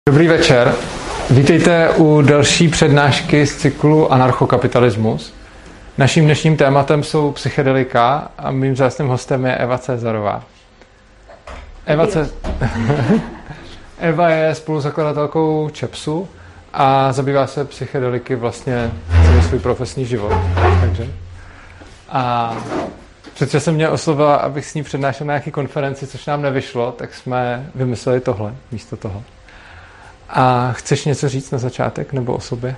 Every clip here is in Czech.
Dobrý večer. Vítejte u další přednášky z cyklu Anarchokapitalismus. Naším dnešním tématem jsou psychedelika a mým vzácným hostem je Eva Cezarová. Eva je spoluzakladatelkou ČEPSu a zabývá se psychedeliky vlastně celý svůj profesní život. Takže. A protože jsem mě oslovila, abych s ní přednášel na nějaké konferenci, což nám nevyšlo, tak jsme vymysleli tohle místo toho. A chceš něco říct na začátek nebo o sobě?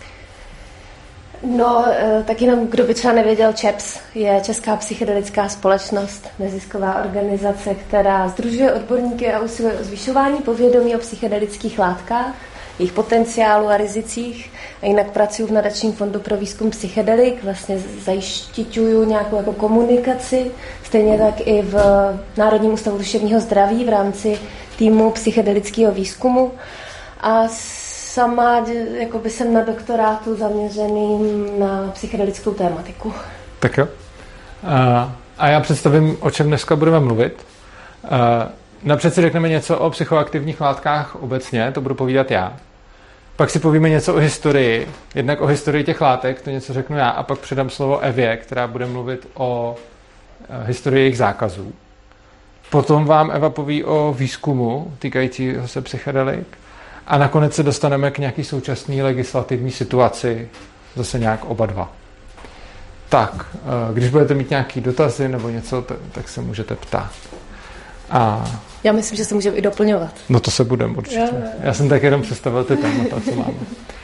No, tak jenom kdo by třeba nevěděl, ČEPS je Česká psychedelická společnost, nezisková organizace, která sdružuje odborníky a usiluje o zvyšování povědomí o psychedelických látkách, jejich potenciálu a rizicích. A jinak pracuji v nadačním fondu pro výzkum psychedelik, vlastně zajišťuju nějakou jako komunikaci, stejně tak i v Národním ústavu duševního zdraví v rámci týmu psychedelického výzkumu. A sama jakoby jsem na doktorátu zaměřeným na psychedelickou tématiku. Tak jo. A já představím, o čem dneska budeme mluvit. Napřed si řekneme něco o psychoaktivních látkách obecně, to budu povídat já. Pak si povíme něco o historii, jednak o historii těch látek, to něco řeknu já, a pak předám slovo Evě, která bude mluvit o historii jejich zákazů. Potom vám Eva poví o výzkumu týkajícího se psychedelik. A nakonec se dostaneme k nějaký současné legislativní situaci, zase nějak oba dva. Tak, když budete mít nějaké dotazy nebo něco, tak se můžete ptát. Já myslím, že se můžeme i doplňovat. No to se budeme určitě. Já jsem tak jenom představil ty témata, co máme.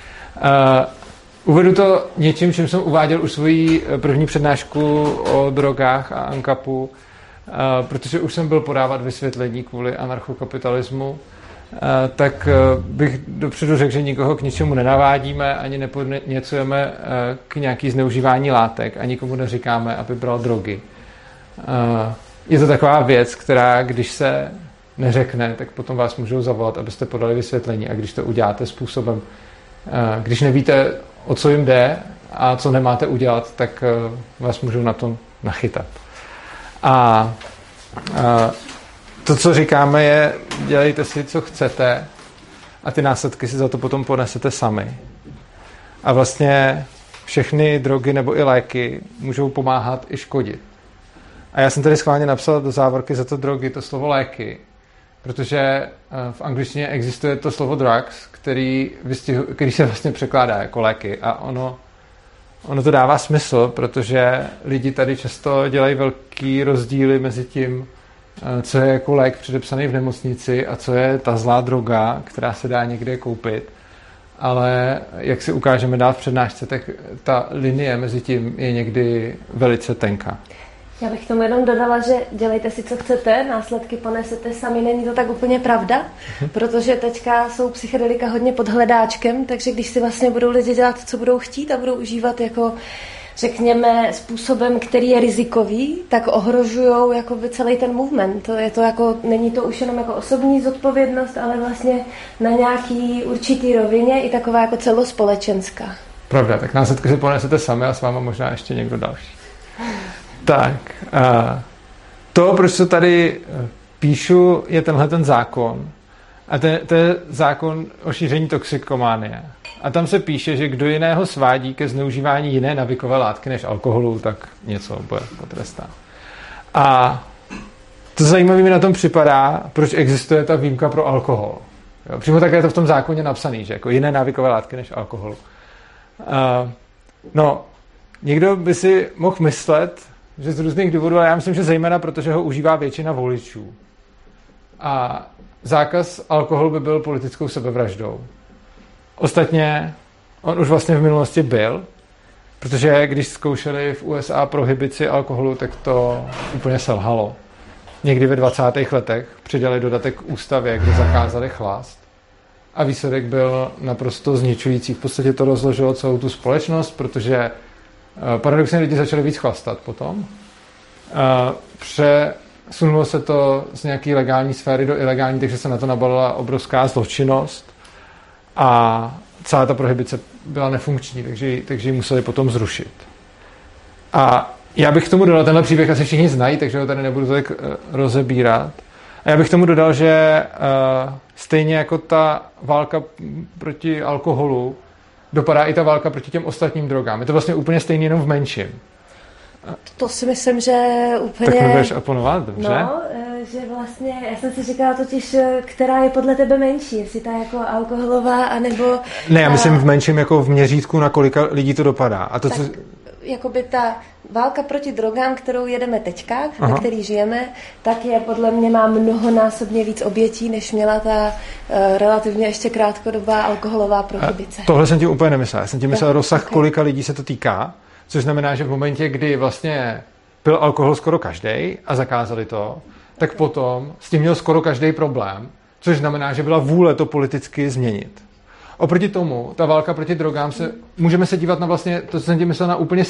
Uvedu to něčím, čím jsem uváděl už svoji první přednášku o drogách a ANCAPu, protože už jsem byl podávat vysvětlení kvůli anarchokapitalismu. Tak bych dopředu řekl, že nikoho k ničemu nenavádíme, ani nepodněcujeme k nějaký zneužívání látek, ani nikomu neříkáme, aby bral drogy. Je to taková věc, která, když se neřekne, tak potom vás můžou zavolat, abyste podali vysvětlení. A když to uděláte způsobem, když nevíte, o co jim jde a co nemáte udělat, tak vás můžou na to nachytat. To, co říkáme, je, dělejte si, co chcete a ty následky si za to potom ponesete sami. A vlastně všechny drogy nebo i léky můžou pomáhat i škodit. A já jsem tady schválně napsal do závorky za to drogy, to slovo léky, protože v angličtině existuje to slovo drugs, který se vlastně překládá jako léky a ono to dává smysl, protože lidi tady často dělají velký rozdíly mezi tím, co je jako lék předepsaný v nemocnici a co je ta zlá droga, která se dá někde koupit. Ale jak si ukážeme dál v přednášce, tak ta linie mezi tím je někdy velice tenká. Já bych tomu jenom dodala, že dělejte si, co chcete, následky ponesete sami, není to tak úplně pravda, protože teďka jsou psychedelika hodně pod hledáčkem, takže když si vlastně budou lidi dělat, co budou chtít a budou užívat jako řekněme, způsobem, který je rizikový, tak ohrožujou jakoby celý ten movement. Je to jako, není to už jenom jako osobní zodpovědnost, ale vlastně na nějaký určitý rovině i taková jako celospolečenská. Pravda, tak následky si ponesete sami a s váma možná ještě někdo další. Tak, to, proč to tady píšu, je tenhle ten zákon. A to je zákon o šíření toxikománie. A tam se píše, že kdo jiného svádí ke zneužívání jiné navykové látky než alkoholu, tak něco bude potrestán. A to zajímavé mi na tom připadá, proč existuje ta výjimka pro alkohol. Jo, přímo tak je to v tom zákoně napsaný, že jako jiné návykové látky než alkoholu. No, někdo by si mohl myslet, že z různých důvodů, ale já myslím, že zejména protože ho užívá většina voličů. A zákaz alkoholu by byl politickou sebevraždou. Ostatně on už vlastně v minulosti byl, protože když zkoušeli v USA prohibici alkoholu, tak to úplně selhalo. Někdy ve 20. letech přidali dodatek k ústavě, kde zakázali chlast. A výsledek byl naprosto zničující. V podstatě to rozložilo celou tu společnost, protože paradoxně lidi začali víc chlastat potom. Přesunulo se to z nějaké legální sféry do ilegální, takže se na to nabalila obrovská zločinnost a celá ta prohibice byla nefunkční, takže ji museli potom zrušit. A já bych k tomu dodal, tenhle příběh asi všichni znají, takže ho tady nebudu tak rozebírat, A já bych tomu dodal, že stejně jako ta válka proti alkoholu, dopadá i ta válka proti těm ostatním drogám. Je to vlastně úplně stejný, jenom v menším. To si myslím, že úplně... Tak mi budeš oponovat, dobře? No, že vlastně, já jsem si říkala totiž, která je podle tebe menší, jestli ta jako alkoholová, anebo... Ne, já myslím v menším jako v měřítku, na kolika lidí to dopadá. A to, tak, co... jakoby ta válka proti drogám, kterou jedeme teďka, na který žijeme, tak je podle mě má mnohonásobně víc obětí, než měla ta relativně ještě krátkodobá alkoholová prohibice. Tohle jsem tím úplně nemyslel. Já jsem tím myslel rozsah, kolika lidí se to týká, což znamená, že v momentě, kdy vlastně pil alkohol skoro každej a zakázali to, tak potom s tím měl skoro každý problém, což znamená, že byla vůle to politicky změnit. Oproti tomu, ta válka proti drogám můžeme se dívat na vlastně, to jsem tím myslel, na úplně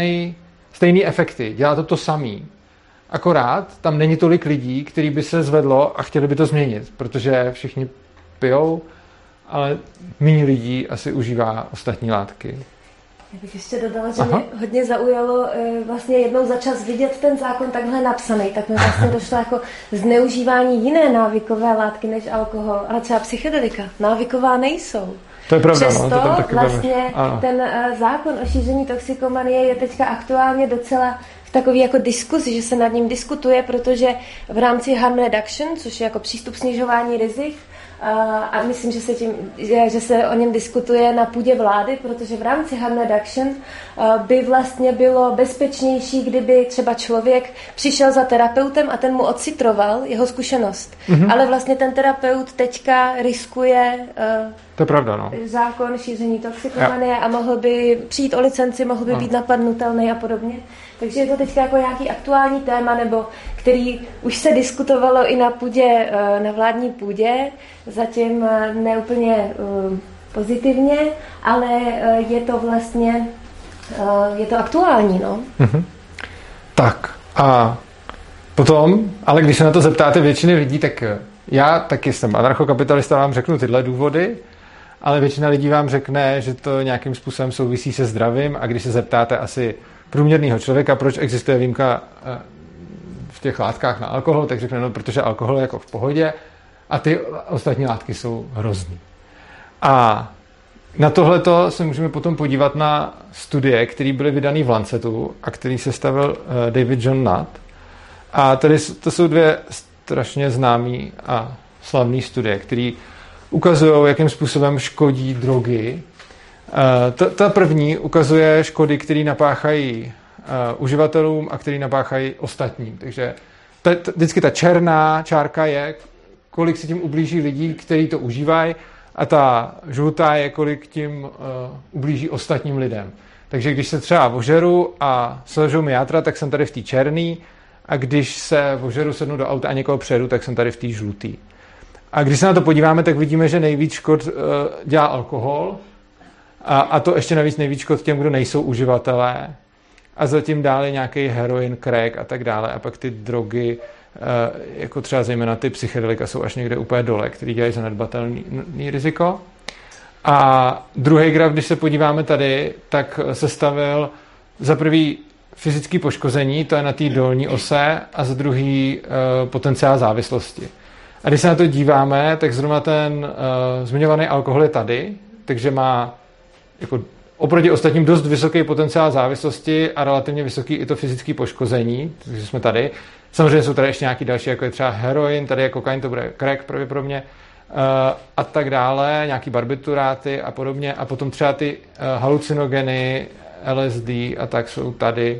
stejný efekty. Dělá to samý. Akorát tam není tolik lidí, který by se zvedlo a chtěli by to změnit, protože všichni pijou, ale méně lidí asi užívá ostatní látky. Já bych ještě dodala, že mě hodně zaujalo vlastně jednou za čas vidět ten zákon takhle napsaný, tak mi vlastně došlo jako zneužívání jiné návykové látky než alkohol, ale třeba psychedelika. Návyková nejsou. To je pravda. Přesto to tam taky vlastně ten zákon o šíření toxikomanie je teďka aktuálně docela v takový jako diskuzi, že se nad ním diskutuje, protože v rámci harm reduction, což je jako přístup snižování rizik, a myslím, že se o něm diskutuje na půdě vlády, protože v rámci harm reduction by vlastně bylo Bezpečnější, kdyby třeba člověk přišel za terapeutem a ten mu ocitroval jeho zkušenost. Ale vlastně ten terapeut teďka riskuje to je pravda, no. zákon šíření toxikomanie a mohl by přijít o licenci, mohl by být napadnutelný a podobně. Takže je to teďka jako nějaký aktuální téma, nebo který už se diskutovalo i na vládní půdě, zatím neúplně pozitivně, ale je to vlastně je to aktuální, no. Tak a potom, ale když se na to zeptáte většiny lidí, tak já taky jsem anarchokapitalista, vám řeknu tyhle důvody, ale většina lidí vám řekne, že to nějakým způsobem souvisí se zdravím, a když se zeptáte asi průměrného člověka, proč existuje výjimka v těch látkách na alkohol, tak řekne, no, protože alkohol je jako v pohodě a ty ostatní látky jsou hrozný. A na tohleto se můžeme potom podívat na studie, které byly vydané v Lancetu a který sestavil David John Nutt. A tady to jsou dvě strašně známý a slavné studie, které ukazují, jakým způsobem škodí drogy. Ta první ukazuje škody, které napáchají uživatelům a které napáchají ostatním. Takže vždycky ta černá čárka je, kolik si tím ublíží lidí, kteří to užívají, a ta žlutá je, kolik tím ublíží ostatním lidem. Takže když se třeba ožeru a selžou mi játra, tak jsem tady v té černý, a když se ožeru, sednu do auta a někoho přejedu, tak jsem tady v té žlutý. A když se na to podíváme, tak vidíme, že nejvíc škod dělá alkohol, a to ještě navíc nejvíc škod těm, kdo nejsou uživatelé, a zatím dále nějaký heroin, crack a tak dále, a pak ty drogy, jako třeba zejména ty psychedelika, jsou až někde úplně dole, který dělají zanedbatelný riziko. A druhý graf, když se podíváme tady, tak sestavil za prvý fyzické poškození, to je na té dolní ose, a za druhý potenciál závislosti. A když se na to díváme, tak zrovna ten zmiňovaný alkohol je tady, takže má jako oproti ostatním dost vysoký potenciál závislosti a relativně vysoký i to fyzické poškození, takže jsme tady. Samozřejmě jsou tady ještě nějaký další, jako je třeba heroin, tady je kokain, to bude crack pravděpodobně, a tak dále, nějaký barbituráty a podobně. A potom třeba ty halucinogeny, LSD a tak jsou tady.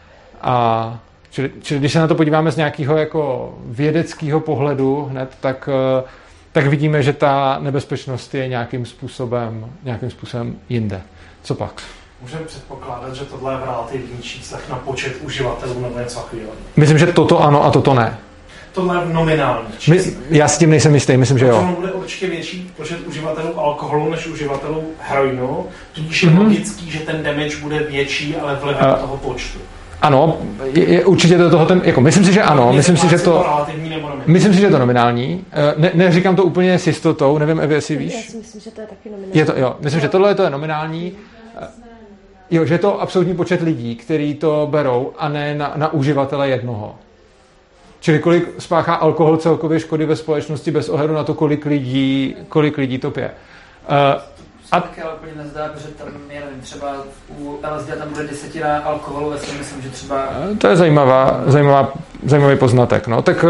Čili když se na to podíváme z nějakého jako vědeckého pohledu hned, tak vidíme, že ta nebezpečnost je nějakým způsobem jinde. Co pak? Můžeme předpokládat, že tohle je v relativních číslech na počet uživatelů nebo něco takového? Myslím, že toto ano a toto ne. Tohle je v nominálních číslech. Já si tím nejsem jistý, myslím, že jo. Protože bude určitě větší počet uživatelů alkoholu než uživatelů heroinu, tudíž je logický, že ten damage bude větší, ale vlivem toho počtu. Ano, je určitě do toho ten, jako myslím si, že ano, myslím si, že je to nominální. Neříkám to úplně s jistotou, nevím, Evi, jestli víš. Já si myslím, že to je taky nominální. Myslím, že tohle je nominální. Jo, že je to absolutní počet lidí, kteří to berou, a ne na uživatele jednoho. Čili kolik spáchá alkohol celkově škody ve společnosti bez ohledu na to, kolik lidí to pije. A taky ale úplně nezdá, protože tam, já nevím, třeba u LSD tam bude 10 alkoholu, já si myslím, že třeba... To je zajímavý poznatek, no. Tak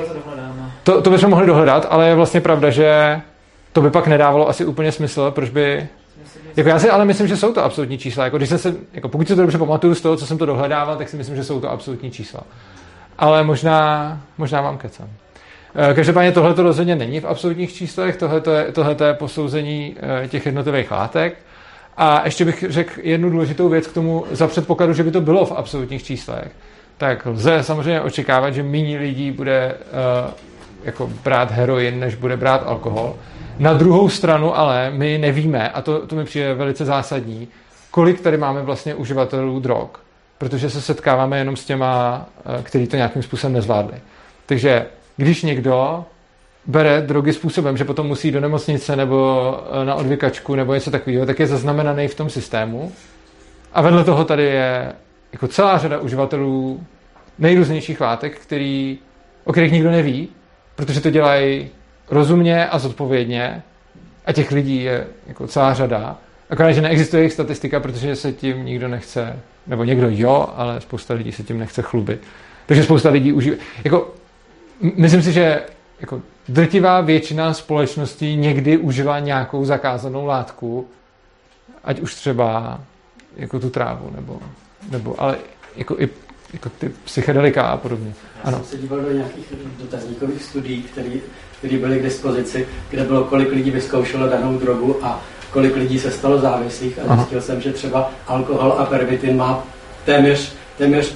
to bychom mohli dohledat, ale je vlastně pravda, že to by pak nedávalo asi úplně smysl, proč by... Jako já si ale myslím, že jsou to absolutní čísla. Jako pokud si to dobře pamatuju z toho, co jsem to dohledával, tak si myslím, že jsou to absolutní čísla. Ale možná vám kecám. Každopádně tohle to rozhodně není v absolutních číslech, tohle je posouzení těch jednotlivých látek. A ještě bych řekl jednu důležitou věc k tomu, za předpokladu, že by to bylo v absolutních číslech. Tak lze samozřejmě očekávat, že méně lidí bude jako brát heroin, než bude brát alkohol. Na druhou stranu ale my nevíme, a to mi přijde velice zásadní, kolik tady máme vlastně uživatelů drog, protože se setkáváme jenom s těma, kteří to nějakým způsobem nezvládli. Takže když někdo bere drogy způsobem, že potom musí do nemocnice nebo na odvykačku nebo něco takového, tak je zaznamenaný v tom systému. A vedle toho tady je jako celá řada uživatelů nejrůznějších látek, o kterých nikdo neví, protože to dělají rozumně a zodpovědně a těch lidí je jako celá řada. Akorát, že neexistuje jejich statistika, protože se tím nikdo nechce, nebo někdo jo, ale spousta lidí se tím nechce chlubit. Takže spousta lidí užívá. Jako, myslím si, že jako drtivá většina společností někdy užívá nějakou zakázanou látku, ať už třeba jako tu trávu, nebo ale jako i jako ty psychedelika a podobně. Já jsem se díval do nějakých dotazníkových studií, které byly k dispozici, kde bylo, kolik lidí vyzkoušelo danou drogu a kolik lidí se stalo závislých a zjistil jsem, že třeba alkohol a pervitin má téměř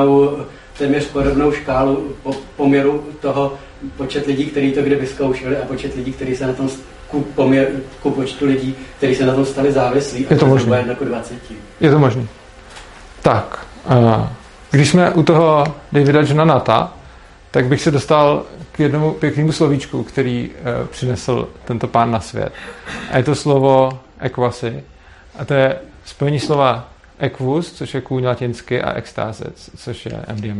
podobnou škálu poměru toho počet lidí, kteří to kdy vyzkoušeli a počet lidí, kteří se na tom ku počtu lidí, kteří se na tom stali závislí. Je to možné. Jako 20. Je to možné. Tak, když jsme u toho Davida Johna Nata, tak bych se dostal k jednomu pěknému slovíčku, který přinesl tento pán na svět. A je to slovo equasy. A to je spojení slova equus, což je kůň latinsky, a extáze, což je MDMA.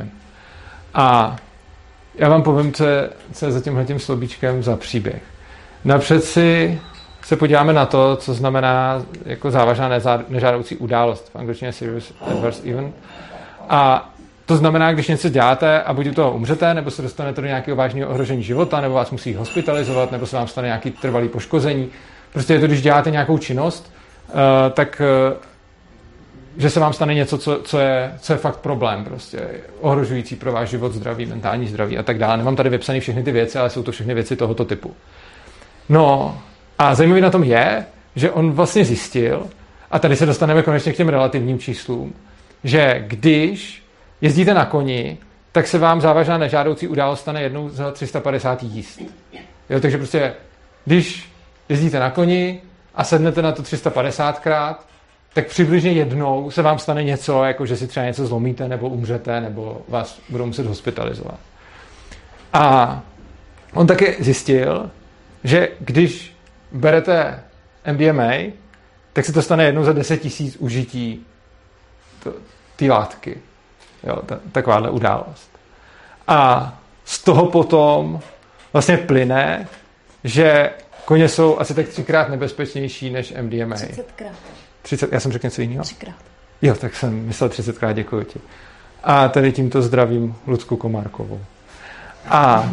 A já vám povím, co je za tímhletím slovíčkem za příběh. Napřed si se podíváme na to, co znamená jako závažná nežádoucí událost. V angličtině serious adverse event. A to znamená, když něco děláte a buď u toho umřete, nebo se dostanete do nějakého vážného ohrožení života, nebo vás musí hospitalizovat, nebo se vám stane nějaký trvalý poškození. Prostě je to, když děláte nějakou činnost, tak že se vám stane něco, co je fakt problém, prostě ohrožující pro váš život, zdraví, mentální zdraví a tak dále. Nemám tady vypsané všechny ty věci, ale jsou to všechny věci tohoto typu. No a zajímavé na tom je, že on vlastně zjistil, a tady se dostaneme konečně k těm relativním číslům, že když jezdíte na koni, tak se vám závažná nežádoucí událost stane jednou za 350 jízd. Jo, takže prostě, když jezdíte na koni a sednete na to 350krát, tak přibližně jednou se vám stane něco, jako že si třeba něco zlomíte, nebo umřete, nebo vás budou muset hospitalizovat. A on také zjistil, že když berete MDMA, tak se to stane jednou za 10 000 užití té látky. Jo, takováhle událost. A z toho potom vlastně plyne, že koně jsou asi tak 3krát nebezpečnější než MDMA. 30krát. 30, já jsem řekl něco jiného? 3krát. Jo, tak jsem myslel 30krát, děkuji ti. A tady tímto zdravím Lucku Komárkovou. A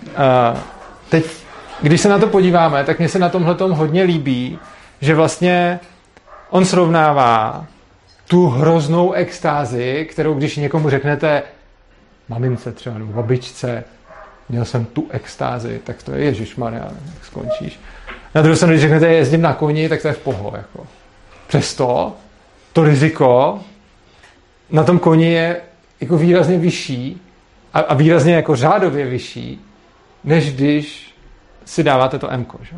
teď, když se na to podíváme, tak mně se na tomhletom hodně líbí, že vlastně on srovnává tu hroznou extázi, kterou když někomu řeknete mamince třeba, nebo babičce, měl jsem tu extázi, tak to je ježišmarja, tak skončíš. Na druhou stranu, když řeknete jezdím na koni, tak to je v poho. Jako. Přesto to riziko na tom koni je jako výrazně vyšší a výrazně jako řádově vyšší, než když si dáváte to M-ko. Že?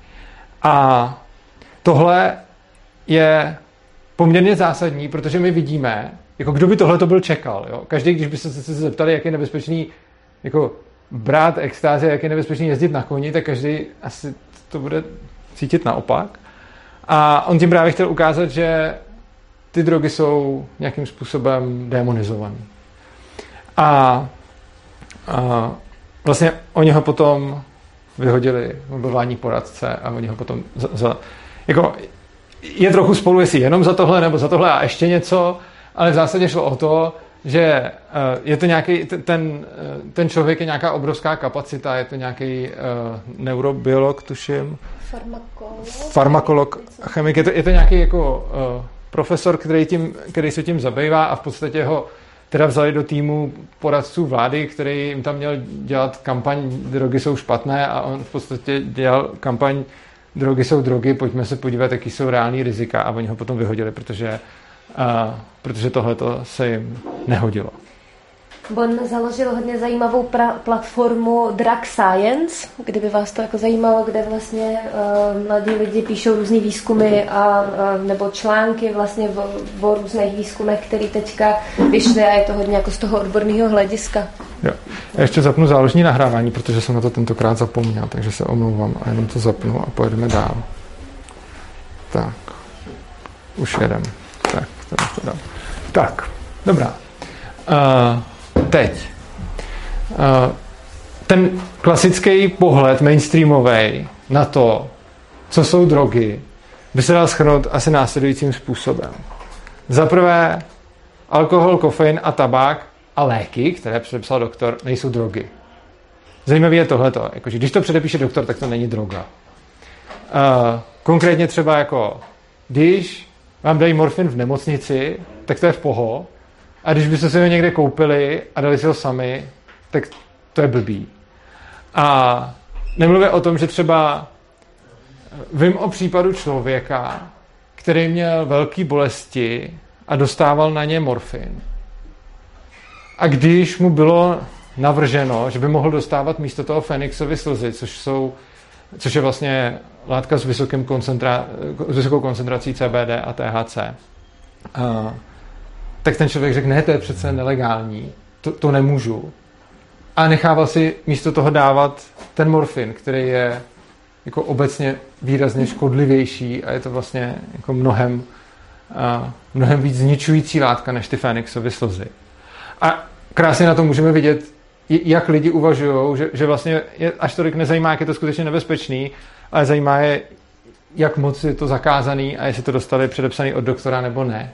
A tohle je poměrně zásadní, protože my vidíme, jako kdo by tohle to byl čekal. Jo? Každý, když by se zeptali, jak je nebezpečný jako brát extázi, jak je nebezpečný jezdit na koni, tak každý asi to bude cítit naopak. A on tím právě chtěl ukázat, že ty drogy jsou nějakým způsobem demonizované. A vlastně oni ho potom vyhodili, byl vládní poradce a oni ho potom jako je trochu spolu, jestli jenom za tohle nebo za tohle a ještě něco, ale v zásadě šlo o to, že je to nějaký, ten člověk je nějaká obrovská kapacita, je to nějaký neurobiolog, tuším. Farmakolog, chemik, je to nějaký jako profesor, který se tím zabývá a v podstatě ho teda vzali do týmu poradců vlády, který jim tam měl dělat kampaň drogy jsou špatné a on v podstatě dělal kampaň drogy jsou drogy, pojďme se podívat, jaký jsou reální rizika a oni ho potom vyhodili, protože tohleto se jim nehodilo. On založil hodně zajímavou platformu Drug Science, kdyby vás to jako zajímalo, kde vlastně mladí lidi píšou různý výzkumy nebo články vlastně o různých výzkumech, které teďka vyšly a je to hodně jako z toho odborného hlediska. Jo. Já ještě zapnu záložní nahrávání, protože jsem na to tentokrát zapomněl, takže se omlouvám a jenom to zapnu a pojedeme dál. Tak, už jedem. Tak, dobrá. Teď. Ten klasický pohled mainstreamový na to, co jsou drogy, by se dal shrnout asi následujícím způsobem. Za prvé, alkohol, kofein a tabák a léky, které předepsal doktor, nejsou drogy. Zajímavé je tohleto. Jakože, když to předepíše doktor, tak to není droga. Konkrétně třeba jako, když vám dají morfin v nemocnici, tak to je v poho. A když byste si ho někde koupili a dali si ho sami, tak to je blbý. A nemluvím o tom, že třeba vím o případu člověka, který měl velké bolesti a dostával na ně morfin. A když mu bylo navrženo, že by mohl dostávat místo toho Fenixovy slzy, což je vlastně látka s vysokou koncentrací CBD a THC, tak ten člověk řekl, ne, to je přece nelegální, to nemůžu. A nechával si místo toho dávat ten morfin, který je jako obecně výrazně škodlivější a je to vlastně jako mnohem víc zničující látka než ty Fenixovy slzy. A krásně na to můžeme vidět, jak lidi uvažují, že vlastně je až tolik nezajímá, jak je to skutečně nebezpečný, ale zajímá je, jak moc je to zakázaný a jestli to dostali předepsaný od doktora nebo ne.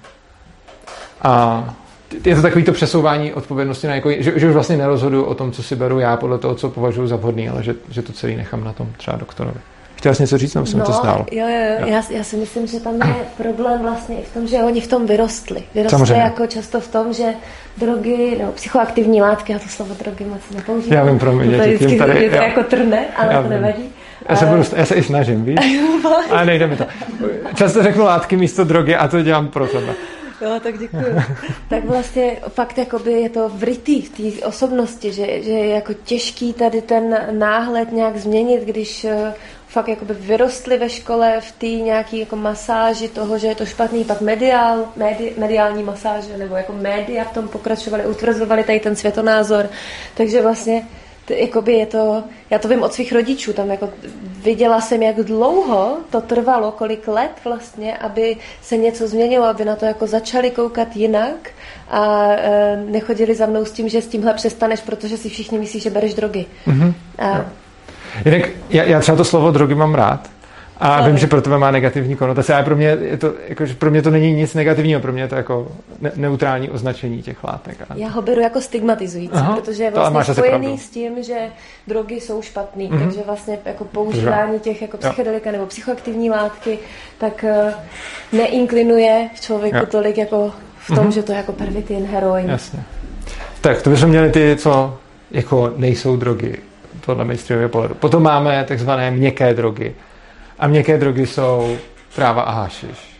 A je to takový to přesouvání odpovědnosti na jako, že už vlastně nerozhoduju o tom, co si beru já podle toho, co považuji za vhodný, ale že to celý nechám na tom třeba doktorovi. Chtěla jsi něco říct, nebo jsem to znal? Jo. Já si myslím, že tam je problém vlastně i v tom, že oni v tom vyrostli. Vyrostli jako často v tom, že drogy, nebo psychoaktivní látky, já to slovo drogy moc nepoužívám. Já vím, promiň, je to jako trne, ale to nevadí. Já se i snažím, víš? Ale nejde mi to. Často řeknu látky místo drogy a to dělám pro tebe. Jo, tak děkuji. Tak vlastně fakt jakoby je to vrytý v té osobnosti, že je jako těžký tady ten náhled nějak změnit, když fakt jakoby vyrostli ve škole v té nějaký jako masáži toho, že je to špatný, pak mediální masáže, nebo jako média v tom pokračovali, utvrzovali tady ten světonázor. Takže vlastně jakoby je to, já to vím od svých rodičů, tam jako viděla jsem, jak dlouho to trvalo, kolik let vlastně, aby se něco změnilo, aby na to jako začali koukat jinak a nechodili za mnou s tím, že s tímhle přestaneš, protože si všichni myslí, že bereš drogy. Mm-hmm. Jinak já třeba to slovo drogy mám rád a vím, že pro tebe má negativní konotace, ale pro mě to není nic negativního, pro mě je to jako neutrální označení těch látek. Já ho beru jako stigmatizující, protože je vlastně spojený s tím, že drogy jsou špatný, takže vlastně jako používání těch jako psychedelika nebo psychoaktivní látky, tak neinklinuje v člověku tolik jako v tom, že to je jako pervitin, heroin. Jasně. Tak, to bychom měli ty, co jako nejsou drogy, podle mainstreamového pohledu. Potom máme takzvané měkké drogy. A měkké drogy jsou tráva a hašiš.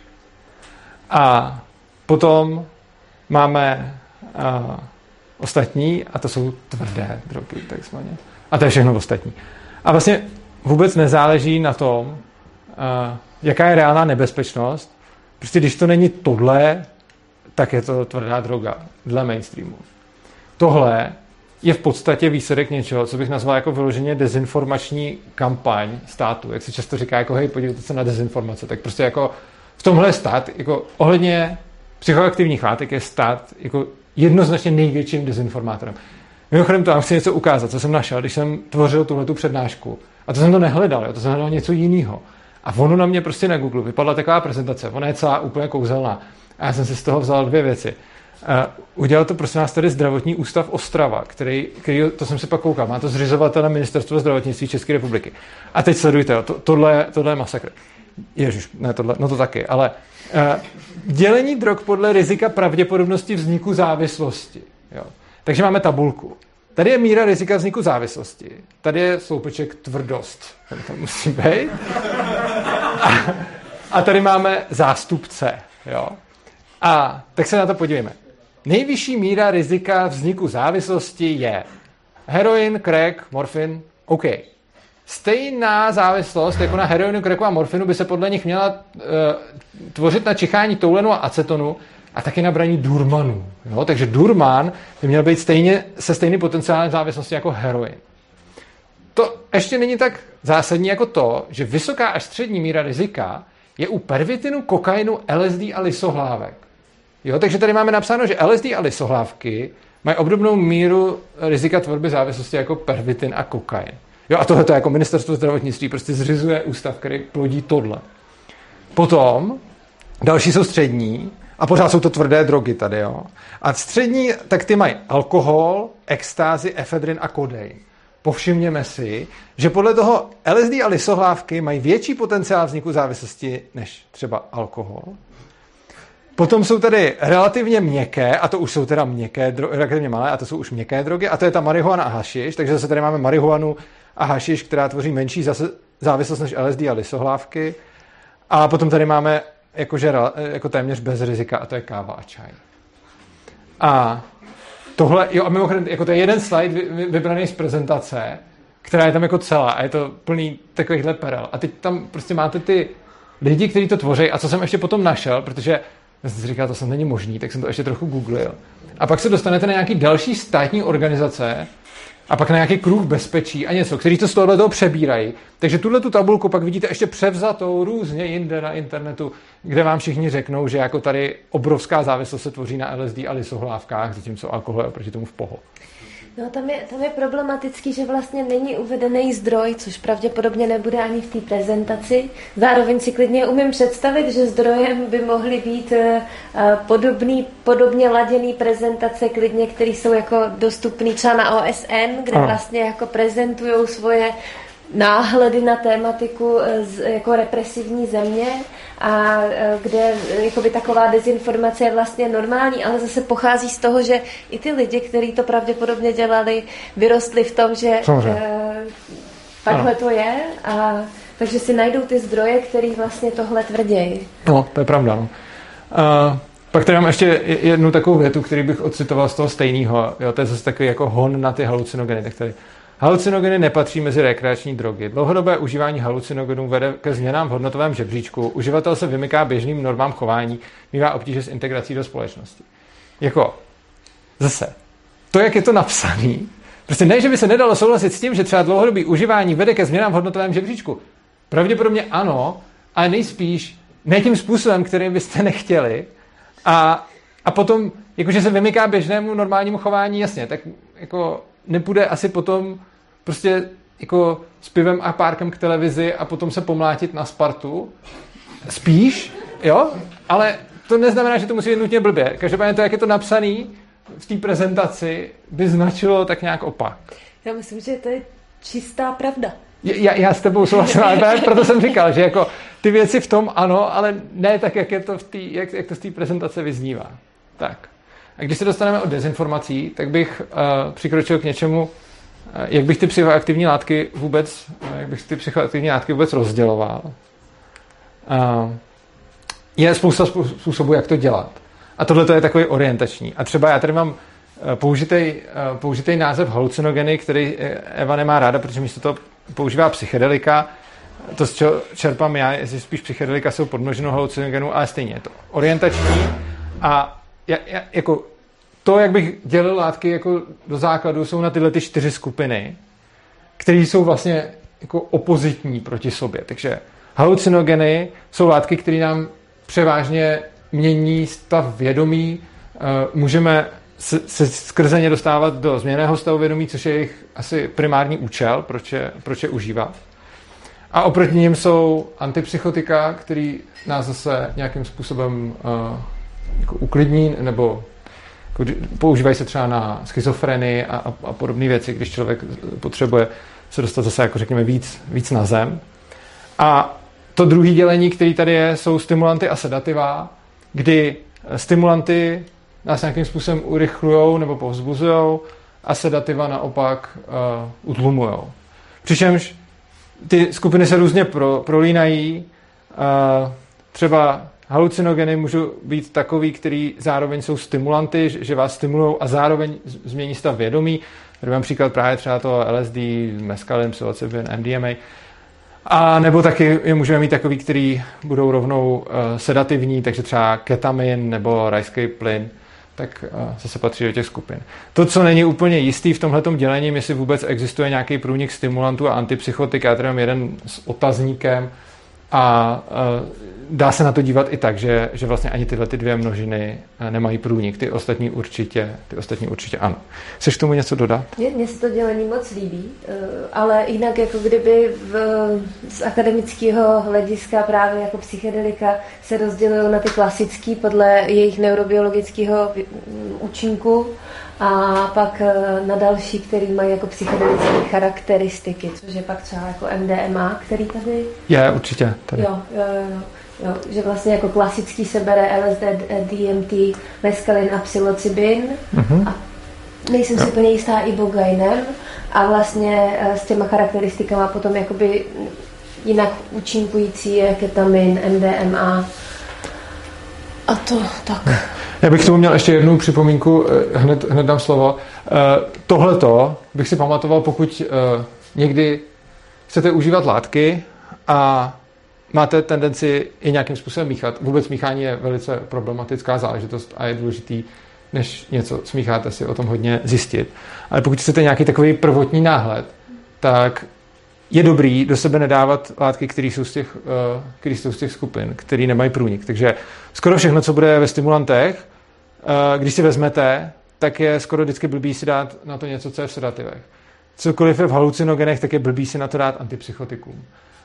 A potom máme ostatní, a to jsou tvrdé drogy, takzvaně. A to je všechno ostatní. A vlastně vůbec nezáleží na tom, jaká je reálná nebezpečnost. Prostě když to není tohle, tak je to tvrdá droga dle mainstreamu. Tohle je v podstatě výsledek něčeho, co bych nazval jako vyloženě dezinformační kampaň státu. Jak se často říká, jako hej, podívejte se na dezinformace. Tak prostě jako v tomhle stát, jako ohledně psychoaktivních látek je stát jako jednoznačně největším dezinformátorem. Mimochodem to vám chci něco ukázat, co jsem našel, když jsem tvořil tuhletu přednášku. A to jsem to nehledal, jo? To jsem hledal něco jiného. A ono na mě prostě na Google vypadla taková prezentace, ona je celá úplně kouzelná. A já jsem si z toho vzal 2 věci. Udělal to prosím nás tady Zdravotní ústav Ostrava, který, to jsem si pak koukal, má to zřizovatele Ministerstva zdravotnictví České republiky. A teď sledujte, jo, tohle je masakr. Ježiš, ne tohle, no to taky, ale dělení drog podle rizika pravděpodobnosti vzniku závislosti. Jo. Takže máme tabulku. Tady je míra rizika vzniku závislosti. Tady je sloupeček tvrdost. To musí být. A tady máme zástupce. Jo. A tak se na to podívejme. Nejvyšší míra rizika vzniku závislosti je heroin, crack, morfin, OK. Stejná závislost jako na heroinu, cracku a morfinu by se podle nich měla tvořit na čichání toulenu a acetonu a taky na braní durmanu. Jo? Takže durman by měl být se stejným potenciálem závislosti jako heroin. To ještě není tak zásadní jako to, že vysoká až střední míra rizika je u pervitinu, kokainu, LSD a lysohlávek. Jo? Takže tady máme napsáno, že LSD a lysohlávky mají obdobnou míru rizika tvorby závislosti jako pervitin a kokain. Jo, a tohle to jako Ministerstvo zdravotnictví prostě zřizuje ústav, který plodí tohle. Potom další jsou střední a pořád jsou to tvrdé drogy tady, jo. A střední, tak ty mají alkohol, extázi, efedrin a kodein. Povšimněme si, že podle toho LSD a lysohlávky mají větší potenciál vzniku závislosti než třeba alkohol. Potom jsou tady relativně měkké, a to už jsou teda měkké drogy, relativně malé, a to jsou už měkké drogy, a to je ta marihuana a hašiš, takže zase tady máme marihuanu a hašiš, která tvoří menší závislost než LSD a lysohlávky. A potom tady máme jako téměř bez rizika, a to je káva a čaj. A tohle, jo, a mimochodem, jako to je jeden slide vybraný z prezentace, která je tam jako celá a je to plný takovýchhle perel. A teď tam prostě máte ty lidi, kteří to tvoří, a co jsem ještě potom našel, protože já jsem si říkal, to snad není možný, tak jsem to ještě trochu googlil. A pak se dostanete na nějaký další státní organizace a pak na nějaký kruh bezpečí a něco, kteří to z tohoto přebírají. Takže tuhle tu tabulku pak vidíte ještě převzatou různě jinde na internetu, kde vám všichni řeknou, že jako tady obrovská závislost se tvoří na LSD a lysohlávkách, zatímco alkohol je oproti tomu v poho. No, tam je problematický, že vlastně není uvedený zdroj, což pravděpodobně nebude ani v té prezentaci. Zároveň si klidně umím představit, že zdrojem by mohly být podobně laděný prezentace, klidně, které jsou jako dostupný třeba na OSN, kde vlastně jako prezentují svoje náhledy na tématiku jako represivní země a kde jakoby taková dezinformace je vlastně normální, ale zase pochází z toho, že i ty lidi, kteří to pravděpodobně dělali, vyrostli v tom, že takhle to je, a takže si najdou ty zdroje, který vlastně tohle tvrdějí. No, to je pravda. No. Pak tady mám ještě jednu takovou větu, který bych ocitoval z toho stejného. Jo, to je zase takový jako hon na ty halucinogeny. Tak tady halucinogeny nepatří mezi rekreační drogy. Dlouhodobé užívání halucinogenů vede ke změnám v hodnotovém žebříčku. Uživatel se vymyká běžným normám chování, mívá obtíže s integrací do společnosti. Jako, zase, to, jak je to napsaný, prostě ne, že by se nedalo souhlasit s tím, že třeba dlouhodobý užívání vede ke změnám v hodnotovém žebříčku. Pravděpodobně ano, ale nejspíš ne tím způsobem, kterým byste nechtěli. A potom, jakože se vymyká běžnému normálnímu chování, jasně, tak jako nepůjde asi potom prostě jako s pivem a párkem k televizi a potom se pomlátit na Spartu. Spíš, jo, ale to neznamená, že to musí být nutně blbě. Každopádně to, jak je to napsaný v té prezentaci, by značilo tak nějak opak. Já myslím, že to je čistá pravda. Já s tebou souhlasím, ale proto jsem říkal, že jako ty věci v tom ano, ale ne tak, jak je to jak to z té prezentace vyznívá. Tak. A když se dostaneme od dezinformací, tak bych přikročil k něčemu, jak bych ty psychoaktivní látky vůbec rozděloval. Je spousta způsobů, jak to dělat. A tohle je takový orientační. A třeba já tady mám použitej název halucinogeny, který Eva nemá ráda, protože místo toho používá psychedelika. To, z čeho čerpám já, jestli spíš psychedelika jsou podmnoženou halucinogenů, ale stejně je to orientační. A jako to, jak bych dělil látky jako do základu, jsou na tyhle ty 4 skupiny, které jsou vlastně jako opozitní proti sobě. Takže halucinogeny jsou látky, které nám převážně mění stav vědomí. Můžeme se skrze ně dostávat do změněného stavu vědomí, což je jejich asi primární účel, proč je užívat. A oproti nim jsou antipsychotika, který nás zase nějakým způsobem jako uklidní, nebo jako používají se třeba na schizofrenii a podobné věci, když člověk potřebuje se dostat zase, jako řekněme, víc na zem. A to druhé dělení, které tady je, jsou stimulanty a sedativa, kdy stimulanty nás nějakým způsobem urychlujou nebo povzbuzujou a sedativa naopak utlumujou. Přičemž ty skupiny se různě prolínají. Třeba halucinogeny můžou být takový, který zároveň jsou stimulanty, že vás stimulují a zároveň změní stav vědomí. Tady mám příklad právě třeba to LSD, meskalin, psilocybin, MDMA. A nebo taky je můžeme mít takový, který budou rovnou sedativní, takže třeba ketamin nebo rajský plyn, tak zase patří do těch skupin. To, co není úplně jistý v tomhletom dělení, jestli vůbec existuje nějaký průnik stimulantů a antipsychotik, já tady mám jeden s otazníkem a dá se na to dívat i tak, že vlastně ani tyhle ty dvě množiny nemají průnik. Ty ostatní určitě ano. Chceš tomu něco dodat? Mně se to dělení moc líbí, ale jinak jako kdyby z akademického hlediska právě jako psychedelika se rozdělují na ty klasický podle jejich neurobiologického účinku a pak na další, který mají jako psychedelické charakteristiky, což je pak třeba jako MDMA, který tady... Je, určitě. Tady. Jo, že vlastně jako klasický se bere LSD, DMT, meskalin a psilocybin a nejsem si úplně jistá ibogainem a vlastně s těma charakteristikama potom jakoby jinak účinkující je ketamin, MDMA a to tak. Já bych k tomu měl ještě jednu připomínku, hned dám slovo. Tohleto bych si pamatoval, pokud někdy chcete užívat látky a máte tendenci i nějakým způsobem míchat. Vůbec míchání je velice problematická záležitost a je důležitý, než něco smícháte, si o tom hodně zjistit. Ale pokud chcete nějaký takový prvotní náhled, tak je dobrý do sebe nedávat látky, které jsou z těch skupin, které nemají průnik. Takže skoro všechno, co bude ve stimulantech, když si vezmete, tak je skoro vždycky blbý si dát na to něco, co je v sedativech. Cokoliv je v halucinogenech, tak je blbý si na to dát antipsychotikum.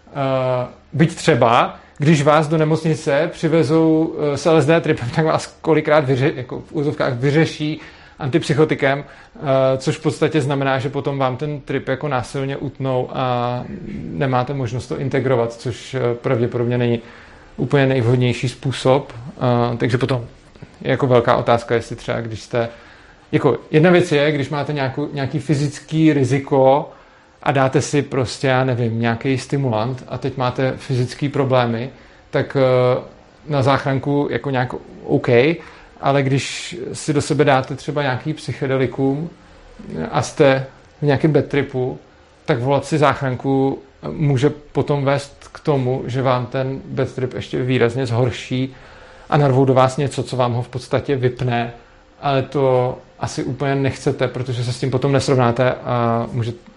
Byť třeba, když vás do nemocnice přivezou s LSD tripem, tak vás kolikrát jako v úzovkách vyřeší antipsychotikem, což v podstatě znamená, že potom vám ten trip jako násilně utnou a nemáte možnost to integrovat, což pravděpodobně není úplně nejvhodnější způsob. Takže potom je jako velká otázka, jestli třeba, když jste... Jako jedna věc je, když máte nějaký fyzický riziko a dáte si prostě, já nevím, nějaký stimulant a teď máte fyzické problémy, tak na záchranku jako nějak OK, ale když si do sebe dáte třeba nějaký psychedelikum a jste v nějakém bad tripu, tak volat si záchranku může potom vést k tomu, že vám ten bad trip ještě výrazně zhorší a narvou do vás něco, co vám ho v podstatě vypne, ale to asi úplně nechcete, protože se s tím potom nesrovnáte a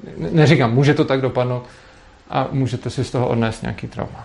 může to tak dopadnout a můžete si z toho odnést nějaký trauma.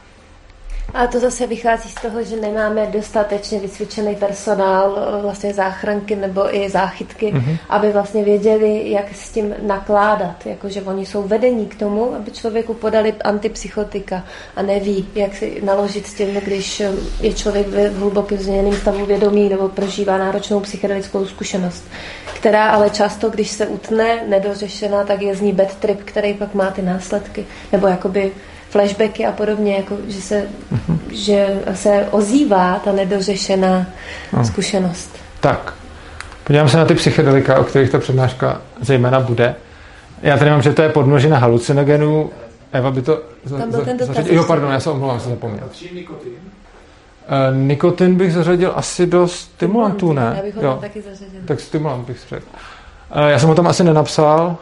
A to zase vychází z toho, že nemáme dostatečně vycvičený personál, vlastně záchranky nebo i záchytky, aby vlastně věděli, jak s tím nakládat. Jakože oni jsou vedení k tomu, aby člověku podali antipsychotika a neví, jak si naložit s tím, když je člověk v hlubokým změněném stavu vědomí nebo prožívá náročnou psychedelickou zkušenost, která ale často, když se utne, nedořešená, tak je z ní bad trip, který pak má ty následky. Nebo jakoby flashbacky a podobně, jako že se ozývá ta nedořešená zkušenost. Tak, podívám se na ty psychedelika, o kterých ta přednáška zejména bude. Já tady mám, že to je podmnožina halucinogenů. Eva by to... Jo, pardon, já se omlouvám, jsem zapomněl. Nikotin bych zařadil asi do stimulantů, ne? Já bych ho tam taky zařadil. Tak stimulant bych řekl. Já jsem ho tam asi nenapsal.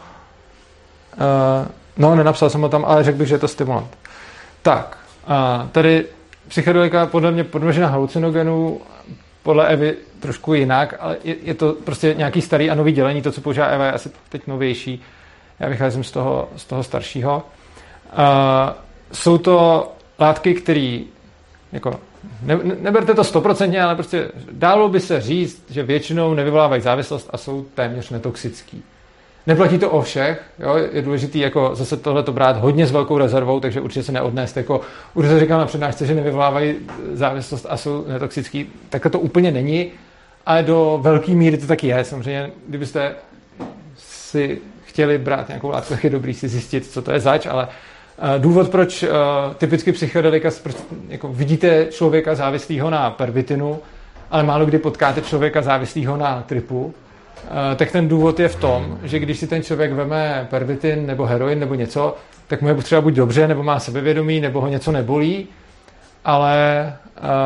Nenapsal jsem ho tam, ale řekl bych, že je to stimulant. Tak, tady psychedelika podle mě podmnožina halucinogenů, podle Evy trošku jinak, ale je to prostě nějaký starý a nový dělení, to, co používá Eva, je asi teď novější. Já vycházím z toho staršího. Jsou to látky, které jako neberte to 100%, ale prostě dalo by se říct, že většinou nevyvolávají závislost a jsou téměř netoxický. Neplatí to o všech, jo? Je důležité jako zase tohleto brát hodně s velkou rezervou, takže určitě se neodnést. Jako, určitě říkám na přednášce, že nevyvolávají závislost a jsou netoxický. Takhle to úplně není, ale do velké míry to taky je. Samozřejmě, kdybyste si chtěli brát nějakou látku, tak je dobrý si zjistit, co to je zač, ale důvod, proč typicky psychedelika, jako vidíte člověka závislého na pervitinu, ale málo kdy potkáte člověka závislého na tripu, tak ten důvod je v tom, že když si ten člověk veme pervitin nebo heroin nebo něco, tak mu je třeba buď dobře, nebo má sebevědomí, nebo ho něco nebolí, ale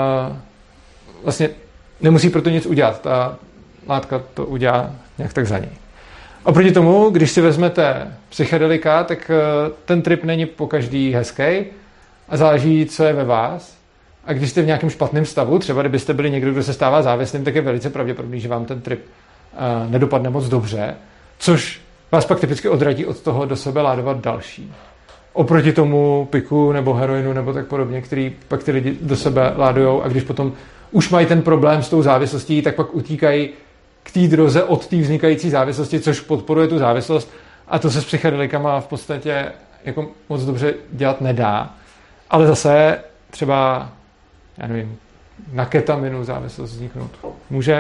vlastně nemusí pro to nic udělat. Ta látka to udělá nějak tak za něj. Oproti tomu, když si vezmete psychedelika, tak ten trip není pokaždý hezký a záleží, co je ve vás. A když jste v nějakém špatném stavu, třeba kdybyste byli někdo, kdo se stává závislým, tak je velice pravděpodobný, že vám ten trip nedopadne moc dobře, což vás pak typicky odradí od toho do sebe ládovat další. Oproti tomu piku nebo heroinu nebo tak podobně, který pak ty lidi do sebe ládujou a když potom už mají ten problém s tou závislostí, tak pak utíkají k té droze od té vznikající závislosti, což podporuje tu závislost a to se s psychedelikama v podstatě jako moc dobře dělat nedá. Ale zase třeba, já nevím, na ketaminu závislost vzniknout může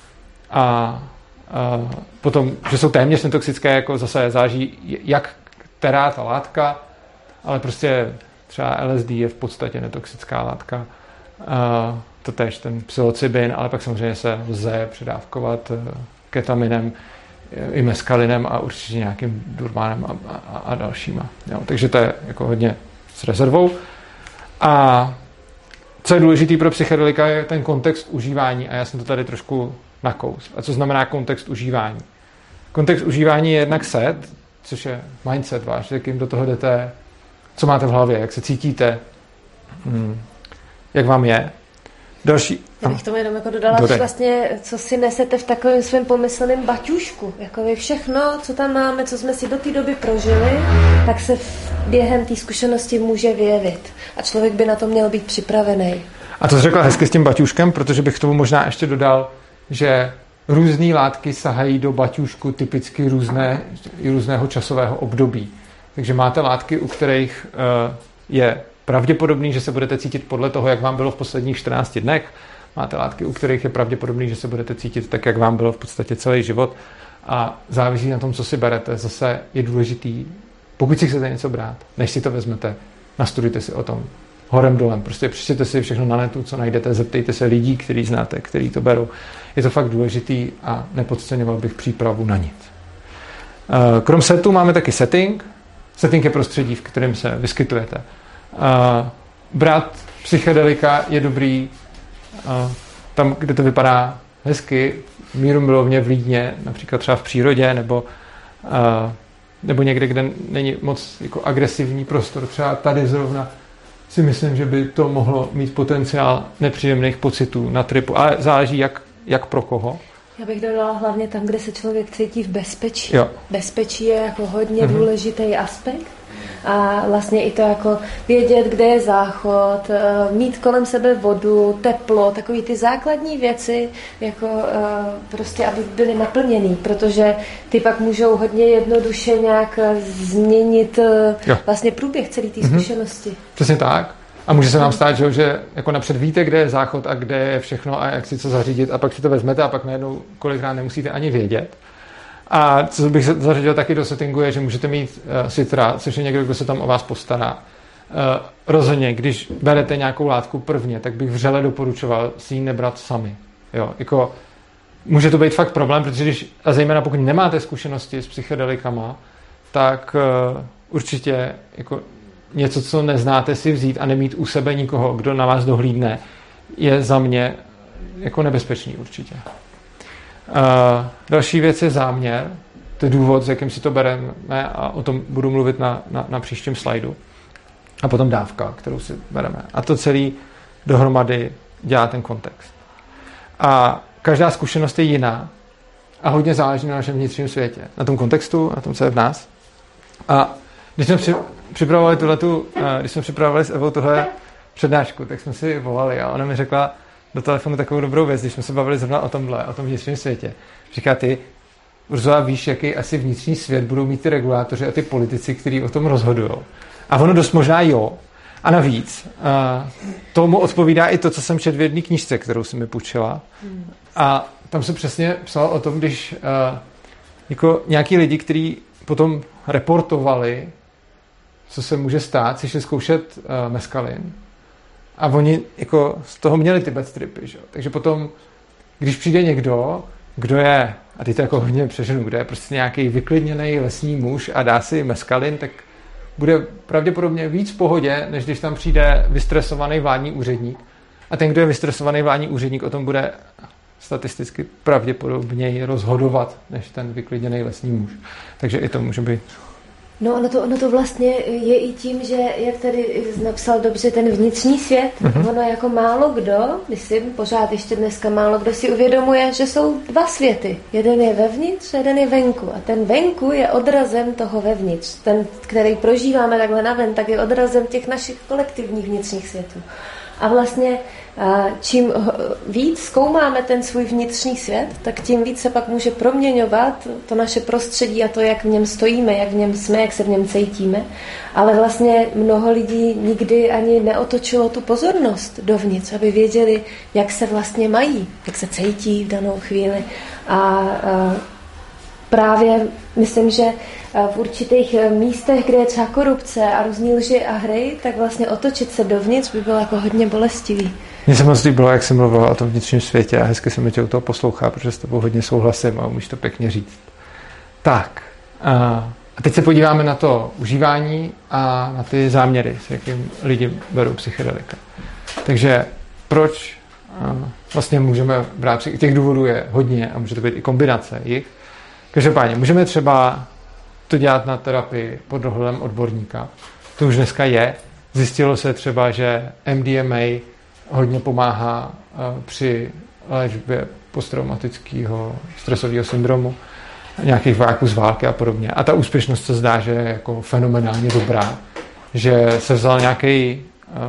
a potom, že jsou téměř netoxické, jako zase záží, jak která ta látka, ale prostě třeba LSD je v podstatě netoxická látka. To též ten psilocybin, ale pak samozřejmě se lze předávkovat ketaminem, i meskalinem a určitě nějakým durmánem a dalšíma. Jo, takže to je jako hodně s rezervou. A co je důležitý pro psychedelika, je ten kontext užívání a já jsem to tady trošku nakous. A co znamená kontext užívání? Kontext užívání je jednak set, což je mindset váš, jakým do toho jdete, co máte v hlavě, jak se cítíte, jak vám je. Další. Já bych tomu jenom jako dodala, že vlastně, co si nesete v takovém svém pomyslném baťušku. Jako všechno, co tam máme, co jsme si do té doby prožili, tak se během té zkušenosti může vyjevit. A člověk by na to měl být připravený. A to jsi řekla hezky s tím baťuškem, protože bych k tomu možná ještě dodal, že různé látky sahají do baťušku typicky různého časového období. Takže máte látky, u kterých je pravděpodobný, že se budete cítit podle toho, jak vám bylo v posledních 14 dnech. Máte látky, u kterých je pravděpodobný, že se budete cítit tak, jak vám bylo v podstatě celý život. A závisí na tom, co si berete. Zase je důležitý, pokud si chcete něco brát, než si to vezmete, nastudujte si o tom horem dolem. Prostě přečtěte si všechno na netu, co najdete, zeptejte se lidí, který znáte, který to berou. Je to fakt důležitý a nepodceňoval bych přípravu na nic. Krom setu máme taky setting. Setting je prostředí, v kterém se vyskytujete. Brát psychedelika je dobrý tam, kde to vypadá hezky, míru milovně v Lídně, například třeba v přírodě, nebo někde, kde není moc jako agresivní prostor. Třeba tady zrovna si myslím, že by to mohlo mít potenciál nepříjemných pocitů na tripu, ale záleží jak pro koho. Já bych dodala hlavně tam, kde se člověk cítí v bezpečí. Jo. Bezpečí je jako hodně důležitý aspekt. A vlastně i to jako vědět, kde je záchod, mít kolem sebe vodu, teplo, takový ty základní věci, jako prostě, aby byly naplněný, protože ty pak můžou hodně jednoduše nějak změnit vlastně průběh celé té zkušenosti. Přesně tak. A může se vám stát, že jako napřed víte, kde je záchod a kde je všechno a jak si co zařídit a pak si to vezmete a pak najednou kolikrát nemusíte ani vědět. A co bych zařadil taky do settingu je, že můžete mít sitra, což je někdo, kdo se tam o vás postará. Rozhodně, když berete nějakou látku prvně, tak bych vřele doporučoval si ji nebrat sami. Jo, jako může to být fakt problém, protože když, a zejména pokud nemáte zkušenosti s psychedelikama, tak určitě jako něco, co neznáte, si vzít a nemít u sebe nikoho, kdo na vás dohlídne, je za mě jako nebezpečný určitě. Další věc je záměr, to je důvod, s jakým si to bereme a o tom budu mluvit na příštím slajdu. A potom dávka, kterou si bereme. A to celý dohromady dělá ten kontext. A každá zkušenost je jiná a hodně záleží na našem vnitřním světě. Na tom kontextu, na tom, co je v nás. A když jsme připravovali s Evou tohle přednášku, tak jsme si volali a ona mi řekla do telefonu takovou dobrou věc, když jsme se bavili zrovna o tomhle, o tom vnitřním světě. Říká, ty, Urzula, víš, jaký asi vnitřní svět budou mít ty regulátoři a ty politici, kteří o tom rozhodují. A ono dost možná jo. A navíc, tomu odpovídá i to, co jsem četl v jedné knížce, kterou si mi půjčila. A tam se přesně psalo o tom, když jako nějaký lidi, kteří potom reportovali, co se může stát, si šli zkoušet meskalin. A oni jako z toho měli ty bad tripy, že? Takže potom, když přijde někdo, kdo je, a teď to jako hodně přeženu, kdo je prostě nějaký vyklidněný lesní muž a dá si meskalin, tak bude pravděpodobně víc v pohodě, než když tam přijde vystresovaný vládní úředník. A ten, kdo je vystresovaný vládní úředník, o tom bude statisticky pravděpodobněji rozhodovat, než ten vyklidněný lesní muž. Takže i to může být. No ono to vlastně je i tím, že jak tady napsal dobře ten vnitřní svět, ono jako málo kdo, myslím, pořád ještě dneska málo kdo si uvědomuje, že jsou dva světy. Jeden je vevnitř, jeden je venku. A ten venku je odrazem toho vevnitř. Ten, který prožíváme takhle naven, tak je odrazem těch našich kolektivních vnitřních světů. A vlastně čím víc zkoumáme ten svůj vnitřní svět, tak tím víc se pak může proměňovat to naše prostředí a to, jak v něm stojíme, jak v něm jsme, jak se v něm cítíme. Ale vlastně mnoho lidí nikdy ani neotočilo tu pozornost dovnitř, aby věděli, jak se vlastně mají, jak se cítí v danou chvíli. A právě myslím, že v určitých místech, kde je třeba korupce a různý lži a hry, tak vlastně otočit se dovnitř by bylo jako hodně bolestivý. Mně se moc líbilo, jak jsi mluvila o tom vnitřním světě a hezky se mi tě u toho poslouchá, protože s tebou hodně souhlasím a umíš to pěkně říct. Tak, a teď se podíváme na to užívání a na ty záměry, s jakým lidi berou psychedelika. Takže proč vlastně můžeme brát, těch důvodů je hodně a může to být i kombinace jich. Každopádně, můžeme třeba to dělat na terapii pod dohledem odborníka. To už dneska je. Zjistilo se třeba, že MDMA hodně pomáhá při léčbě posttraumatického stresového syndromu, nějakých vojáků z války a podobně. A ta úspěšnost se zdá, že je jako fenomenálně dobrá. Že se vzal nějaký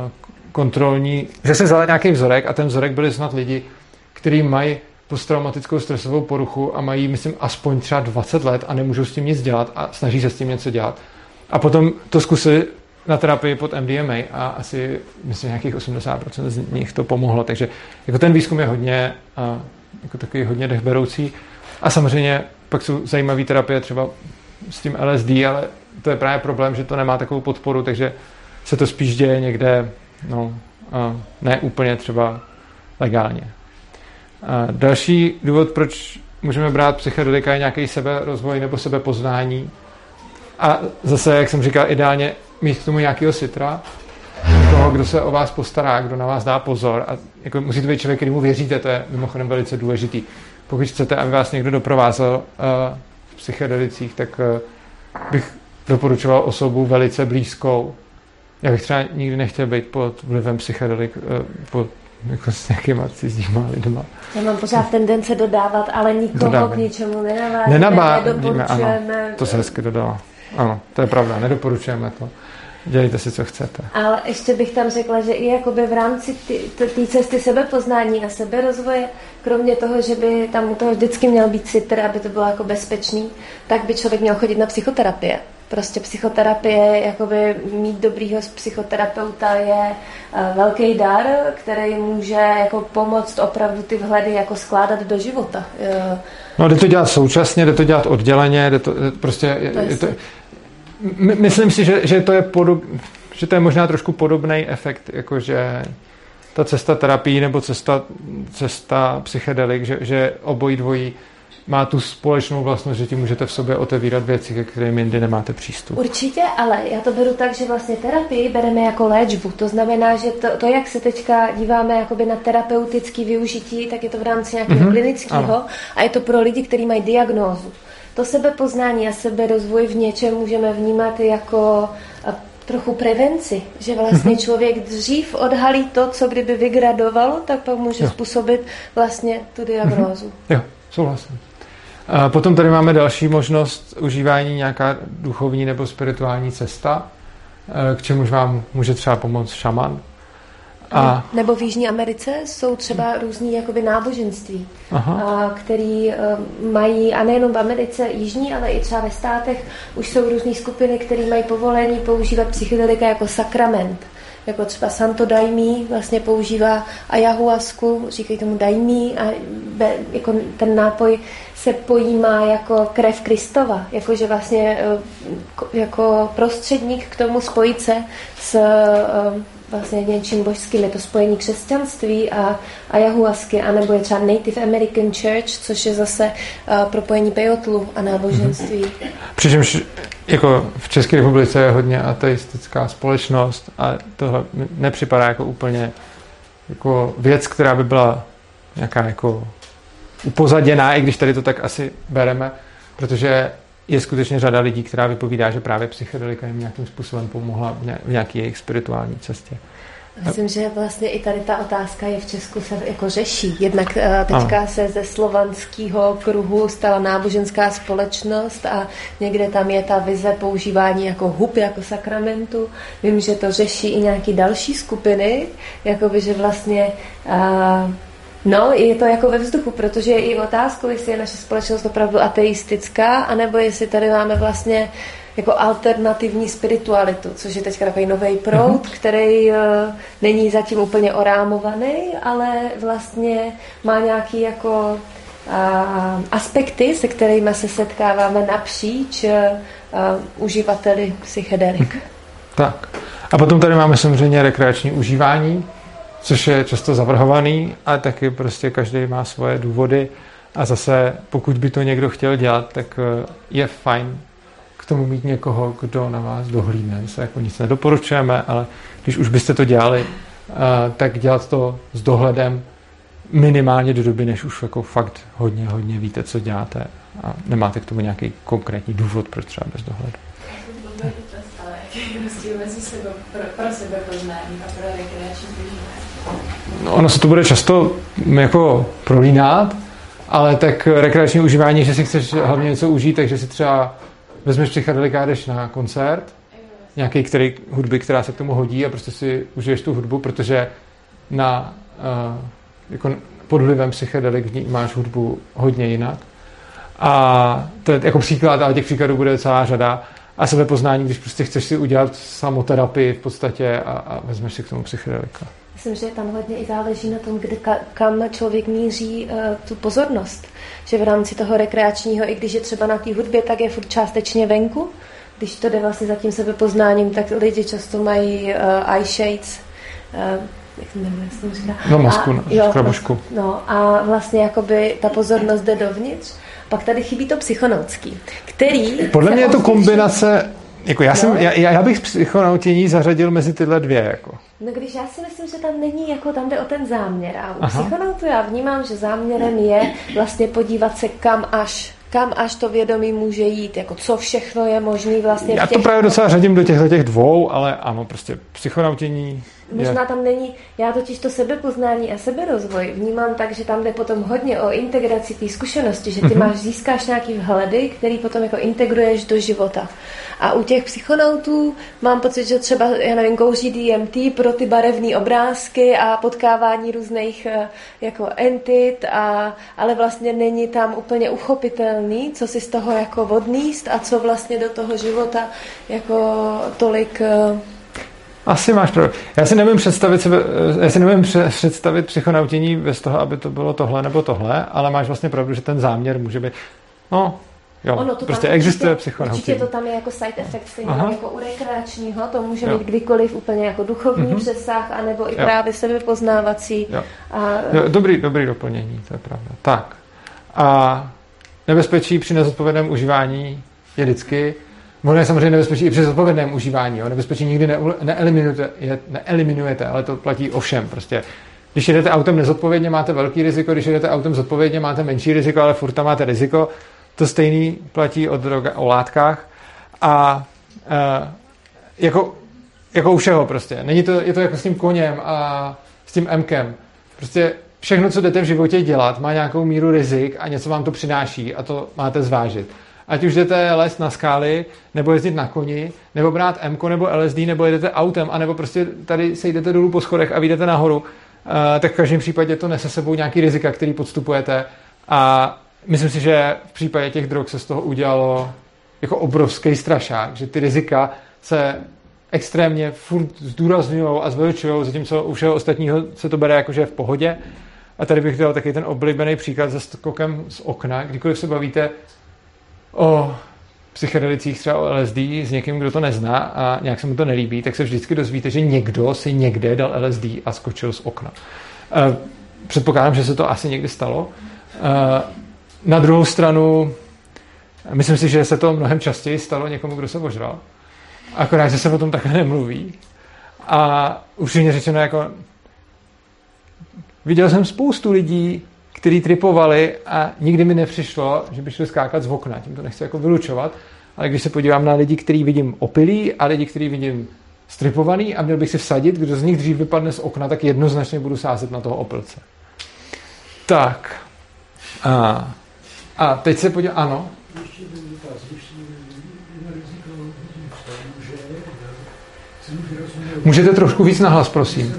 nějaký vzorek a ten vzorek byli snad lidi, kteří mají posttraumatickou stresovou poruchu a mají, myslím, aspoň třeba 20 let a nemůžou s tím nic dělat a snaží se s tím něco dělat. A potom to zkusili na terapii pod MDMA a asi, myslím, nějakých 80% z nich to pomohlo. Takže jako ten výzkum je hodně, jako takový hodně dechberoucí. A samozřejmě pak jsou zajímavé terapie třeba s tím LSD, ale to je právě problém, že to nemá takovou podporu, takže se to spíš děje někde, ne úplně třeba legálně. Další důvod, proč můžeme brát psychedelika, je nějaký seberozvoj nebo sebepoznání. A zase, jak jsem říkal, ideálně mít k tomu nějakého sitra, někoho, kdo se o vás postará, kdo na vás dá pozor. A jako musí to být člověk, kterému věříte, to je mimochodem velice důležitý. Pokud chcete, aby vás někdo doprovázel v psychedelicích, tak bych doporučoval osobu velice blízkou. Já bych třeba nikdy nechtěl být pod vlivem psychedelik, jako s nějakýma cizíma lidma. Já mám pořád tendence dodávat, ale nikoho k ničemu nedoporučujeme. Ano, to se hezky dodala. Ano, to je pravda, nedoporučujeme to. Dělejte si, co chcete. Ale ještě bych tam řekla, že i jakoby v rámci té cesty sebepoznání a seberozvoje, kromě toho, že by tam u toho vždycky měl být citr, aby to bylo jako bezpečný, tak by člověk měl chodit na psychoterapie. Prostě psychoterapie, jakoby mít dobrýho psychoterapeuta je velký dar, který může jako pomoct opravdu ty vhledy jako skládat do života. No, jde to dělat současně, jde to dělat odděleně, myslím si, že to je možná trošku podobný efekt, jakože ta cesta terapii nebo cesta psychedelik, že obojí dvojí má tu společnou vlastnost, že ti můžete v sobě otevírat věci, ke kterým jindy nemáte přístup. Určitě, ale já to beru tak, že vlastně terapii bereme jako léčbu. To znamená, že to jak se teďka díváme jakoby na terapeutické využití, tak je to v rámci nějakého klinického a je to pro lidi, kteří mají diagnózu. To sebepoznání a seberozvoj v něčem můžeme vnímat jako trochu prevenci, že vlastně člověk dřív odhalí to, co kdyby vygradovalo, tak pak může způsobit vlastně tu diagnózu. Jo, souhlasím. A potom tady máme další možnost užívání, nějaká duchovní nebo spirituální cesta, k čemuž vám může třeba pomoct šaman. Nebo v Jižní Americe jsou třeba různý jakoby náboženství, který mají, a nejenom v Americe jižní, ale i třeba ve státech, už jsou různý skupiny, které mají povolení používat psychedelika jako sakrament. Jako třeba Santo Daimí vlastně používá ayahuasku, říkají tomu Daimí, a jako ten nápoj se pojímá jako krev Kristova, jakože vlastně jako prostředník k tomu spojit se s vlastně něčím božským, je to spojení křesťanství a ayahuasky, anebo je třeba Native American Church, což je zase propojení pejotlu a náboženství. Přičemž jako v České republice je hodně ateistická společnost a tohle nepřipadá jako úplně jako věc, která by byla nějaká jako upozaděná, i když tady to tak asi bereme, protože je skutečně řada lidí, která vypovídá, že právě psychedelika jim nějakým způsobem pomohla v nějaké jejich spirituální cestě. Myslím, že vlastně i tady ta otázka je v Česku se jako řeší. Jednak teďka se ze slovanského kruhu stala náboženská společnost a někde tam je ta vize používání jako hub, jako sakramentu. Vím, že to řeší i nějaké další skupiny, jakoby, že vlastně no, je to jako ve vzduchu, protože je i otázkou, jestli je naše společnost opravdu ateistická, anebo jestli tady máme vlastně jako alternativní spiritualitu, což je teďka takový nový proud, který není zatím úplně orámovaný, ale vlastně má nějaký jako aspekty, se kterými se setkáváme napříč uživateli psychedelik. Tak. A potom tady máme samozřejmě rekreační užívání, což je často zavrhovaný, ale taky prostě každý má svoje důvody a zase pokud by to někdo chtěl dělat, tak je fajn k tomu mít někoho, kdo na vás dohlídne. Se jako nic nedoporučujeme, ale když už byste to dělali, tak dělat to s dohledem minimálně do doby, než už jako fakt hodně víte, co děláte a nemáte k tomu nějaký konkrétní důvod, proč třeba bez dohledu. Pro sebe poznání a pro rekreační užívání? No, ono se to bude často jako prolínat, ale tak rekreační užívání, že si chceš hlavně něco užít, takže si třeba vezmeš psychedelika a jdeš na koncert, nějaký hudby, která se k tomu hodí a prostě si užiješ tu hudbu, protože jako pod vlivem psychedelik máš hudbu hodně jinak. A to je jako příklad, ale těch příkladů bude celá řada. A sebepoznání, když prostě chceš si udělat samoterapii v podstatě a vezmeš si k tomu psychedelika. Myslím, že tam hodně i záleží na tom, kam člověk míří tu pozornost. Že v rámci toho rekreačního, i když je třeba na té hudbě, tak je furt částečně venku. Když to jde vlastně za tím sebepoznáním, tak lidi často mají eye shades, jak se jmenuje, jak se to říká? No, masku, škrabošku. No a vlastně jakoby ta pozornost jde dovnitř. Pak tady chybí to psychonautský, který... Podle mě je to kombinace... Jako já bych psychonautění zařadil mezi tyhle dvě. Jako. No když já si myslím, že tam není, jako tam jde o ten záměr. A u psychonautu já vnímám, že záměrem je vlastně podívat se kam až to vědomí může jít, jako co všechno je možný vlastně. Já to právě docela řadím do těch dvou, ale ano, prostě psychonautění. Možná tam není, já totiž to sebepoznání a seberozvoj vnímám tak, že tam jde potom hodně o integraci té zkušenosti, že ty získáš nějaký vhledy, který potom jako integruješ do života. A u těch psychonautů mám pocit, že třeba, já nevím, kouří DMT pro ty barevné obrázky a potkávání různých jako entit, ale vlastně není tam úplně uchopitelný, co si z toho jako odníst a co vlastně do toho života jako tolik... Asi máš pravdu. Já si nevím představit psychonautění bez toho, aby to bylo tohle nebo tohle, ale máš vlastně pravdu, že ten záměr může být... No, jo, ono to prostě tam existuje psychonautění. Určitě to tam je jako side effect, stejně jako u rekreačního, to může mít kdykoliv úplně jako duchovní přesah, anebo i právě sebepoznávací. Dobrý doplnění, to je pravda. Tak. A nebezpečí při nezodpovědném užívání je vždycky... Ono je samozřejmě nebezpečí i při zodpovědném užívání. Jo? Nebezpečí nikdy neeliminujete, ale to platí o všem. Prostě. Když jedete autem nezodpovědně, máte velký riziko, když jedete autem zodpovědně, máte menší riziko, ale furt tam máte riziko. To stejný platí o látkách. A jako u všeho prostě. Je to jako s tím koněm a s tím M-kem. Prostě všechno, co jdete v životě dělat, má nějakou míru rizik a něco vám to přináší a to máte zvážit. Ať už jdete lézt na skály, nebo jezdit na koni, nebo brát M nebo LSD, nebo jedete autem, anebo prostě tady se jdete dolů po schodech a vyjdete nahoru, tak v každém případě to nese sebou nějaký rizika, který podstupujete. A myslím si, že v případě těch drog se z toho udělalo jako obrovský strašák, že ty rizika se extrémně furt zdůrazňujou a zveličujou, zatímco u všeho ostatního se to bere jako, že je v pohodě. A tady bych dal taky ten oblíbený příklad se skokem z okna. Kdykoliv se bavíte o psychedelicích, třeba o LSD, s někým, kdo to nezná a nějak se mu to nelíbí, tak se vždycky dozvíte, že někdo si někde dal LSD a skočil z okna. Předpokládám, že se to asi někdy stalo. Na druhou stranu, myslím si, že se to mnohem častěji stalo někomu, kdo se ožral. Akorát, že se o tom takhle nemluví. A upřímně řečeno, jako viděl jsem spoustu lidí, kteří tripovali a nikdy mi nepřišlo, že by šli skákat z okna. Tím to nechci jako vylučovat, ale když se podívám na lidi, který vidím opilý a lidi, který vidím stripovaný a měl bych si vsadit, kdo z nich dřív vypadne z okna, tak jednoznačně budu sázet na toho opilce. Tak. A teď se podívám, ano. Můžete trošku víc nahlas, prosím.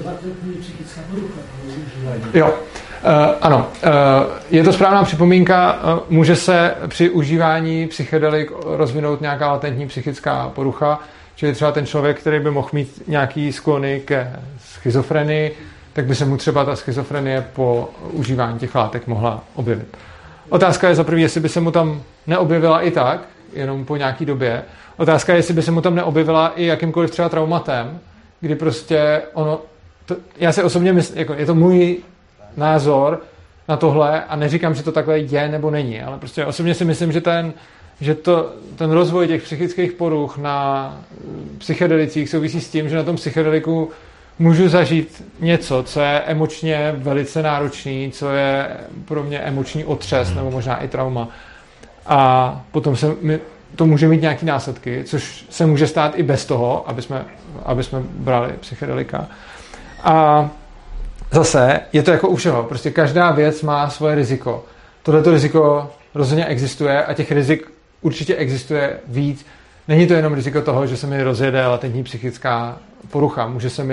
Jo. Ano, je to správná připomínka, může se při užívání psychedelik rozvinout nějaká latentní psychická porucha, čili třeba ten člověk, který by mohl mít nějaký sklony ke schizofrenii, tak by se mu třeba ta schizofrenie po užívání těch látek mohla objevit. Otázka je za první, jestli by se mu tam neobjevila i tak, jenom po nějaký době. Otázka je, jestli by se mu tam neobjevila i jakýmkoliv třeba traumatem, kdy prostě ono, já si osobně myslím, jako je to můj názor na tohle a neříkám, že to takhle je nebo není, ale prostě osobně si myslím, že ten rozvoj těch psychických poruch na psychedelicích souvisí s tím, že na tom psychedeliku můžu zažít něco, co je emočně velice náročný, co je pro mě emoční otřes nebo možná i trauma. A potom to může mít nějaké následky, což se může stát i bez toho, aby jsme brali psychedelika. A zase je to jako u všeho. Prostě každá věc má svoje riziko. Tohleto riziko rozhodně existuje a těch rizik určitě existuje víc. Není to jenom riziko toho, že se mi rozjede latentní psychická porucha.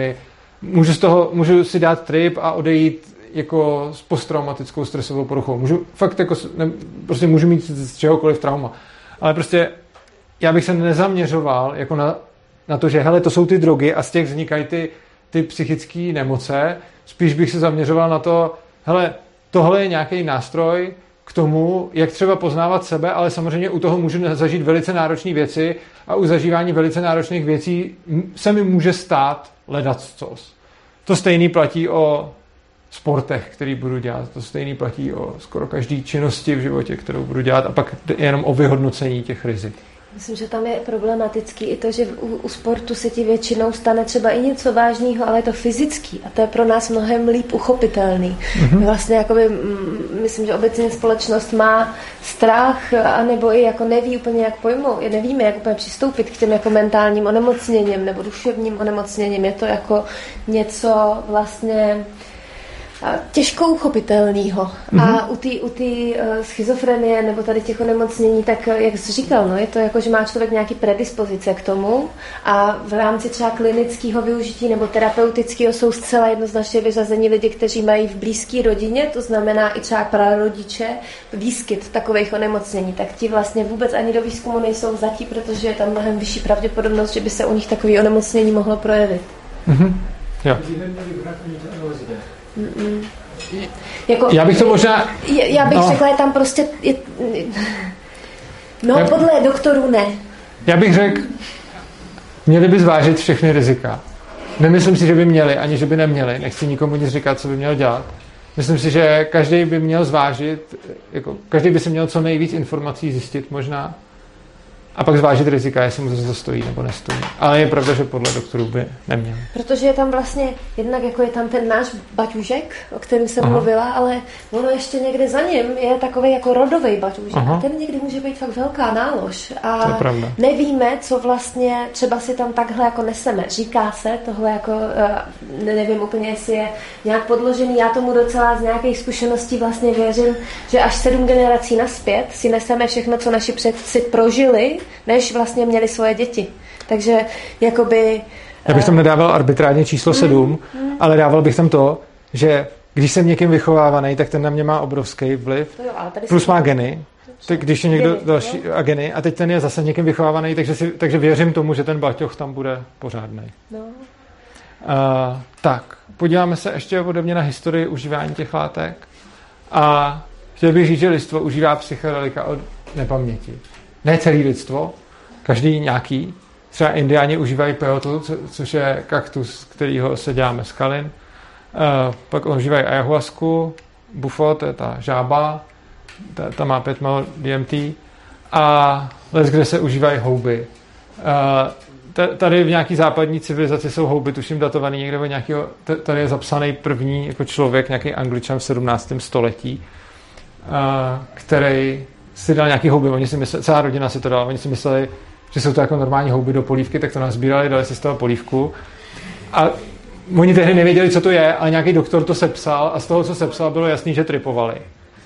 Můžu si dát trip a odejít jako s posttraumatickou stresovou poruchou. Prostě můžu mít z čehokoliv trauma. Ale prostě já bych se nezaměřoval jako na to, že hele, to jsou ty drogy a z těch vznikají ty psychické nemoce. Spíš bych se zaměřoval na to, hele, tohle je nějaký nástroj k tomu, jak třeba poznávat sebe, ale samozřejmě u toho můžu zažít velice náročné věci a u zažívání velice náročných věcí se mi může stát ledacos. To stejný platí o sportech, který budu dělat. To stejný platí o skoro každý činnosti v životě, kterou budu dělat a pak jenom o vyhodnocení těch rizik. Myslím, že tam je problematický i to, že u sportu se ti většinou stane třeba i něco vážného, ale je to fyzický a to je pro nás mnohem líp uchopitelný. Vlastně jakoby, myslím, že obecně společnost má strach anebo i jako neví úplně, jak pojmout, nevíme, jak úplně přistoupit k těm jako mentálním onemocněním nebo duševním onemocněním. Je to jako něco vlastně těžko uchopitelného. A u té schizofrenie nebo tady těch onemocnění, tak jak jsi říkal, no, je to jako, že má člověk nějaký predispozice k tomu a v rámci třeba klinického využití nebo terapeutického jsou zcela jednoznačně vyřazení lidi, kteří mají v blízké rodině, to znamená i třeba prarodiče, výskyt takových onemocnění, tak ti vlastně vůbec ani do výzkumu nejsou vzatí, protože je tam mnohem vyšší pravděpodobnost, že by se u nich takové onemocnění mohlo projevit. Jo. Jako, já bych to možná... Já bych řekla, je tam prostě... podle doktorů ne. Já bych řekl, měli by zvážit všechny rizika. Nemyslím si, že by měli, ani že by neměli. Nechci nikomu nic říkat, co by měl dělat. Myslím si, že každý by měl zvážit, jako, každý by si měl co nejvíc informací zjistit možná. a pak zvážit rizika, jestli mu to stojí nebo nestojí. Ale je pravda, že podle doktorů by neměl. Protože je tam vlastně, jednak jako je tam ten náš baťužek, o kterém jsem mluvila, ale ono ještě někde za ním je takový jako rodový baťužek. A ten někdy může být fakt velká nálož. A to je pravda. nevíme, co vlastně třeba si tam takhle jako neseme. Říká se, tohle jako, nevím úplně, jestli je nějak podložený. Já tomu docela z nějakých zkušeností vlastně věřím, že až 7 generací naspět si neseme všechno, co naši předci prožili, než vlastně měli svoje děti. Takže jakoby... Já bych tam nedával arbitrárně číslo 7, ale dával bych tam to, že když jsem někým vychovávaný, tak ten na mě má obrovský vliv. Plus má geny. Tak když je někdo další a geny, a teď ten je zase někým vychovávaný, takže věřím tomu, že ten baťoch tam bude pořádnej. No. Tak, podíváme se ještě ode mě na historii užívání těch látek. A chtěl bych říct, že lidstvo užívá psychedelika od nepaměti. Ne celý lidstvo, každý nějaký. Třeba Indiáni užívají peyotu, což je kaktus, kterýho se dělá meskalin. Pak užívají ayahuasku, bufo, to je ta žába, ta má 5 mol DMT. A kde se užívají houby. Tady v nějaký západní civilizaci jsou houby, tuším datovaný někde od nějakého, tady je zapsaný první jako člověk, nějaký Angličan v 17. století, který si dal nějaký houby, oni si mysleli, celá rodina si to dala, oni si mysleli, že jsou to jako normální houby do polívky, tak to nazbírali, dali si z toho polívku. A oni tehdy nevěděli, co to je, ale nějaký doktor to sepsal a z toho, co sepsal, bylo jasný, že tripovali.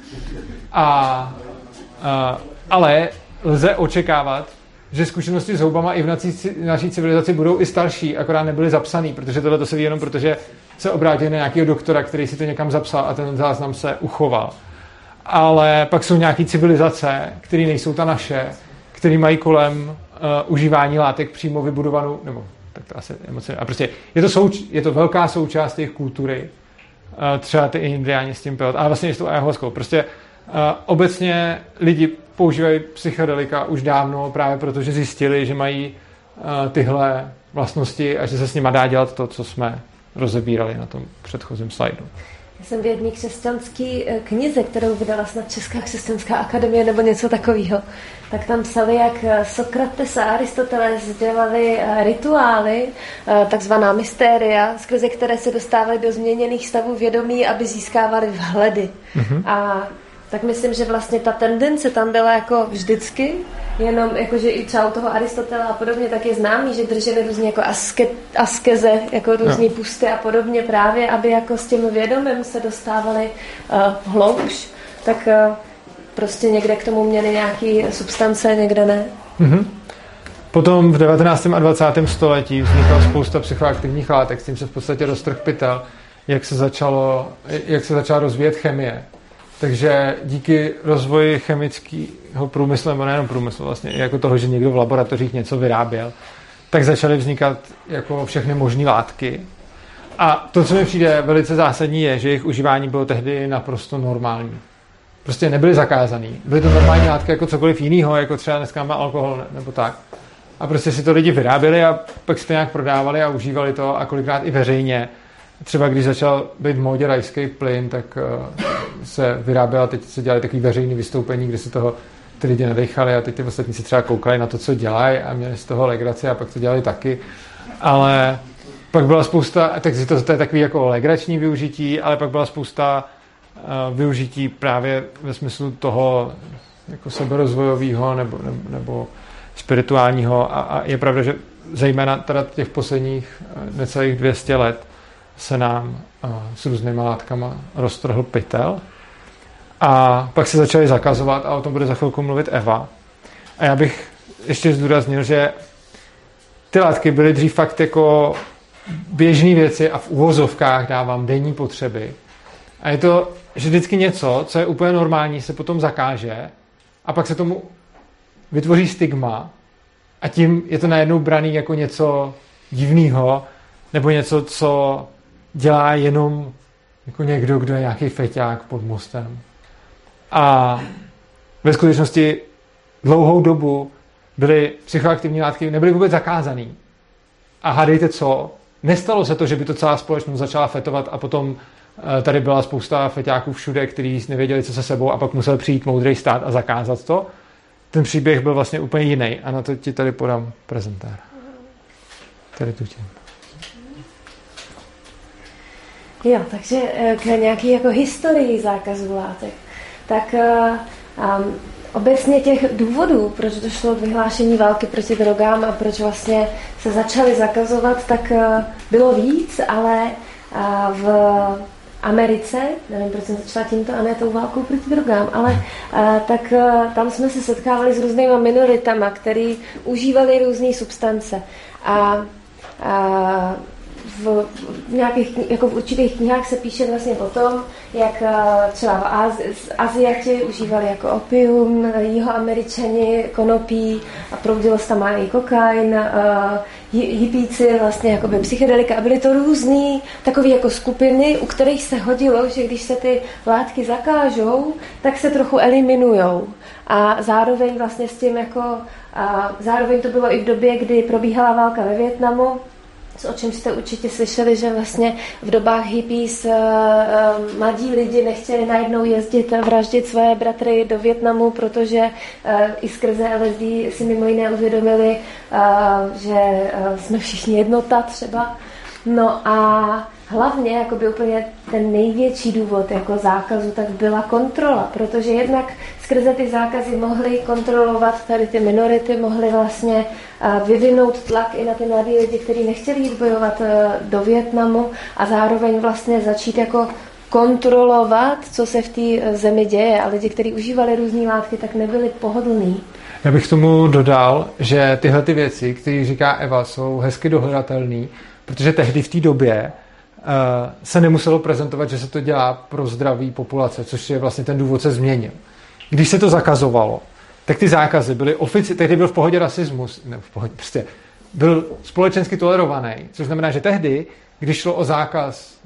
Ale lze očekávat, že zkušenosti s houbama i v naší civilizaci budou i starší, akorát nebyly zapsaný, protože tohle to se ví jenom protože se obrátili na nějakého doktora, který si to někam zapsal a ten záznam se uchoval. Ale pak jsou nějaké civilizace, které nejsou ta naše, které mají kolem užívání látek přímo vybudovanou, nebo tak to asi emocionálně. A prostě je to velká součást jejich kultury, třeba ty Indiáni s tím peyote, ale vlastně s tou ayahuaskou. Prostě obecně lidi používají psychedelika už dávno právě proto, že zjistili, že mají tyhle vlastnosti a že se s nima dá dělat to, co jsme rozebírali na tom předchozím slajdu. Já jsem v jedné křesťanské knize, kterou vydala snad Česká křesťanská akademie nebo něco takového, tak tam psali, jak Sokrates a Aristoteles dělali rituály, takzvaná mystéria, skrze které se dostávali do změněných stavů vědomí, aby získávali vhledy. A tak myslím, že vlastně ta tendence tam byla jako vždycky, jenom jakože i třeba u toho Aristotela a podobně, tak je známý, že drželi různě jako askeze, jako různý pusty a podobně právě, aby jako s tím vědomím se dostávali hloubš, tak prostě někde k tomu měli nějaký substance, někde ne. Potom v 19. a 20. století vznikla spousta psychoaktivních látek, s tím se v podstatě roztrhl pytel, jak se začala rozvíjet chemie. Takže díky rozvoji chemického průmyslu, nebo nejenom průmyslu, vlastně jako toho, že někdo v laboratořích něco vyráběl, tak začaly vznikat jako všechny možné látky. A to, co mi přijde velice zásadní, je, že jejich užívání bylo tehdy naprosto normální. Prostě nebyly zakázaný. Byly to normální látky jako cokoliv jiného, jako třeba dneska má alkohol nebo tak. A prostě si to lidi vyráběli a pak si to nějak prodávali a užívali to a kolikrát i veřejně. Třeba když začal být v módě rajský plyn, tak se vyráběl a teď se dělali takový veřejný vystoupení, kde se toho ty lidi nadechali a teď ty ostatní si třeba koukali na to, co dělají a měli z toho legraci a pak to dělali taky. Ale pak byla spousta, tak to je takový jako legrační využití, ale pak byla spousta využití právě ve smyslu toho jako seberozvojového nebo spirituálního a je pravda, že zejména teda těch posledních necelých 200 let se nám s různýma látkama roztrhl pytel. A pak se začaly zakazovat a o tom bude za chvilku mluvit Eva. A já bych ještě zdůraznil, že ty látky byly dřív fakt jako běžné věci a v uvozovkách dávám denní potřeby. A je to, že vždycky něco, co je úplně normální, se potom zakáže a pak se tomu vytvoří stigma a tím je to najednou braný jako něco divného nebo něco, co dělá jenom jako někdo, kdo je nějaký feťák pod mostem. A ve skutečnosti dlouhou dobu byly psychoaktivní látky, nebyly vůbec zakázaný. A hádejte co? Nestalo se to, že by to celá společnost začala fetovat a potom tady byla spousta feťáků všude, kteří nevěděli, co se sebou a pak musel přijít moudrý stát a zakázat to. ten příběh byl vlastně úplně jiný. A na to ti tady podám prezentár. Tady tu tím. Jo, takže k nějaký jako historii zákazu látek. Tak obecně těch důvodů, proč došlo k vyhlášení války proti drogám a proč vlastně se začaly zakazovat, tak bylo víc, ale v Americe, nevím, proč jsem začala tímto a ne tou válkou proti drogám, ale tak tam jsme se setkávali s různýma minoritama, který užívali různé substance. A v nějakých, jako v určitých knihách se píše vlastně o tom, jak třeba Aziati užívali jako opium, Jihoameričani konopí a proudilo se tam i kokain, hippíci vlastně jakoby psychedelika a byly to různý takové jako skupiny, u kterých se hodilo, že když se ty látky zakážou, tak se trochu eliminujou. A zároveň vlastně s tím jako, zároveň to bylo i v době, kdy probíhala válka ve Vietnamu, o čem jste určitě slyšeli, že vlastně v dobách hippies mladí lidi nechtěli najednou jezdit a vraždit své bratry do Vietnamu, protože i skrze LSD si mimo jiné uvědomili, že jsme všichni jednota třeba. No a hlavně jakoby úplně ten největší důvod jako zákazu tak byla kontrola, protože jednak skrze ty zákazy mohly kontrolovat tady ty minority, mohly vlastně vyvinout tlak i na ty mladé lidi, kteří nechtěli jít bojovat do Vietnamu a zároveň vlastně začít jako kontrolovat, co se v té zemi děje. A lidi, kteří užívali různé látky, tak nebyli pohodlní. Já bych tomu dodal, že tyhle ty věci, které říká Eva, jsou hezky dohledatelné, protože tehdy v té době se nemuselo prezentovat, že se to dělá pro zdraví populace, což je vlastně ten důvod se změnil. Když se to zakazovalo, tak ty zákazy byly tehdy byl v pohodě rasismus, ne v pohodě, prostě byl společensky tolerovaný, což znamená, že tehdy, když šlo o zákaz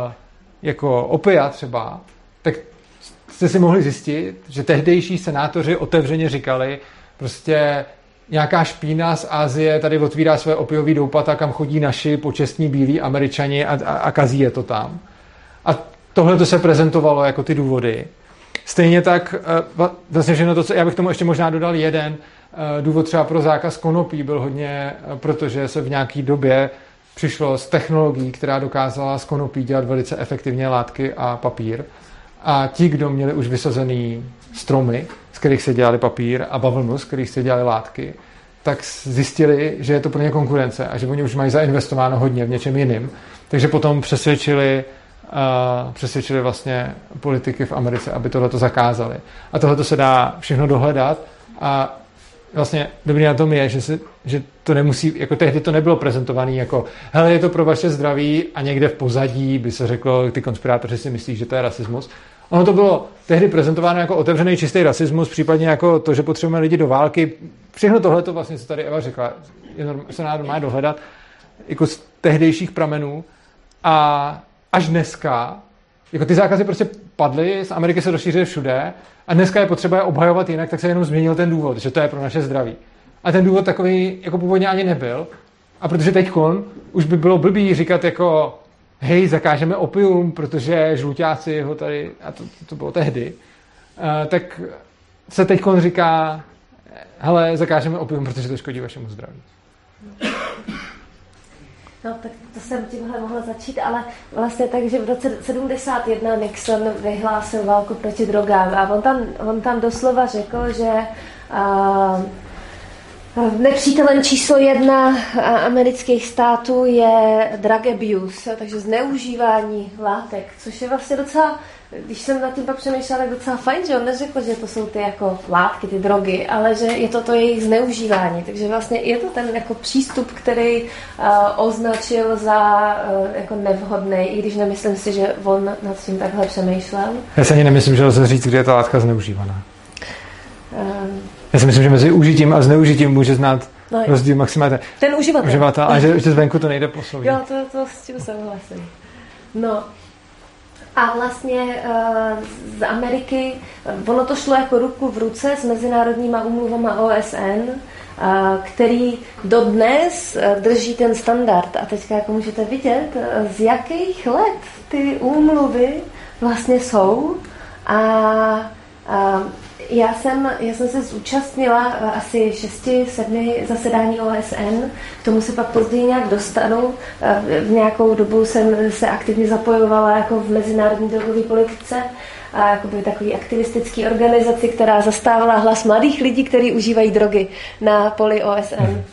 jako opia třeba, tak jste si mohli zjistit, že tehdejší senátoři otevřeně říkali, prostě nějaká špína z Asie tady otvírá své opiový doupata, kam chodí naši počestní bílí Američani a kazí je to tam. A tohle to se prezentovalo jako ty důvody. Stejně tak vlastně všechno to, co já bych tomu ještě možná dodal jeden důvod třeba pro zákaz konopí byl hodně, protože se v nějaké době přišlo s technologií, která dokázala z konopí dělat velice efektivně látky a papír. A ti, kdo měli už vysazený stromy, z kterých se dělali papír a bavlnu, z kterých se dělali látky, tak zjistili, že je to pro ně konkurence a že oni už mají zainvestováno hodně v něčem jiným. Takže potom přesvědčili vlastně politiky v Americe, aby tohleto zakázali. A tohleto se dá všechno dohledat a vlastně dobrý na tom je, že to nemusí, jako tehdy to nebylo prezentované jako hele, je to pro vaše zdraví a někde v pozadí by se řeklo, ty konspirátoři si myslí, že to je rasismus. Ono to bylo tehdy prezentováno jako otevřený čistý rasismus, případně jako to, že potřebujeme lidi do války. Všechno tohleto vlastně, co tady Eva řekla, se dá normálně dohledat jako z tehdejších pramenů a až dneska, jako ty zákazy prostě padly, z Ameriky se rozšířily všude a dneska je potřeba je obhajovat jinak, tak se jenom změnil ten důvod, že to je pro naše zdraví. A ten důvod takový jako původně ani nebyl. A protože teďkon už by bylo blbý říkat jako hej, zakážeme opium, protože žluťáci ho tady, a to bylo tehdy, tak se teďkon říká hele, zakážeme opium, protože to škodí vašemu zdraví. No, tak to jsem tímhle mohla začít, ale vlastně tak, že v roce 71 Nixon vyhlásil válku proti drogám a on tam doslova řekl, že nepřítelem číslo 1 amerických států je drug abuse, takže zneužívání látek, což je vlastně docela, když jsem nad tím pak přemýšlela, tak docela fajn, že on neřekl, že to jsou ty jako látky, ty drogy, ale že je to jejich zneužívání. Takže vlastně je to ten jako přístup, který označil za jako nevhodný, i když nemyslím si, že on nad tím takhle přemýšlel. Já se ani nemyslím, že lze říct, kde je ta látka zneužívaná. Já si myslím, že mezi užitím a zneužitím může znát rozdíl maximálně. Ten uživatel. A že zvenku to nejde poslouvit. Jo, to s tím souhlasím. No a vlastně z Ameriky, ono to šlo jako ruku v ruce s mezinárodníma úmluvama OSN, který dodnes drží ten standard. A teďka jako můžete vidět, z jakých let ty úmluvy vlastně jsou a Já jsem se zúčastnila asi 6-7 zasedání OSN, k tomu se pak později nějak dostanu. V nějakou dobu jsem se aktivně zapojovala jako v mezinárodní drogové politice a jakoby takový aktivistický organizaci, která zastávala hlas mladých lidí, kteří užívají drogy na poli OSN.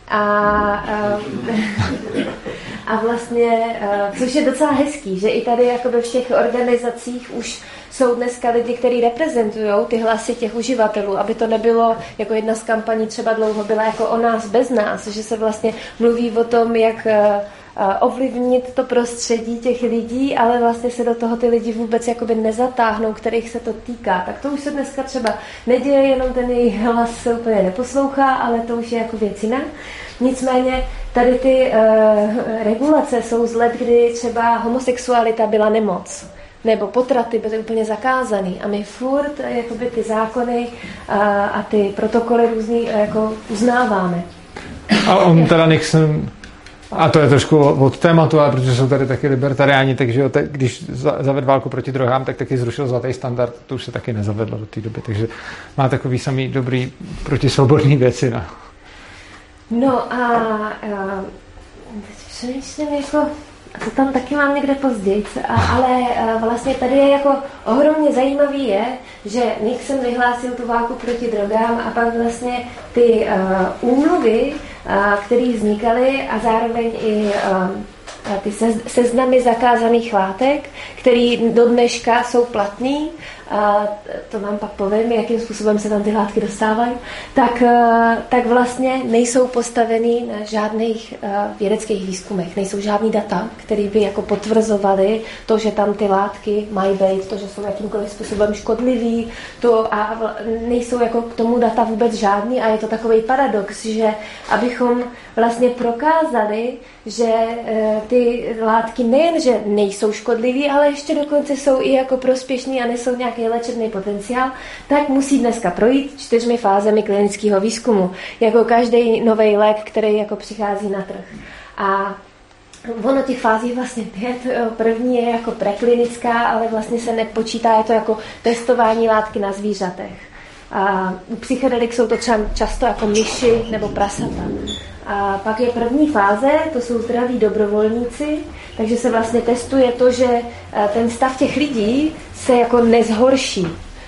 A vlastně, což je docela hezký, že i tady jakoby v těch organizacích už jsou dneska lidi, kteří reprezentují ty hlasy těch uživatelů, aby to nebylo, jako jedna z kampaní třeba dlouho byla jako o nás bez nás, že se vlastně mluví o tom, jak ovlivnit to prostředí těch lidí, ale vlastně se do toho ty lidi vůbec jakoby nezatáhnou, kterých se to týká. Tak to už se dneska třeba neděje, jenom ten jejich hlas se úplně neposlouchá, ale to už je jako věc jiná. Nicméně tady ty regulace jsou z let, kdy třeba homosexualita byla nemoc, nebo potraty byly úplně zakázaný a my furt jakoby ty zákony a ty protokoly různý jako uznáváme. A on teda Nixon, a to je trošku od tématu, ale protože jsou tady taky libertariáni, takže když zavedl válku proti drogám, tak taky zrušil zlatý standard, to už se taky nezavedlo do té doby, takže má takový samý dobrý protisvobodný věci. No a přemýšlím jako, to tam taky mám někde později, ale vlastně tady je jako ohromně zajímavý je, že Nixon vyhlásil tu válku proti drogám a pak vlastně ty úmluvy, které vznikaly a zároveň i ty seznamy zakázaných látek, které do dneška jsou platný, to vám pak povím, jakým způsobem se tam ty látky dostávají, tak vlastně nejsou postavený na žádných vědeckých výzkumech. Nejsou žádný data, které by jako potvrzovaly to, že tam ty látky mají být, to, že jsou jakýmkoliv způsobem škodlivý, a nejsou jako k tomu data vůbec žádný a je to takový paradox, že abychom vlastně prokázali, že ty látky nejen, že nejsou škodlivý, ale ještě dokonce jsou i jako prospěšný a nesou nějaký léčebný potenciál, tak musí dneska projít 4 fázemi klinického výzkumu, jako každý nový lék, který jako přichází na trh. A ono těch fází vlastně 5. První je jako preklinická, ale vlastně se nepočítá, je to jako testování látky na zvířatech. A u psychedelik jsou to třeba často jako myši nebo prasata. A pak je první fáze, to jsou zdraví dobrovolníci, takže se vlastně testuje to, že ten stav těch lidí se jako nezhorší.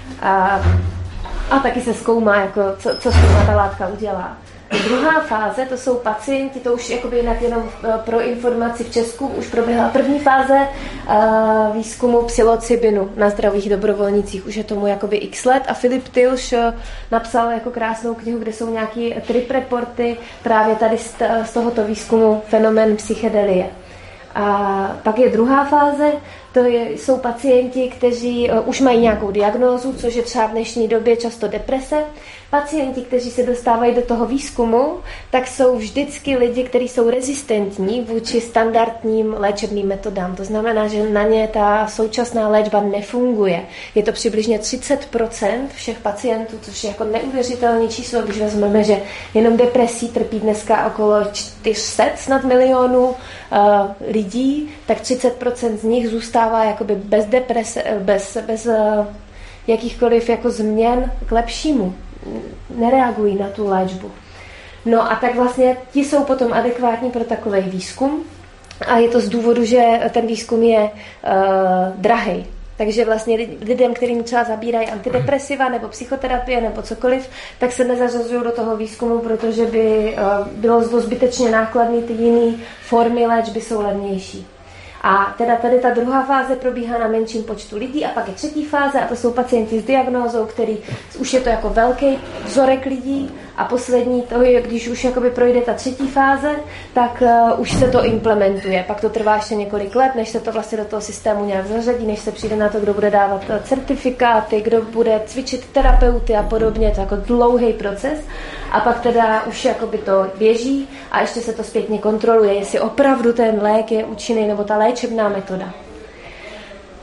A taky se zkoumá, jako, co s tím ta látka udělá. Druhá fáze, to jsou pacienti, to už jakoby jinak jenom pro informaci v Česku, už proběhla první fáze výzkumu psilocybinu na zdravých dobrovolnicích. Už je tomu jakoby x let a Filip Tilš napsal jako krásnou knihu, kde jsou nějaký trip reporty právě tady z tohoto výzkumu fenomén psychedelie. A pak je druhá fáze, jsou pacienti, kteří už mají nějakou diagnózu, což je třeba v dnešní době často deprese. Pacienti, kteří se dostávají do toho výzkumu, tak jsou vždycky lidi, kteří jsou rezistentní vůči standardním léčebným metodám. To znamená, že na ně ta současná léčba nefunguje. Je to přibližně 30% všech pacientů, což je jako neuvěřitelné číslo, když vezmeme, že jenom depresí trpí dneska okolo 400 snad milionů lidí, tak 30% z nich zůstává jakoby bez deprese, bez jakýchkoliv jako změn k lepšímu. Nereagují na tu léčbu. No a tak vlastně ti jsou potom adekvátní pro takový výzkum a je to z důvodu, že ten výzkum je drahý. Takže vlastně lidem, kterým třeba zabírají antidepresiva nebo psychoterapie nebo cokoliv, tak se nezařazují do toho výzkumu, protože by bylo zbytečně nákladný, ty jiné formy léčby jsou levnější. A teda tady ta druhá fáze probíhá na menším počtu lidí a pak je třetí fáze a to jsou pacienti s diagnózou, který už je to jako velký vzorek lidí a poslední, to je, když už jakoby projde ta třetí fáze, tak už se to implementuje. Pak to trvá ještě několik let, než se to vlastně do toho systému nějak zařadí, než se přijde na to, kdo bude dávat certifikáty, kdo bude cvičit terapeuty a podobně, to je jako dlouhý proces. A pak teda už jakoby to běží a ještě se to zpětně kontroluje, jestli opravdu ten lék je účinný nebo ta léčebná metoda.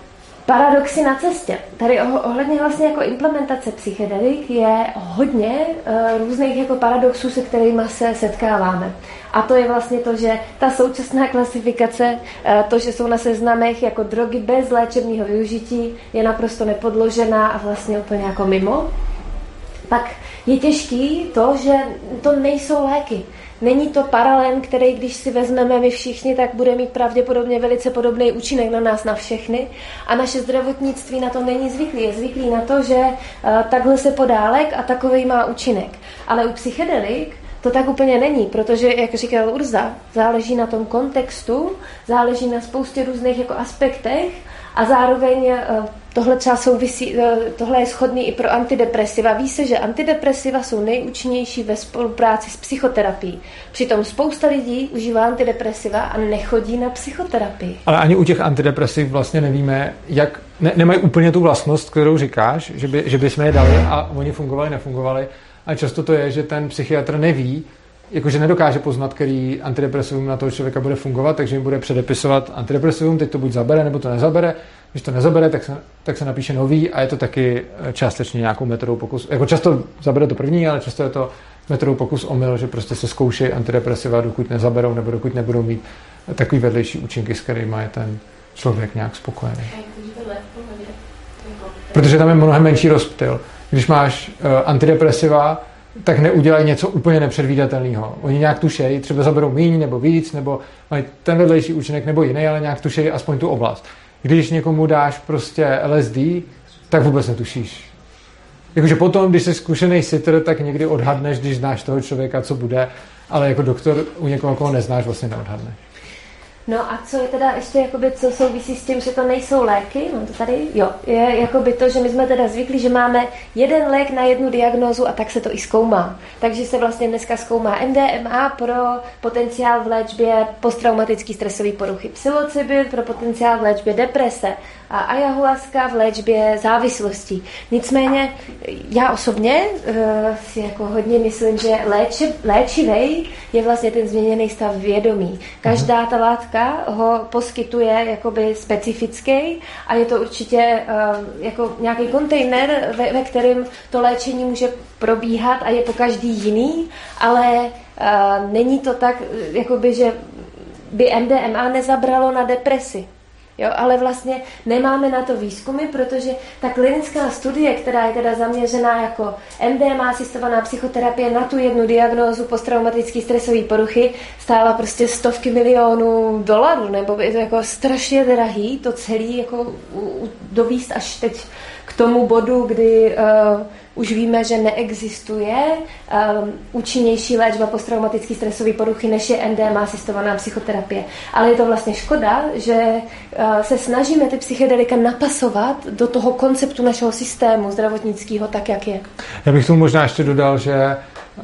Paradoxy na cestě. Tady ohledně vlastně jako implementace psychedelik je hodně různých jako paradoxů, se kterými se setkáváme. A to je vlastně to, že ta současná klasifikace, to, že jsou na seznamech jako drogy bez léčebného využití, je naprosto nepodložená a vlastně úplně jako mimo. Pak je těžký to, že to nejsou léky. Není to paralen, který, když si vezmeme my všichni, tak bude mít pravděpodobně velice podobný účinek na nás, na všechny. A naše zdravotnictví na to není zvyklý. Je zvyklý na to, že takhle se podá lék a takovej má účinek. Ale u psychedelik to tak úplně není, protože, jak říkal Urza, záleží na tom kontextu, záleží na spoustě různých jako aspektech a zároveň tohle třeba souvisí, tohle je shodný i pro antidepresiva. Ví se, že antidepresiva jsou nejúčinnější ve spolupráci s psychoterapií. Přitom spousta lidí užívá antidepresiva a nechodí na psychoterapii. Ale ani u těch antidepresiv vlastně nevíme, jak nemají úplně tu vlastnost, kterou říkáš, že bychom je dali a oni fungovali, nefungovali. A často to je, že ten psychiatr neví, jakože nedokáže poznat, který antidepresivum na toho člověka bude fungovat, takže jim bude předepisovat antidepresivum, teď to buď zabere, nebo to nezabere. Když to nezabere, tak se napíše nový a je to taky částečně nějakou metodou pokus. Jako často zabere to první, ale často je to metodou pokus omyl, že prostě se zkouší antidepresiva, dokud nezaberou, nebo dokud nebudou mít takový vedlejší účinky, s kterými je ten člověk nějak spokojený. Protože tam je mnohem menší rozptyl. Když máš antidepresiva, tak neudělají něco úplně nepředvídatelného. Oni nějak tušejí, třeba zaberou míň nebo víc, nebo mají ten vedlejší účinek nebo jiný, ale nějak tušejí aspoň tu oblast. Když někomu dáš prostě LSD, tak vůbec netušíš. Jakože potom, když jsi zkušený sitter, tak někdy odhadneš, když znáš toho člověka, co bude, ale jako doktor u někoho, koho neznáš, vlastně neodhadneš. No a co je teda ještě, jakoby, co souvisí s tím, že to nejsou léky, mám to tady, jo, je jakoby to, že my jsme teda zvyklí, že máme jeden lék na jednu diagnózu a tak se to i zkoumá. Takže se vlastně dneska zkoumá MDMA pro potenciál v léčbě posttraumatický stresový poruchy, psilocybin pro potenciál v léčbě deprese a ayahuasca v léčbě závislostí. Nicméně já osobně si jako hodně myslím, že léčivej je vlastně ten změněný stav vědomí. Každá ta látka ho poskytuje jakoby specifický a je to určitě jako nějaký kontejner, ve kterém to léčení může probíhat a je to každý jiný, ale není to tak, jakoby, že by MDMA nezabralo na depresi. Jo, ale vlastně nemáme na to výzkumy, protože ta klinická studie, která je teda zaměřená jako MDMA asistovaná psychoterapie na tu jednu diagnózu posttraumatický stresový poruchy, stála prostě stovky milionů dolarů, nebo je to jako strašně drahý to celý jako dovíst až teď k tomu bodu, kdy už víme, že neexistuje účinnější léčba posttraumatický stresový poruchy, než je MDMA asistovaná psychoterapie. Ale je to vlastně škoda, že se snažíme ty psychedelika napasovat do toho konceptu našeho systému zdravotnického tak, jak je. Já bych tomu možná ještě dodal, že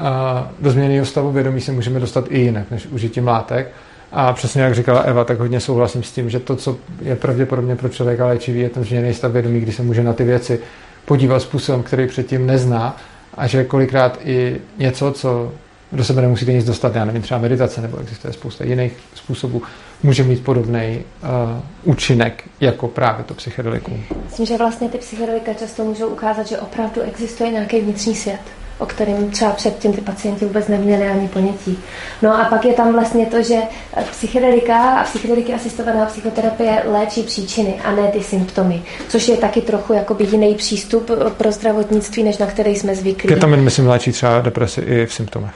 do změněného stavu vědomí se můžeme dostat i jinak, než užitím látek. A přesně jak říkala Eva, tak hodně souhlasím s tím, že to, co je pravděpodobně pro člověka léčivý, je ten změněný stav vědomí, kdy se může na ty věci podívat způsobem, který předtím nezná a že kolikrát i něco, co do sebe nemusíte nic dostat, já nevím, třeba meditace nebo existuje spousta jiných způsobů, může mít podobný účinek jako právě to psychedelikum. Myslím, že vlastně ty psychedelika často můžou ukázat, že opravdu existuje nějaký vnitřní svět, o kterém třeba předtím ty pacienti vůbec neměli ani ponětí. No a pak je tam vlastně to, že psychedelika a psychedeliky asistovaná psychoterapie léčí příčiny a ne ty symptomy, což je taky trochu jakoby jiný přístup pro zdravotnictví, než na který jsme zvyklí. Ketamin, myslím, léčí třeba depresi i v symptomech.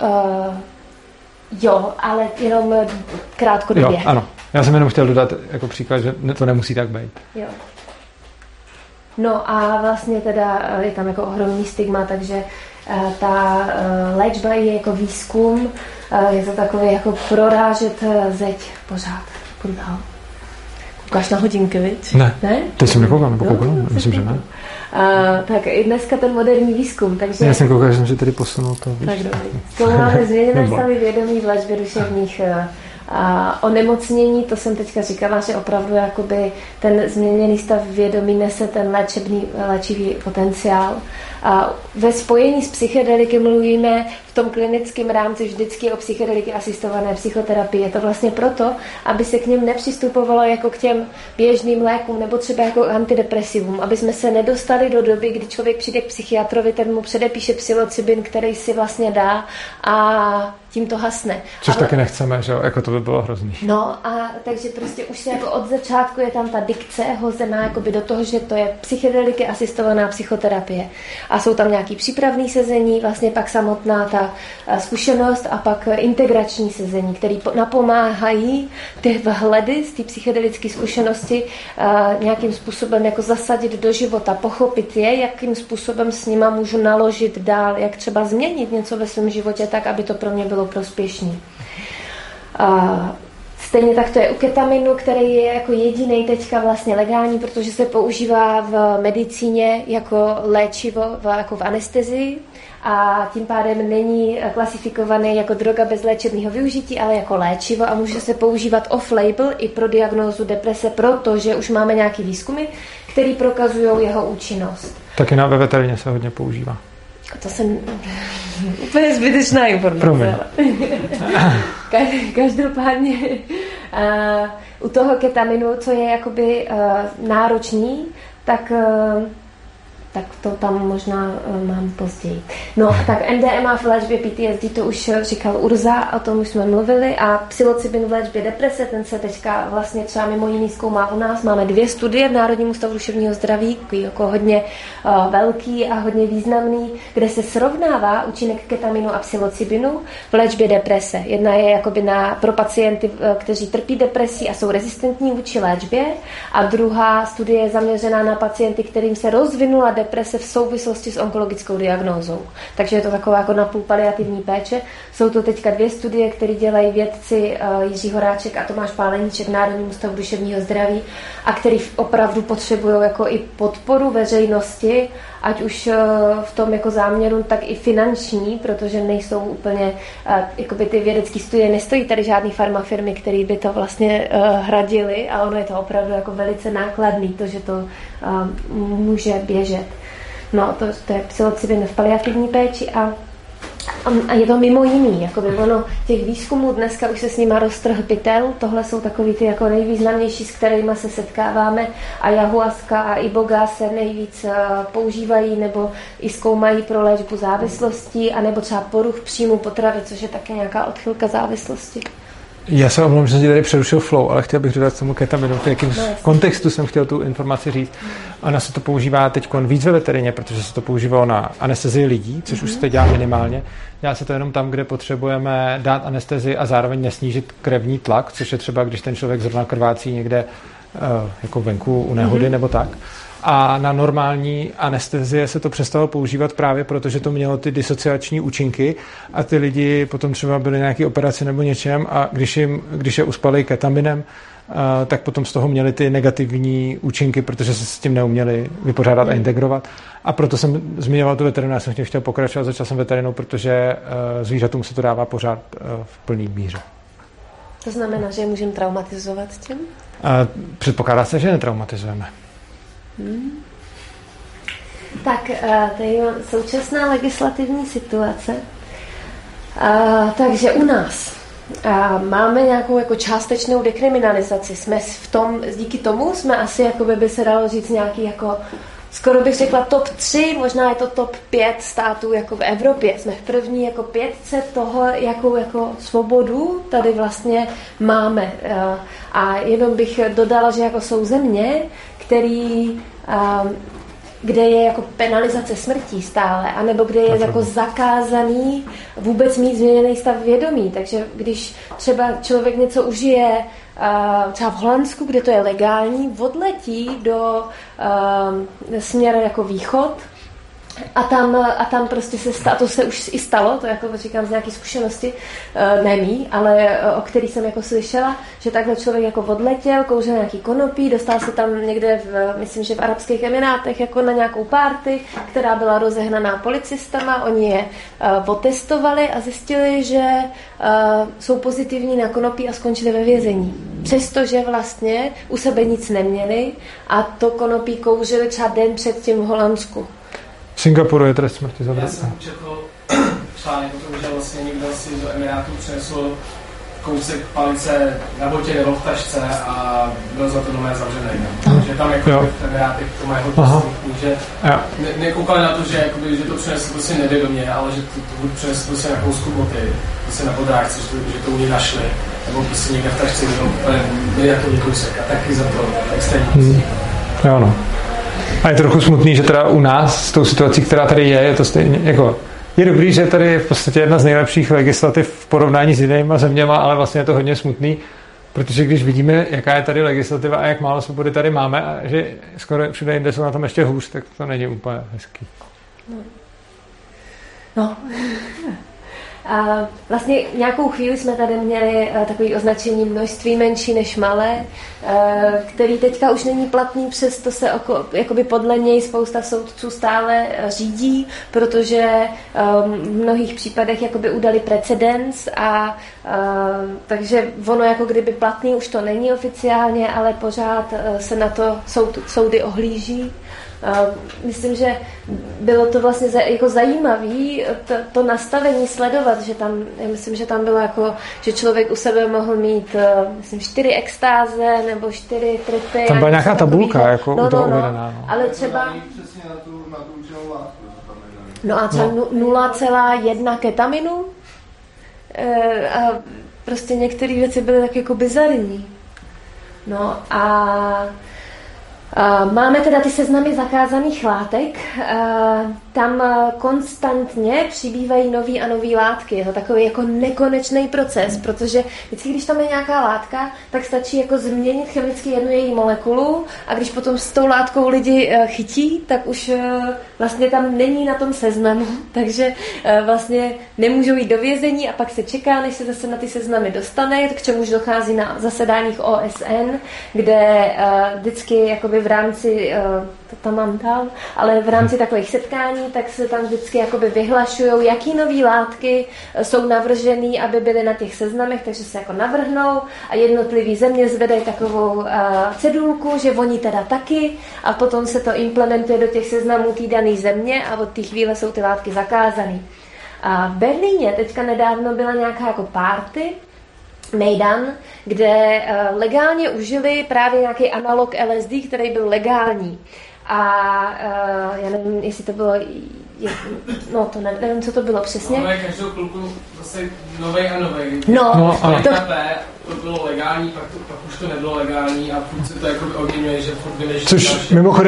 Jo, ale jenom krátkodobě. Jo, ano. Já jsem jenom chtěl dodat jako příklad, že to nemusí tak být. Jo. No a vlastně teda je tam jako ohromný stigma, takže ta léčba je jako výzkum, je to takové jako prorážet zeď pořád. Půjdu dál. Koukáš na hodinky, viď? Ne? Teď jsem nekoukal, nebo koukal? Myslím, že ne. Tak i dneska ten moderní výzkum, takže... Já jsem koukal, že jsem si tady posunul to. Tak dobrý. Zkoumáme změněné stavy vědomí v léčbě duševních onemocnění, to jsem teďka říkala, že opravdu jakoby ten změněný stav vědomí nese ten léčivý potenciál. A ve spojení s psychedeliky mluvíme v tom klinickém rámci vždycky o psychedeliky asistované psychoterapii. Je to vlastně proto, aby se k něm nepřistupovalo jako k těm běžným lékům nebo třeba jako antidepresivům, aby jsme se nedostali do doby, kdy člověk přijde k psychiatrovi, ten mu předepíše psilocybin, který si vlastně dá a tím to hasne. Což taky nechceme, že jo? Jako to by bylo hrozný. No a takže prostě už jako od začátku je tam ta dikce hozená jakoby do toho, že to je psychedeliky asistovaná psychoterapie. A jsou tam nějaký přípravný sezení, vlastně pak samotná ta zkušenost a pak integrační sezení, které napomáhají ty vhledy z té psychedelické zkušenosti nějakým způsobem jako zasadit do života, pochopit je, jakým způsobem s nima můžu naložit dál, jak třeba změnit něco ve svém životě tak, aby to pro mě bylo prospěšný. Stejně tak to je u ketaminu, který je jako jediný teďka vlastně legální, protože se používá v medicíně jako léčivo, jako v anestezii a tím pádem není klasifikovaný jako droga bez léčebného využití, ale jako léčivo a může se používat off-label i pro diagnózu deprese, protože už máme nějaký výzkumy, které prokazují jeho účinnost. Taky ve veterině se hodně používá. To jsem úplně zbytečná informace. Každopádně u toho ketaminu, co je jakoby náročný, tak to tam možná mám později. No, tak MDMA v léčbě PTSD, to už říkal Urza, o tom už jsme mluvili, a psilocybin v léčbě deprese, ten se teďka vlastně třeba mimo jiný zkoumá u nás. Máme 2 studie v Národním ústavu duševního zdraví, jako hodně velký a hodně významný, kde se srovnává účinek ketaminu a psilocybinu v léčbě deprese. Jedna je jakoby pro pacienty, kteří trpí depresí a jsou rezistentní vůči léčbě, a druhá studie je zaměřená na pacienty, kterým se rozvinula deprese v souvislosti s onkologickou diagnózou. Takže je to taková jako napůl paliativní péče. Jsou to teďka 2 studie, které dělají vědci Jiří Horáček a Tomáš Páleníček v Národním ústavu duševního zdraví a který opravdu potřebují jako i podporu veřejnosti, ať už v tom jako záměru, tak i finanční, protože nejsou úplně, jakoby ty vědecké studie nestojí tady žádný farmafirmy, které by to vlastně hradily, a ono je to opravdu jako velice nákladný, to, že to může běžet. No, to je psilocybin v paliativní péči a je to mimo jiný, jakoby ono, těch výzkumů dneska už se s nima roztrhl pytel, tohle jsou takový ty jako nejvýznamnější, s kterými se setkáváme, a ayahuasca a iboga se nejvíc používají nebo i zkoumají pro léčbu závislostí, anebo třeba poruch příjmu potravy, což je také nějaká odchylka závislosti. Já se omlouvám, že jsem ti tady přerušil flow, ale chtěl bych dodat k tomu ketaminu, v jakém kontextu jsem chtěl tu informaci říct. Ona se to používá teď víc ve veterině, protože se to používalo na anestezii lidí, což už se teď dělá minimálně. Dělá se to jenom tam, kde potřebujeme dát anestezii a zároveň nesnížit krevní tlak, což je třeba, když ten člověk zrovna krvácí někde jako venku u nehody nebo tak. A na normální anestezie se to přestalo používat právě proto, že to mělo ty disociační účinky a ty lidi potom třeba byli nějaký operaci nebo něčem, a když je uspali ketaminem, tak potom z toho měli ty negativní účinky, protože se s tím neuměli vypořádat a integrovat. A proto jsem zmiňoval tu veterinu, já jsem chtěl pokračovat, začal jsem veterinou, protože zvířatům se to dává pořád v plný míře. To znamená, že je můžeme traumatizovat s tím? Předpokládá se, že netraumatizujeme. Tak, tady je současná legislativní situace. Takže u nás máme nějakou jako částečnou dekriminalizaci. Jsme v tom, díky tomu jsme asi, jako by se dalo říct, nějaký jako, skoro bych řekla top 3, možná je to top 5 států jako v Evropě. Jsme v první jako 5 toho, jakou jako svobodu tady vlastně máme. A jenom bych dodala, že jako jsou země, kde je jako penalizace smrtí stále, anebo kde je jako zakázaný vůbec mít změněný stav vědomí. Takže když třeba člověk něco užije třeba v Holandsku, kde to je legální, odletí do směr jako východ A tam prostě a to se už i stalo, to jako říkám z nějaké zkušenosti, ne mý, ale o který jsem jako slyšela, že takhle člověk jako odletěl, kouřil nějaký konopí, dostal se tam někde, myslím, že v Arabských Emirátech, jako na nějakou party, která byla rozehnaná policistama, oni je otestovali a zjistili, že jsou pozitivní na konopí a skončili ve vězení. Přestože vlastně u sebe nic neměli a to konopí kouřili třeba den předtím v Holandsku. V Singapuru je trest smrti za Já jsem četl článek o tom, že vlastně někdo si do Emirátů přinesl kousek palice na botě nebo v tašce a byl za to doma zavřený. Takže tam jako v Emirátech to mají hodně smutný, že nekoukali na to, že, jakoby, že to přinesl prostě nevědomě, ale že to přinesl prostě na kousku boty, prostě na podrážce, že to u něj našli, nebo prostě někde v tašce byl nějaký kousek a taky za to extrémní. Jo, no. A je trochu smutný, že teda u nás s tou situací, která tady je to stejně, jako je dobrý, že tady je v podstatě jedna z nejlepších legislativ v porovnání s jinýma zeměma, ale vlastně je to hodně smutný, protože když vidíme, jaká je tady legislativa a jak málo svobody tady máme a že skoro všude jinde jsou na tom ještě hůř, tak to není úplně hezký. No. A vlastně nějakou chvíli jsme tady měli takové označení množství menší než malé, který teďka už není platný, přesto se jakoby podle něj spousta soudců stále řídí, protože v mnohých případech jakoby udali precedens a takže ono jako kdyby platný už to není oficiálně, ale pořád se na to soudy ohlíží. Myslím, že bylo to vlastně jako zajímavé to nastavení sledovat, že tam, já myslím, že tam bylo jako, že člověk u sebe mohl mít, myslím, 4 extáze nebo 4 tripy. Tam byla nějaká tabulka jako u toho uvedená. No. Ale třeba... Přesně na tu účinnou látku. No a třeba 0,1 ketaminu a prostě některé věci byly tak jako bizarní. No a máme teda ty seznamy zakázaných látek. Tam konstantně přibývají nový a nový látky. Je to takový jako nekonečný proces, protože vždycky, když tam je nějaká látka, tak stačí jako změnit chemicky jednu její molekulu a když potom s tou látkou lidi chytí, tak už vlastně tam není na tom seznamu, takže vlastně nemůžou jít do vězení a pak se čeká, než se zase na ty seznamy dostane, k čemuž dochází na zasedáních OSN, kde vždycky jakoby v rámci, to tam mám dál, ale v rámci takových setkání, tak se tam vždycky jakoby vyhlašujou, jaký nový látky jsou navržený, aby byly na těch seznamech, takže se jako navrhnou a jednotlivý země zvedají takovou cedulku, že oni teda taky a potom se to implementuje do těch seznamů té dané země a od té chvíle jsou ty látky zakázané. A v Berlíně teďka nedávno byla nějaká jako party, Mejdan, kde legálně užili právě nějaký analog LSD, který byl legální. A já nevím, jestli to bylo, no to nevím, co to bylo přesně. Ale každou chvilku zase novej a novej. No, to bylo legální, pak už to nebylo legální a furt se to jako odměňuje, že furt vymýšlí. Což mimochodem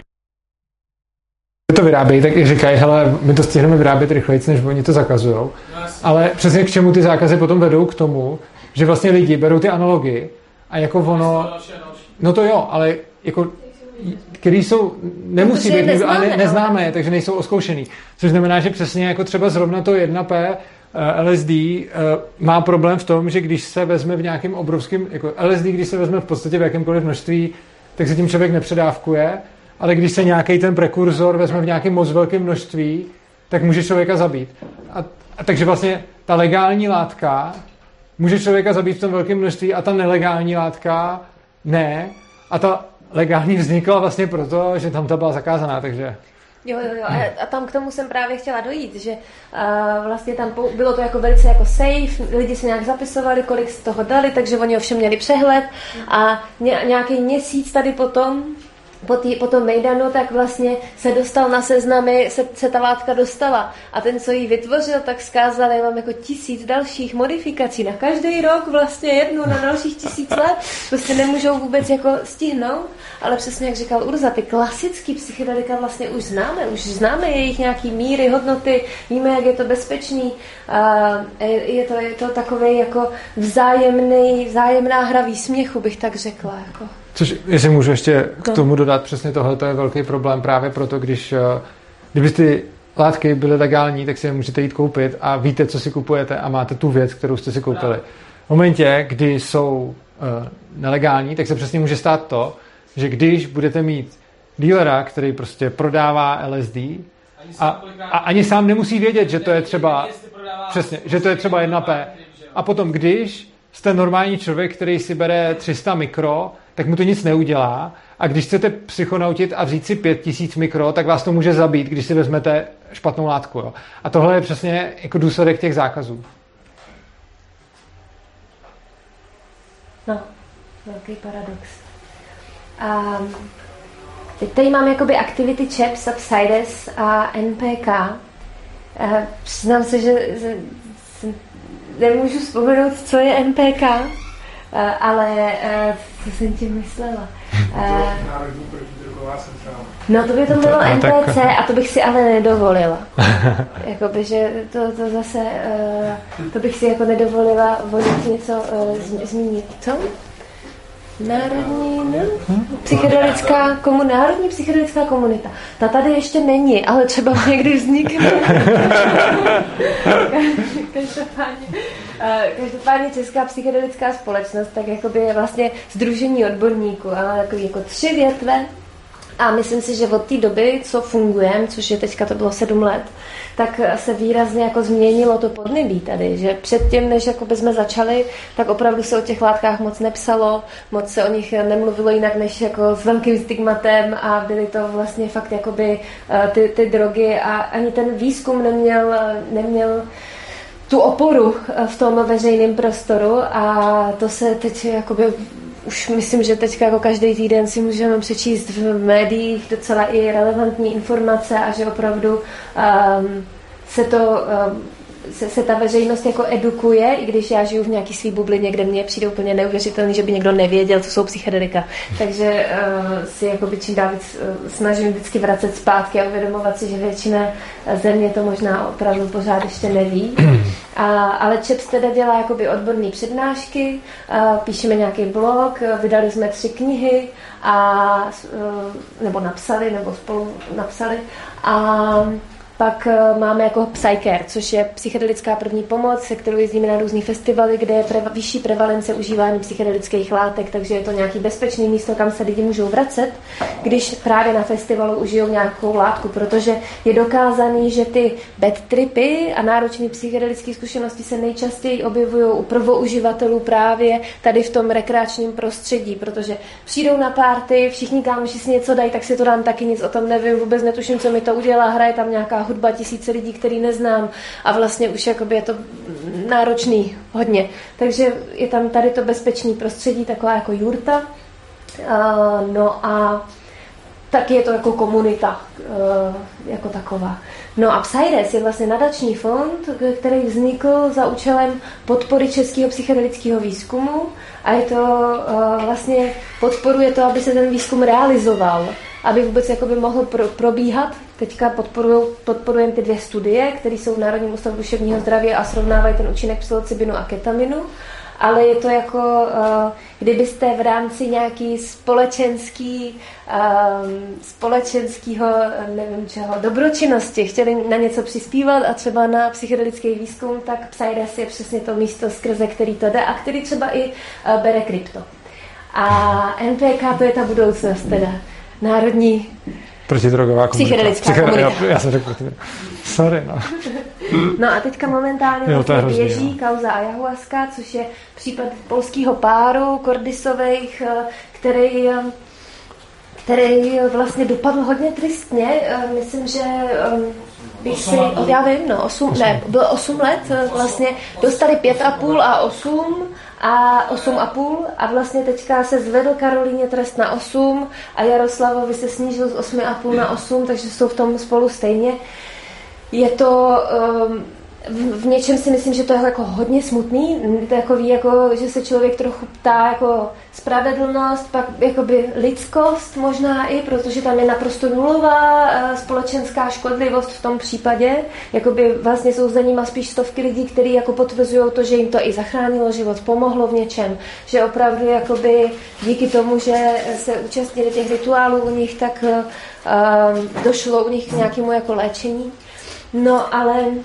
to vyrábějí, tak i říkají, hele, my to stihneme vyrábět rychleji, než oni to zakazujou. Ale přesně k čemu ty zákazy potom vedou k tomu, že vlastně lidi berou ty analogy a jako ono... No to jo, ale jako... který jsou, nemusí být, neznáme, takže nejsou oskoušený. Což znamená, že přesně jako třeba zrovna to 1P LSD má problém v tom, že když se vezme v nějakém obrovském, jako LSD, když se vezme v podstatě v jakémkoliv množství, tak se tím člověk nepředávkuje, ale když se nějaký ten prekurzor vezme v nějakém moc velkém množství, tak může člověka zabít. A takže vlastně ta legální látka může člověka zabít v tom velkém množství a ta nelegální látka ne. A ta legální vznikla vlastně proto, že tam ta byla zakázaná, takže... Jo. A tam k tomu jsem právě chtěla dojít, že vlastně tam bylo to jako velice jako safe, lidi si nějak zapisovali, kolik z toho dali, takže oni ovšem měli přehled a nějaký měsíc tady potom po tom Mejdanu, tak vlastně se dostal na seznamy, se ta látka dostala. A ten, co ji vytvořil, tak zkázal, já mám jako 1000 dalších modifikací na každý rok, vlastně jednu na dalších 1000 let. Prostě nemůžou vůbec jako stihnout, ale přesně jak říkal Urza, ty klasický psychedelika vlastně už známe jejich nějaký míry, hodnoty, víme, jak je to bezpečný. Je to takovej jako vzájemná hra výsměchu, bych tak řekla. Jako. Což, jestli můžu ještě k tomu dodat, přesně tohle, to je velký problém právě proto, kdyby ty látky byly legální, tak si je můžete jít koupit a víte, co si kupujete a máte tu věc, kterou jste si koupili. V momentě, kdy jsou nelegální, tak se přesně může stát to, že když budete mít dealera, který prostě prodává LSD a ani sám nemusí vědět, že to je třeba přesně, že to je třeba 1P. A potom, když jste normální člověk, který si bere 300 mikro, tak mu to nic neudělá. A když chcete psychonautit a vzít si 5000 mikro, tak vás to může zabít, když si vezmete špatnou látku. Jo. A tohle je přesně jako důsledek těch zákazů. No, velký paradox. Teď tady mám jakoby aktivity CHEP, Subsides a NPK. Přiznám se, že nemůžu vzpomenout, co je NPK, ale co jsem tím myslela. Národní protidrogová centrála. No to by to bylo NPC a to bych si ale nedovolila. Jakoby, že to zase, to bych si jako nedovolila volit něco zmínit. Co? Národní psychedelická komunita. Ta tady ještě není, ale třeba někdy vznikne. Každopádně Česká psychedelická společnost tak jakoby je vlastně sdružení odborníků, ale takový jako 3 větve. A myslím si, že od té doby, co fungujeme, což je teďka to bylo 7 let, tak se výrazně jako změnilo to podnebí tady, že předtím, než jakoby jsme začali, tak opravdu se o těch látkách moc nepsalo, moc se o nich nemluvilo jinak než jako s velkým stigmatem a byly to vlastně fakt jakoby ty drogy a ani ten výzkum neměl tu oporu v tom veřejném prostoru a to se teď jakoby už myslím, že teďka jako každý týden si můžeme přečíst v médiích docela i relevantní informace a že opravdu se ta veřejnost jako edukuje, i když já žiju v nějaký svý bublině, kde mně přijde úplně neuvěřitelný, že by někdo nevěděl, co jsou psychedelika. Takže si jakoby čím dál víc snažím vždycky vracet zpátky a uvědomovat si, že většina země to možná opravdu pořád ještě neví. Ale ČEPS teda dělá jakoby odborné přednášky, píšeme nějaký blog, vydali jsme 3 knihy nebo spolu napsali a pak máme jako Psycare, což je psychedelická první pomoc, se kterou jezdíme na různý festivaly, kde je vyšší prevalence užívání psychedelických látek, takže je to nějaký bezpečný místo, kam se lidi můžou vracet, když právě na festivalu užijou nějakou látku, protože je dokázaný, že ty bad tripy a náročné psychedelické zkušenosti se nejčastěji objevují u prvouživatelů právě tady v tom rekreačním prostředí, protože přijdou na party, všichni kámoši si něco dají, tak si to dám taky, nic o tom nevím, vůbec netuším, co mi to udělá, hraje tam nějaká hudba, tisíce lidí, který neznám a vlastně už jakoby je to náročný hodně. Takže je tam tady to bezpečný prostředí, taková jako jurta. No a taky je to jako komunita jako taková. No a Psyres je vlastně nadační fond, který vznikl za účelem podpory českého psychedelického výzkumu a je to vlastně podporuje to, aby se ten výzkum realizoval, aby vůbec jakoby mohl probíhat. Teďka podporujeme ty 2 studie, které jsou v Národním ústavu duševního zdraví a srovnávají ten účinek psilocybinu a ketaminu. Ale je to jako, kdybyste v rámci nějaký společenského, nevím čeho, dobročinnosti chtěli na něco přispívat a třeba na psychedelický výzkum, tak Psyres je přesně to místo, skrze který to jde a který třeba i bere krypto. A NPK to je ta budoucnost teda. Národní protidrogová komunita. Psychedelická komunita. Já jsem řekl sorry, no. No a teďka momentálně běží kauza ayahuasca, což je případ polského páru Kordisových, který vlastně dopadl hodně tristně. Myslím, že já vím, bylo 8 let, vlastně dostali 5,5 a 8 a 8,5 a vlastně teďka se zvedl Karolíně trest na 8 a Jaroslavovi se snížil z 8,5 na 8, takže jsou v tom spolu stejně. Je to v něčem si myslím, že to je jako hodně smutný, takový jako, že se člověk trochu ptá jako spravedlnost, pak jakoby lidskost možná i, protože tam je naprosto nulová společenská škodlivost v tom případě, jakoby vlastně jsou za nima spíš stovky lidí, kteří jako potvrzují to, že jim to i zachránilo život, pomohlo v něčem, že opravdu jakoby díky tomu, že se účastnili těch rituálů u nich, tak došlo u nich k nějakému jako léčení. No,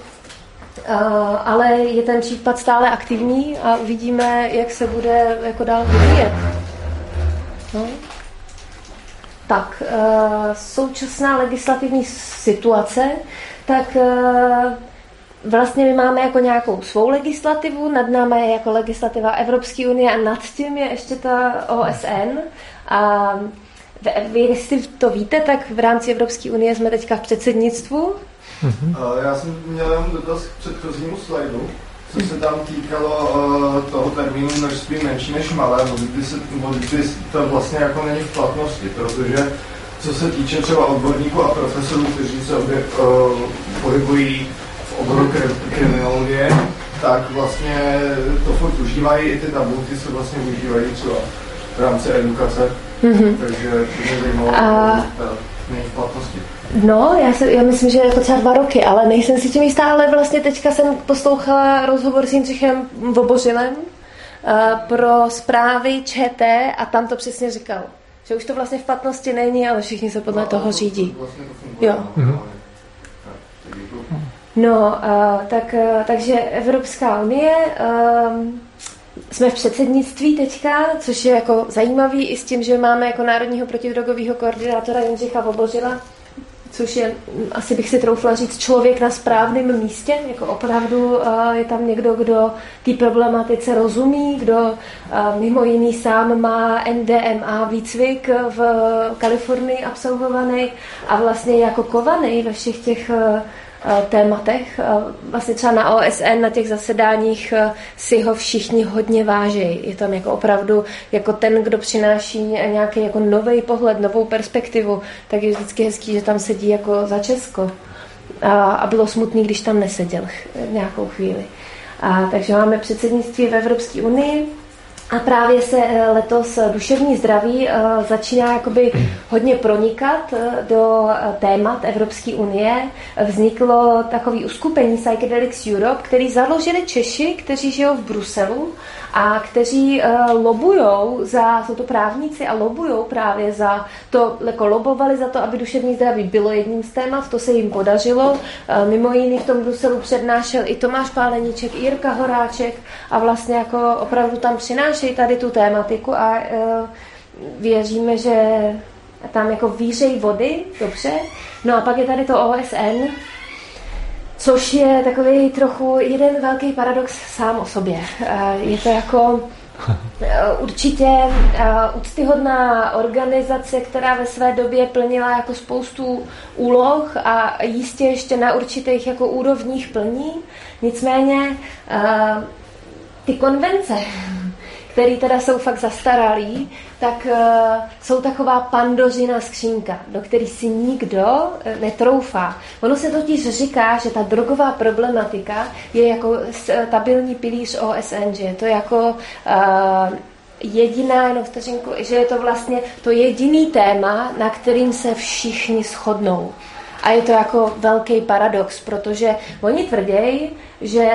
ale je ten případ stále aktivní a uvidíme, jak se bude jako dál vyvíjet. No. Tak, současná legislativní situace, tak vlastně my máme jako nějakou svou legislativu, nad námi je jako legislativa Evropské unie a nad tím je ještě ta OSN. A vy, jestli to víte, tak v rámci Evropské unie jsme teďka v předsednictvu. Já jsem měl jenom dotaz k předchozímu slajdu, co se tam týkalo toho termínu množství menší než malé, kdy to vlastně jako není v platnosti, protože co se týče třeba odborníků a profesorů, kteří se pohybují v oboru kriminologie, tak vlastně to furt užívají, i ty tabulky se vlastně užívají třeba v rámci edukace, takže mě zajímalo, není v platnosti. No, já myslím, že jako třeba 2 roky, ale nejsem si tím jistá, ale vlastně teďka jsem poslouchala rozhovor s Jindřichem Vobořilem pro zprávy ČT a tam to přesně říkal, že už to vlastně v platnosti není, ale všichni se podle toho řídí. Vlastně to funguje. Jo. No, takže Evropská unie, jsme v předsednictví teďka, což je jako zajímavý i s tím, že máme jako národního protidrogového koordinátora Jindřicha Vobořila, což je, asi bych si troufla říct, člověk na správném místě, jako opravdu je tam někdo, kdo té problematice rozumí, kdo mimo jiný sám má MDMA výcvik v Kalifornii absolvovaný a vlastně jako kovaný ve všech těch tématech. Vlastně třeba na OSN, na těch zasedáních si ho všichni hodně váží. Je tam jako opravdu jako ten, kdo přináší nějaký jako nový pohled, novou perspektivu, tak je vždycky hezký, že tam sedí jako za Česko. A bylo smutný, když tam neseděl nějakou chvíli. Takže máme předsednictví v Evropské unii. A právě se letos duševní zdraví začíná jakoby hodně pronikat do témat Evropské unie. Vzniklo takové uskupení Psychedelics Europe, který založili Češi, kteří žijou v Bruselu a kteří lobujou jsou to právníci a lobujou právě za to, jako lobovali za to, aby duševní zdraví bylo jedním z témat, to se jim podařilo. Mimo jiných v tom Bruselu přednášel i Tomáš Páleníček, i Jirka Horáček a vlastně jako opravdu tam přinášejí tady tu tématiku a věříme, že tam jako vířej vody, dobře. No a pak je tady to OSN, což je takový trochu jeden velký paradox sám o sobě. Je to jako určitě úctyhodná organizace, která ve své době plnila jako spoustu úloh a jistě ještě na určitých jako úrovních plní. Nicméně ty konvence, který teda jsou fakt zastaralý, tak jsou taková Pandořina skřínka, do který si nikdo netroufá. Ono se totiž říká, že ta drogová problematika je jako stabilní pilíř OSN, že je to jako jediná, jenom vteřinku, že je to vlastně to jediný téma, na kterým se všichni shodnou. A je to jako velký paradox, protože oni tvrdějí, že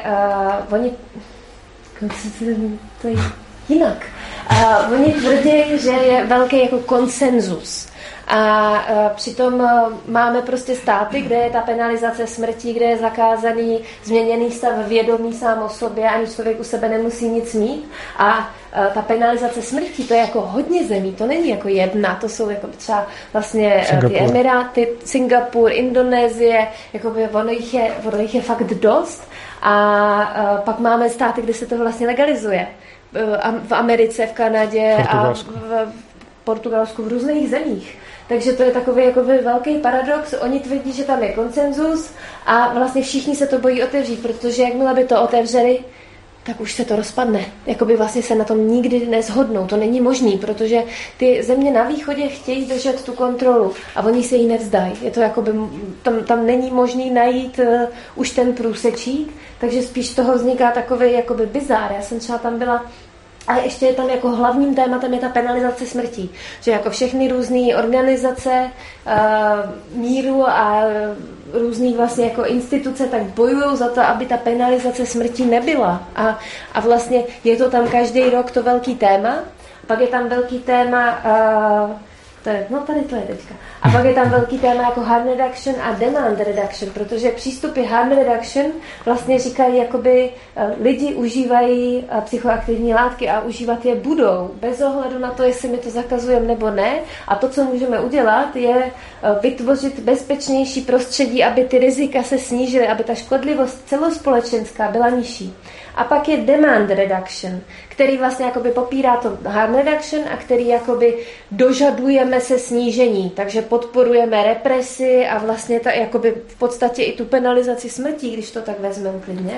to je jinak. Oni tvrdí, že je velký jako konsenzus. A přitom máme prostě státy, kde je ta penalizace smrti, kde je zakázaný změněný stav vědomí sám o sobě, ani člověk u sebe nemusí nic mít. A ta penalizace smrti, to je jako hodně zemí, to není jako jedna, to jsou jako třeba vlastně ty Emiráty, Singapur, Indonésie, jako ono jich je fakt dost. A pak máme státy, kde se to vlastně legalizuje. V Americe, v Kanadě a v Portugalsku, v různých zemích. Takže to je takový jakoby velký paradox. Oni tvrdí, že tam je konsenzus a vlastně všichni se to bojí otevřít, protože jakmile by to otevřeli, tak už se to rozpadne. Jakoby vlastně se na tom nikdy neshodnou. To není možný, protože ty země na východě chtějí držet tu kontrolu a oni se jí nevzdají. Je to jakoby, tam není možný najít už ten průsečík, takže spíš z toho vzniká takový jakoby bizár. Já jsem třeba tam byla. A ještě je tam jako hlavním tématem je ta penalizace smrtí. Že jako všechny různé organizace míru a různý vlastně jako instituce tak bojují za to, aby ta penalizace smrti nebyla. A vlastně je to tam každý rok to velký téma. Pak je tam velký téma tady to je teďka. A pak je tam velký téma jako harm reduction a demand reduction, protože přístupy harm reduction vlastně říkají, jakoby lidi užívají psychoaktivní látky a užívat je budou, bez ohledu na to, jestli my to zakazujeme nebo ne. A to, co můžeme udělat, je vytvořit bezpečnější prostředí, aby ty rizika se snížily, aby ta škodlivost celospolečenská byla nižší. A pak je demand reduction, který vlastně jakoby popírá to harm reduction a který jakoby dožadujeme se snížení. Takže podporujeme represi a vlastně jakoby v podstatě i tu penalizaci smrtí, když to tak vezmeme klidně.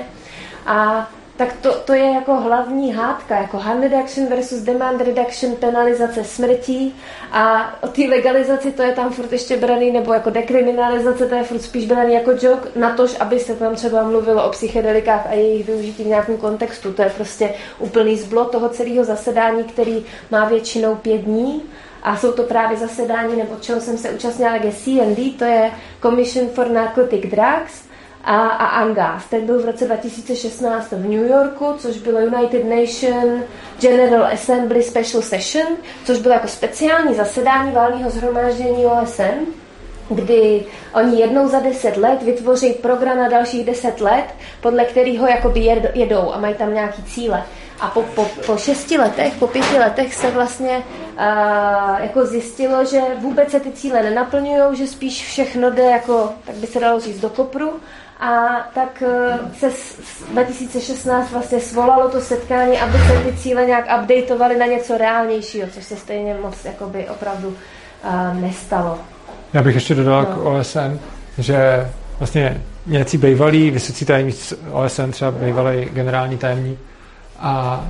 A tak to je jako hlavní hádka, jako harm reduction versus demand reduction, penalizace smrtí a o té legalizaci to je tam furt ještě braný, nebo jako dekriminalizace, to je furt spíš braný jako joke, natož, aby se tam třeba mluvilo o psychedelikách a jejich využití v nějakém kontextu. To je prostě úplný zblot toho celého zasedání, který má většinou 5 dní. A jsou to právě zasedání, nebo čeho jsem se účastnila, jak je CND, to je Commission for Narcotic Drugs, a ANGAS. Ten byl v roce 2016 v New Yorku, což bylo United Nations General Assembly Special Session, což bylo jako speciální zasedání valného shromáždění OSN, kdy oni jednou za 10 let vytvoří program na dalších 10 let, podle kterého jakoby jedou a mají tam nějaký cíle. A po 6 letech, po 5 letech se vlastně jako zjistilo, že vůbec se ty cíle nenaplňují, že spíš všechno jde jako, tak by se dalo říct, do kopru. A tak se 2016 vlastně svolalo to setkání, aby se ty cíle nějak updateovaly na něco reálnějšího, což se stejně moc jakoby opravdu nestalo. Já bych ještě dodal k OSN, že vlastně nějací bývalí vysocí tajemníci OSN, třeba bývalý generální tajemník a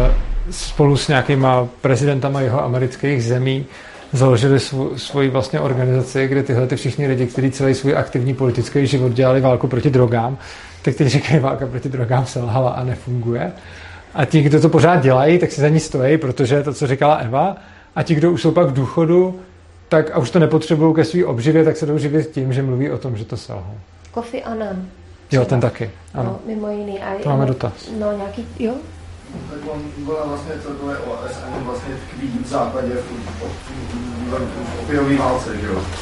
spolu s nějakýma prezidentama jihoamerických zemí založili svoji vlastně organizaci, kde tyhle všichni lidi, kteří celý svůj aktivní politický život dělali válku proti drogám, tak teď říkají, válka proti drogám selhala a nefunguje. A ti, kdo to pořád dělají, tak si za ní stojí, protože to, co říkala Eva, a ti, kdo už jsou pak v důchodu, tak a už to nepotřebují ke svý obživě, tak se jdou živit tím, že mluví o tom, že to selhalo. Kofi Annan. Jo, ten taky. Ano. No, mimo jiný. A to máme dotaz. No, nějaký, jo? Tak on byla vlastně celkové OSN vlastně tkví v západě v opiový válce, že jo?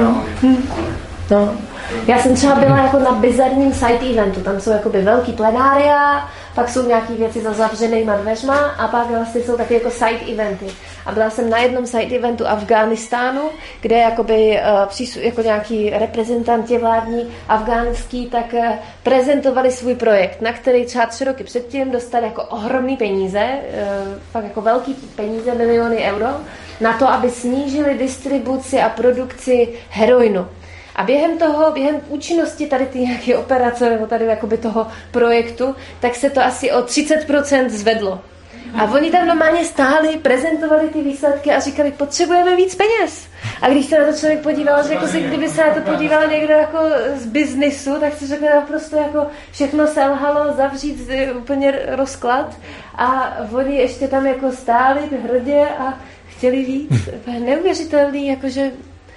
No. Já jsem třeba byla jako na bizarním side eventu, tam jsou jakoby velký plenária, pak jsou nějaký věci za zavřenýma dveřma a pak vlastně jsou taky jako side eventy. A byla jsem na jednom side eventu Afghánistánu, kde jakoby jako nějaký reprezentanti vládní afgánský tak prezentovali svůj projekt, na který třeba 3 roky předtím dostali jako ohromný peníze, fakt jako velký peníze, miliony euro, na to, aby snížili distribuci a produkci heroinu. A během účinnosti tady ty nějaké operace nebo tady jakoby toho projektu, tak se to asi o 30% zvedlo. A oni tam normálně stáli, prezentovali ty výsledky a říkali, potřebujeme víc peněz. A když se na to člověk podíval, že jako si, kdyby se na to podíval někdo jako z biznisu, tak si řekne naprosto jako všechno selhalo, zavřít úplně rozklad. A oni ještě tam jako stáli hrdě a chtěli víc. Neuvěřitelný, jakože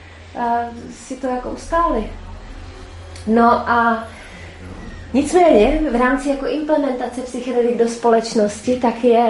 si to jako ustáli. No a nicméně v rámci jako implementace psychedelik do společnosti tak je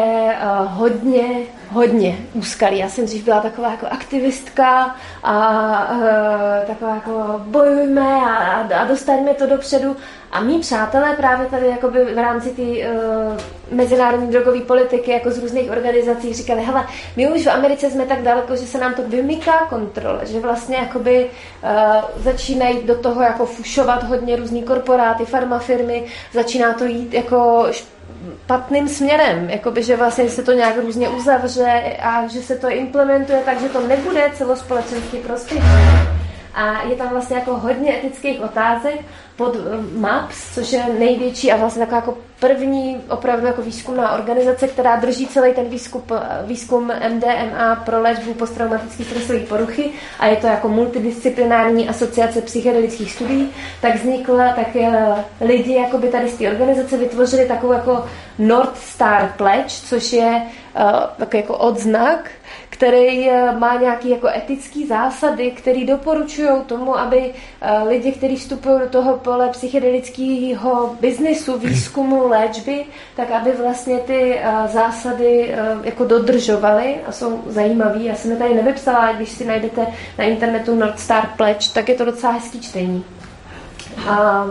hodně úskalí. Já jsem dřív byla taková jako aktivistka a taková jako bojujme a dostaňme to dopředu. A mý přátelé právě tady jakoby v rámci té mezinárodní drogové politiky jako z různých organizací říkali, hele, my už v Americe jsme tak daleko, že se nám to vymyká kontrole, že vlastně jakoby začínají do toho jako fušovat hodně různý korporáty, farmafirmy, začíná to jít jako špatným směrem, jakoby, že vlastně se to nějak různě uzavře a že se to implementuje tak, že to nebude celospolečensky prospěšné. A je tam vlastně jako hodně etických otázek pod MAPS, což je největší a vlastně taková jako první opravdu jako výzkumná organizace, která drží celý ten výzkum MDMA pro léčbu posttraumatické stresové poruchy a je to jako multidisciplinární asociace psychedelických studií, tak vznikla, tak lidi jakoby tady z té organizace vytvořili takovou jako North Star Pledge, což je takový jako odznak, který má nějaké jako etické zásady, které doporučují tomu, aby lidi, kteří vstupují do toho pole psychedelického biznesu, výzkumu, léčby, tak aby vlastně ty zásady jako dodržovali a jsou zajímavý. Já jsem je tady nevypsala, když si najdete na internetu North Star Pledge, tak je to docela hezký čtení. A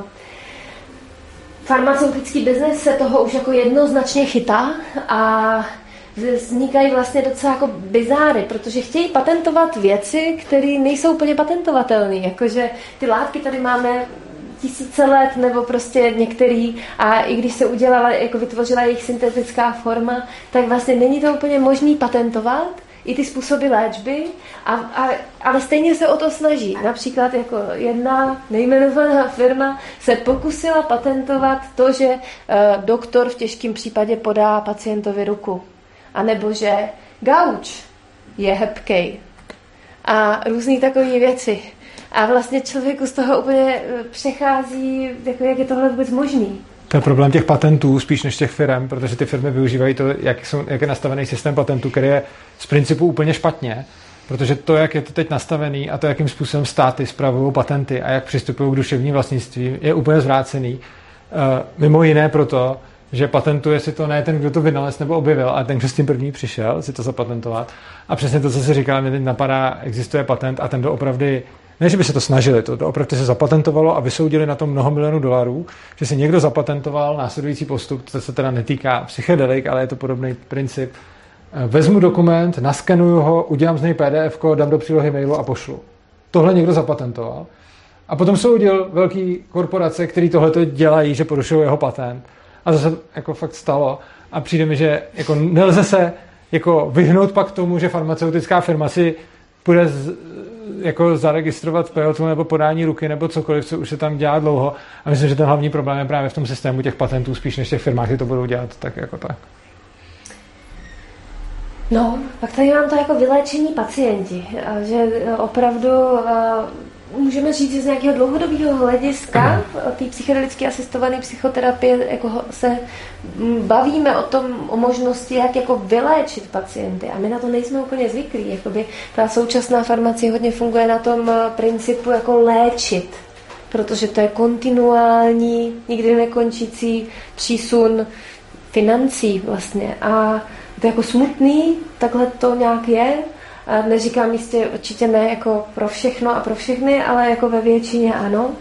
farmaceutický biznes se toho už jako jednoznačně chytá a vznikají vlastně docela jako bizáry, protože chtějí patentovat věci, které nejsou úplně patentovatelné. Jakože ty látky tady máme tisíce let, nebo prostě některý, a i když se udělala, jako vytvořila jejich syntetická forma, tak vlastně není to úplně možný patentovat, i ty způsoby léčby, ale stejně se o to snaží. Například jako jedna nejmenovaná firma se pokusila patentovat to, že doktor v těžkém případě podá pacientovi ruku. A nebo že gauč je hebkej. A různý takové věci. A vlastně člověku z toho úplně přechází, jako jak je tohle vůbec možný. To je problém těch patentů spíš než těch firm, protože ty firmy využívají to, jak je nastavený systém patentů, který je z principu úplně špatně, protože to, jak je to teď nastavený a to, jakým způsobem státy spravují patenty a jak přistupují k duševním vlastnictví, je úplně zvrácený. Mimo jiné proto, že patentuje si to ne ten, kdo to vynalez nebo objevil, ale ten, kdo s tím první přišel si to zapatentovat. A přesně to, co si říkal, mě teď napadá, existuje patent a ten doopravdy, ne, že by se to snažili, to opravdu se zapatentovalo a vysoudili na tom mnoho milionů dolarů, že si někdo zapatentoval následující postup, to se teda netýká psychedelik, ale je to podobný princip. Vezmu dokument, naskenuju ho, udělám z něj PDF, dám do přílohy mailu a pošlu. Tohle někdo zapatentoval. A potom soudil velký korporace, který tohle dělají, že porušují jeho patent. A to se jako fakt stalo. A přijde mi, že jako nelze se jako vyhnout pak tomu, že farmaceutická firma si bude jako zaregistrovat pejotu nebo podání ruky nebo cokoliv, co už se tam dělá dlouho. A myslím, že ten hlavní problém je právě v tom systému těch patentů, spíš než těch firmách, kdy to budou dělat tak jako tak. No, pak tady mám to jako vyléčení pacienti, že opravdu můžeme říct, že z nějakého dlouhodobého hlediska té psychedelicky asistované psychoterapie jako se bavíme o možnosti, jak jako vyléčit pacienty. A my na to nejsme úplně zvyklí. Jakoby ta současná farmacie hodně funguje na tom principu jako léčit, protože to je kontinuální, nikdy nekončící přísun financí vlastně. A to je jako smutný, takhle to nějak je. Neříkám jistě určitě ne jako pro všechno a pro všechny, ale jako ve většině ano.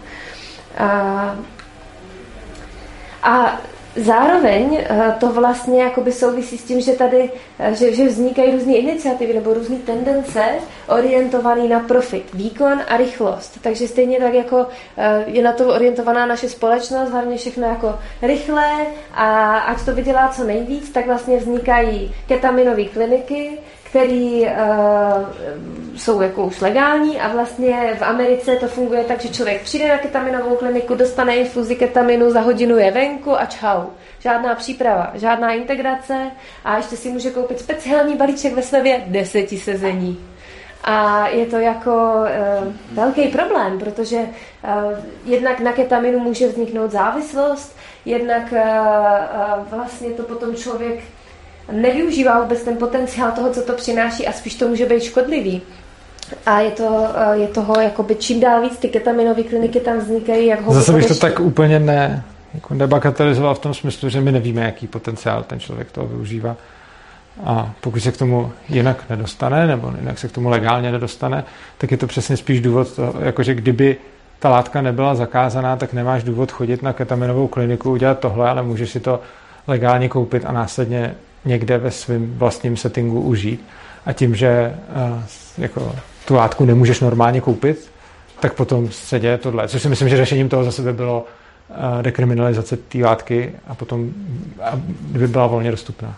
A zároveň to vlastně jakoby souvisí s tím, že tady že vznikají různé iniciativy nebo různé tendence orientované na profit, výkon a rychlost. Takže stejně tak jako je na to orientovaná naše společnost, hlavně všechno jako rychlé a ať to vydělá co nejvíc, tak vlastně vznikají ketaminové kliniky, který jsou jako už legální a vlastně v Americe to funguje tak, že člověk přijde na ketaminovou kliniku, dostane infuzi ketaminu, za hodinu je venku a čau. Žádná příprava, žádná integrace a ještě si může koupit speciální balíček ve slevě 10 sezení. A je to jako velký problém, protože jednak na ketaminu může vzniknout závislost, jednak vlastně to potom člověk nevyužívá vůbec ten potenciál toho, co to přináší a spíš to může být škodlivý. A je toho jakoby čím dál víc ty ketaminové kliniky tam vznikají. Jak ho zase bych to tak úplně nebagatelizoval v tom smyslu, že my nevíme, jaký potenciál ten člověk toho využívá. A pokud se k tomu jinak nedostane, nebo jinak se k tomu legálně nedostane, tak je to přesně spíš důvod toho, jakože kdyby ta látka nebyla zakázaná, tak nemáš důvod chodit na ketaminovou kliniku, udělat tohle, ale můžeš si to legálně koupit a následně někde ve svém vlastním settingu užít. A tím, že jako tu látku nemůžeš normálně koupit, tak potom se děje tohle. Což si myslím, že řešením toho zase by bylo dekriminalizace té látky a potom by byla volně dostupná.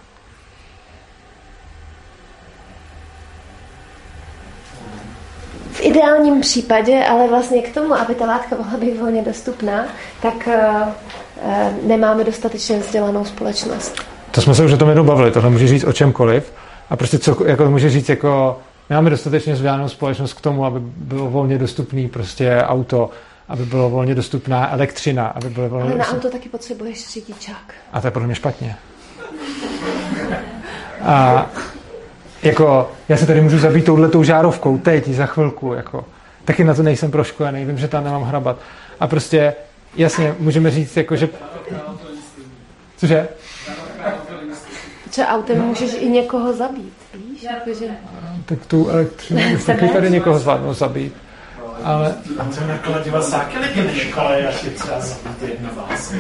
V ideálním případě, ale vlastně k tomu, aby ta látka mohla být volně dostupná, tak nemáme dostatečně vzdělanou společnost. To jsme se už o tom jednou bavili, tohle může říct o čemkoliv a prostě co, jako může říct jako nemáme dostatečně vzdělanou společnost k tomu, aby bylo volně dostupný prostě auto, aby bylo volně dostupná elektřina, aby bylo volně ale na auto taky potřebuješ řidičák. A to je podle mě špatně. A jako, já se tady můžu zabít touhletou žárovkou teď, za chvilku, jako, taky na to nejsem proškolený, vím, že tam nemám hrabat. A prostě, jasně, můžeme říct, jako, že... Cože? Protože autem můžeš i někoho zabít, víš? Jakože... Tak tu elektřinu už taky tady někoho zvládnou zabít. Ale... A co nakladí vasáky lidi na škole, jak je třeba zabít jedna vás.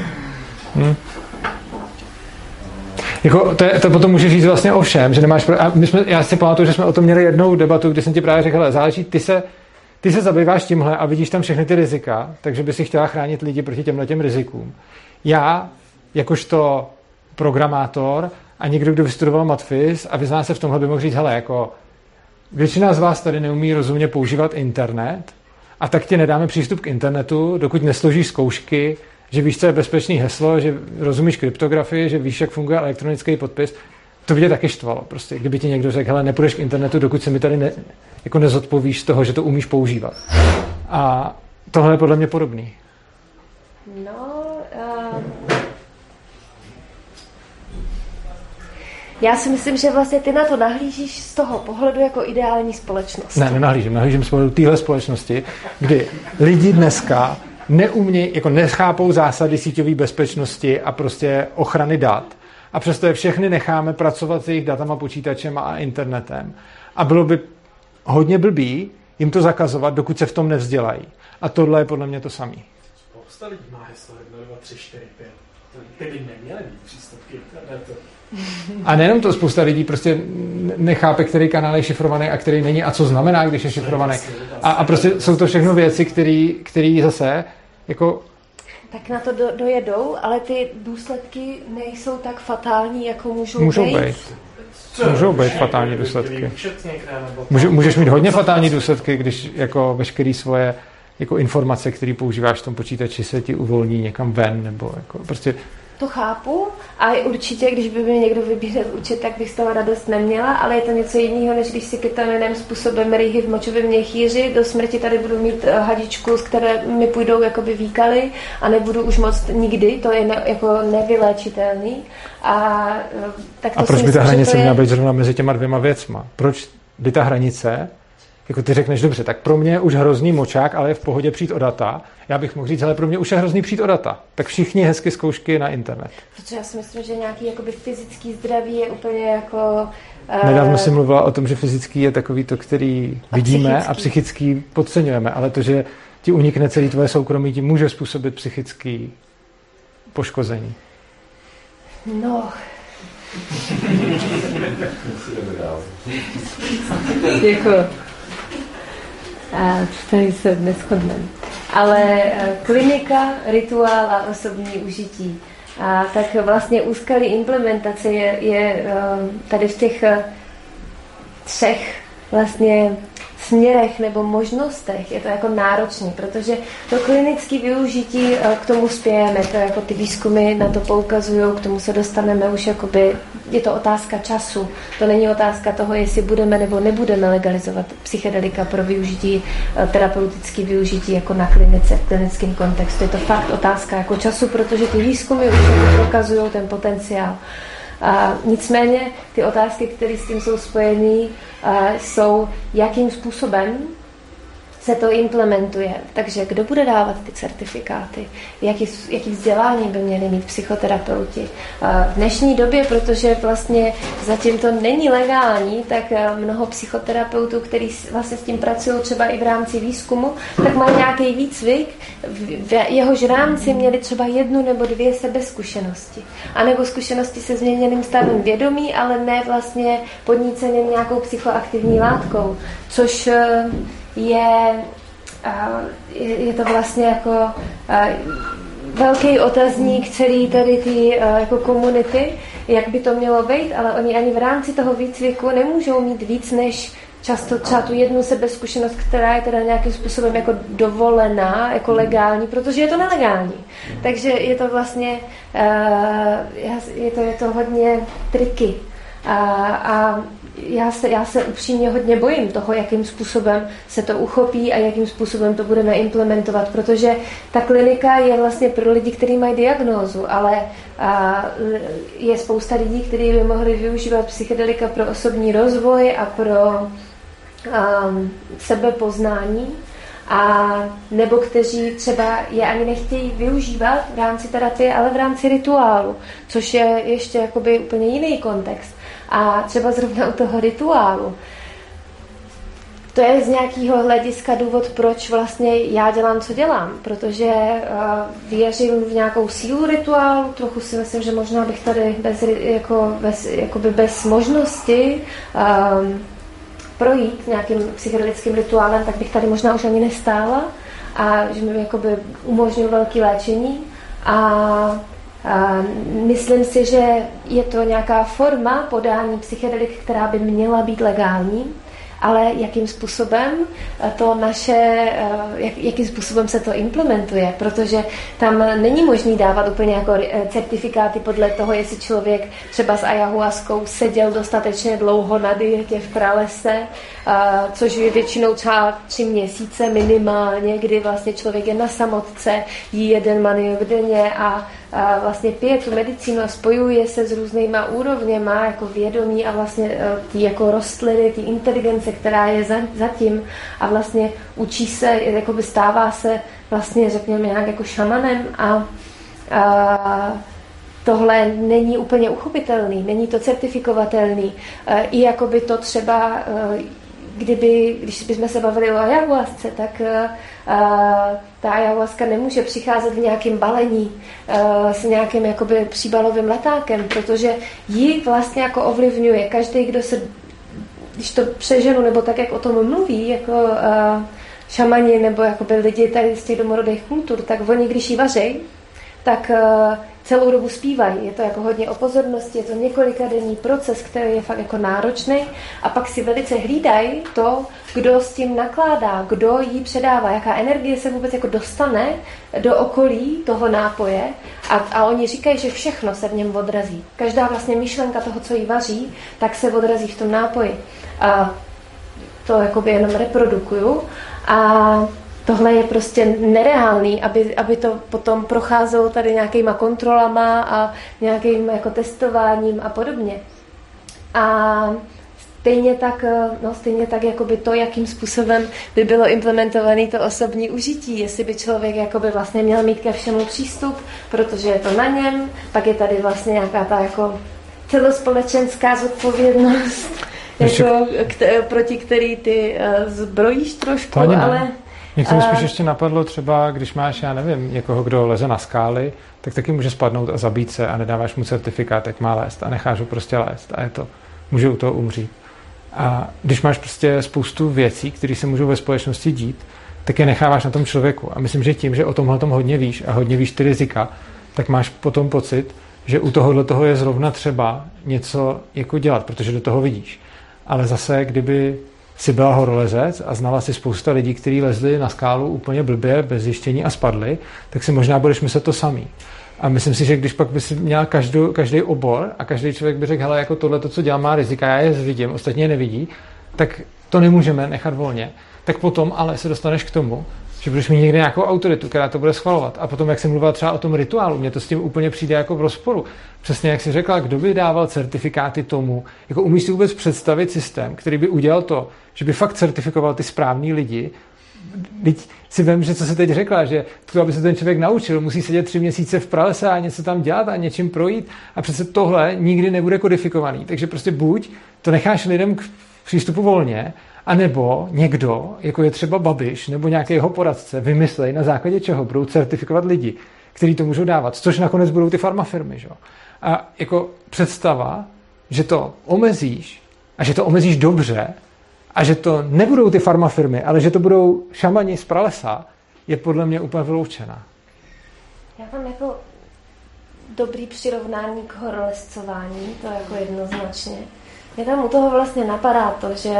Jako, to potom můžeš říct vlastně o všem, že nemáš... Já si pamatuju, že jsme o tom měli jednou debatu, kdy jsem ti právě řekl, hele, záleží, ty se zabýváš tímhle a vidíš tam všechny ty rizika, takže by si chtěla chránit lidi proti těmhletěm rizikům. Já, jakožto programátor a někdo, kdo vystudoval matfiz a vyzná se v tomhle, by mohl říct, hele, jako většina z vás tady neumí rozumně používat internet a tak ti nedáme přístup k internetu, dokud nesložíš zkoušky, že víš, co je bezpečný heslo, že rozumíš kryptografii, že víš, jak funguje elektronický podpis. To by tě taky štvalo. Prostě, kdyby ti někdo řekl, hele, nepůjdeš k internetu, dokud se mi tady jako nezodpovíš z toho, že to umíš používat. A tohle je podle mě podobný. No, já si myslím, že vlastně ty na to nahlížíš z toho pohledu jako ideální společnost. Ne, nahlížím z pohledu téhle společnosti, kdy lidi dneska jako nechápou zásady síťové bezpečnosti a prostě ochrany dat. A přesto je všechny necháme pracovat s jejich datama, počítačem a internetem. A bylo by hodně blbý jim to zakazovat, dokud se v tom nevzdělají. A tohle je podle mě to samý. Spousta lidí má heslo 1, 2, 3, 4, 5. Ty by neměli mít přístup k internetu. A nejenom to, spousta lidí prostě nechápe, který kanál je šifrovaný a který není a co znamená, když je šifrovaný. A prostě jsou to všechno věci, které zase jako... Tak na to dojedou, ale ty důsledky nejsou tak fatální, jako můžou být. Můžou být fatální důsledky. Můžeš mít hodně fatální důsledky, když jako veškeré svoje jako informace, které používáš v tom počítači, se ti uvolní někam ven, nebo jako prostě... To chápu a určitě, když by mě někdo vybíral učit, tak bych z toho radost neměla, ale je to něco jiného, než když si ketaminem způsobem rýhy v močovém měchýři. Do smrti tady budu mít hadičku, z které mi půjdou jakoby výkaly a nebudu už moc nikdy, to je jako nevyléčitelný. A proč by ta hranice měla být zrovna mezi těma dvěma věcma? Proč by ta hranice, jako ty řekneš, dobře, tak pro mě je už hrozný močák, ale je v pohodě přijít o data. Já bych mohl říct, ale pro mě už je hrozný přijít o data. Tak všichni hezky zkoušky na internet. Protože já si myslím, že nějaký jakoby fyzický zdraví je úplně jako... Nedávno si mluvila o tom, že fyzický je takový to, který vidíme a psychický podceňujeme, ale to, že ti unikne celý tvoje soukromí, ti může způsobit psychický poškození. No... Děkuji. Tady se neshodneme. Ale klinika, rituál a osobní užití. Tak vlastně úskalí implementace je tady v těch 3 vlastně směrech nebo možnostech je to jako náročný, protože to klinické využití, k tomu spějeme, to jako ty výzkumy na to poukazují, k tomu se dostaneme už jakoby, je to otázka času, to není otázka toho, jestli budeme nebo nebudeme legalizovat psychedelika pro využití, terapeutické využití jako na klinice, v klinickém kontextu. Je to fakt otázka jako času, protože ty výzkumy už prokazují ten potenciál. Nicméně ty otázky, které s tím jsou spojené, jsou, jakým způsobem se to implementuje. Takže kdo bude dávat ty certifikáty? Jaký vzdělání by měli mít psychoterapeuti? V dnešní době, protože vlastně zatím to není legální, tak mnoho psychoterapeutů, kteří vlastně s tím pracují třeba i v rámci výzkumu, tak mají nějaký výcvik, v jehož rámci měli třeba 1 nebo 2 sebezkušenosti. A nebo zkušenosti se změněným stavem vědomí, ale ne vlastně podníceným nějakou psychoaktivní látkou, což je to vlastně jako velký otazník celý tady ty jako komunity, jak by to mělo být, ale oni ani v rámci toho výcviku nemůžou mít víc než často třeba tu 1 sebezkušenost, která je teda nějakým způsobem jako dovolená, jako legální, protože je to nelegální. Takže je to vlastně je to hodně triky. A já se upřímně hodně bojím toho, jakým způsobem se to uchopí a jakým způsobem to budeme implementovat, protože ta klinika je vlastně pro lidi, kteří mají diagnózu, ale je spousta lidí, kteří by mohli využívat psychedelika pro osobní rozvoj a pro sebepoznání, a nebo kteří třeba je ani nechtějí využívat v rámci terapie, ale v rámci rituálu, což je ještě jakoby úplně jiný kontext. A třeba zrovna u toho rituálu. To je z nějakého hlediska důvod, proč vlastně já dělám, co dělám. Protože věřím v nějakou sílu rituálu, trochu si myslím, že možná bych tady bez možnosti projít nějakým psychedelickým rituálem, tak bych tady možná už ani nestála a že mi jakoby umožnil velké léčení. A myslím si, že je to nějaká forma podání psychedelik, která by měla být legální, ale jakým způsobem jakým způsobem se to implementuje, protože tam není možný dávat úplně jako certifikáty podle toho, jestli člověk třeba s ayahuaskou seděl dostatečně dlouho na dietě v pralese, což je většinou třeba 3 měsíce minimálně, kdy vlastně člověk je na samotce, jí 1 maniok denně a vlastně pije tu medicínu a spojuje se s různýma úrovněma jako vědomí a vlastně ty jako rostliny, ty inteligence, která je zatím a vlastně učí se, jakoby stává se vlastně řekněme nějak jako šamanem a tohle není úplně uchopitelný, není to certifikovatelný. I jakoby to třeba, když bychom se bavili o ayahuasce, tak ta ayahuaska nemůže přicházet v nějakém balení s nějakým jakoby příbalovým letákem, protože ji vlastně jako ovlivňuje každý, kdo se, když to přeženu, nebo tak, jak o tom mluví, jako šamani nebo jakoby lidi tady z těch domorodých kultur, tak oni, když ji vaří, tak celou dobu zpívají. Je to jako hodně o pozornosti, je to několikadenní proces, který je fakt jako náročný a pak si velice hlídají to, kdo s tím nakládá, kdo jí předává, jaká energie se vůbec jako dostane do okolí toho nápoje a oni říkají, že všechno se v něm odrazí. Každá vlastně myšlenka toho, co jí vaří, tak se odrazí v tom nápoji. A to jakoby jenom reprodukuju a tohle je prostě nereálný, aby to potom procházelo tady nějakýma kontrolama a nějakým jako testováním a podobně. A stejně tak jakoby to, jakým způsobem by bylo implementované to osobní užití, jestli by člověk jakoby vlastně měl mít ke všemu přístup, protože je to na něm, pak je tady vlastně nějaká ta jako celospolečenská zodpovědnost, jako, proti který ty zbrojíš trošku, ale... Mě k tomu spíš ještě napadlo třeba, když máš, já nevím, někoho, kdo leze na skály, tak taky může spadnout a zabít se a nedáváš mu certifikát, jak má lézt a necháš ho prostě lézt a je to, může u toho umřít. A když máš prostě spoustu věcí, které se můžou ve společnosti dít, tak je necháváš na tom člověku. A myslím, že tím, že o tomhle hodně víš a hodně víš ty rizika, tak máš potom pocit, že u tohohle toho je zrovna třeba něco jako dělat, protože do toho vidíš. Ale zase, kdyby si byla horolezec a znala si spousta lidí, kteří lezli na skálu úplně blbě, bez zjištění a spadli, tak si možná budeš myslet to samý. A myslím si, že když pak by si měla každý obor a každý člověk by řekl, hele, jako tohle, to, co dělám, má rizika, já je vidím, ostatně je nevidí, tak to nemůžeme nechat volně. Tak potom ale se dostaneš k tomu, že budeš mít někde nějakou autoritu, která to bude schvalovat. A potom, jak jsem mluvila třeba o tom rituálu, mně to s tím úplně přijde jako v rozporu. Přesně jak jsi řekla, kdo by dával certifikáty tomu, jako umíš si vůbec představit systém, který by udělal to, že by fakt certifikoval ty správný lidi. Teď si vem, že co se teď řekla, že to, aby se ten člověk naučil, musí sedět 3 měsíce v pralese a něco tam dělat a něčím projít a přece tohle nikdy nebude kodifikovaný. Takže prostě buď to necháš lidem k přístupu volně, a nebo někdo, jako je třeba Babiš nebo nějaký jeho poradce, vymyslej, na základě čeho budou certifikovat lidi, kteří to můžou dávat, což nakonec budou ty farmafirmy. Že? A jako představa, že to omezíš a že to omezíš dobře a že to nebudou ty farmafirmy, ale že to budou šamani z pralesa, je podle mě úplně vyloučená. Já mám jako dobrý přirovnání k horolezcování, to jako jednoznačně. Mě tam u toho vlastně napadá to, že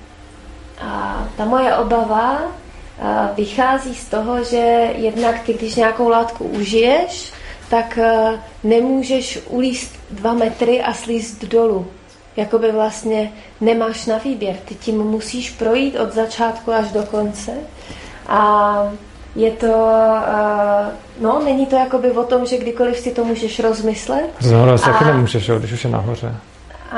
ta moje obava vychází z toho, že jednak ty, když nějakou látku užiješ, tak nemůžeš ulízt 2 metry a slízt dolů. jakoby vlastně nemáš na výběr. Ty tím musíš projít od začátku až do konce. A je to, není to jakoby o tom, že kdykoliv si to můžeš rozmyslet. Znovu taky nemůžeš, když už je nahoře. A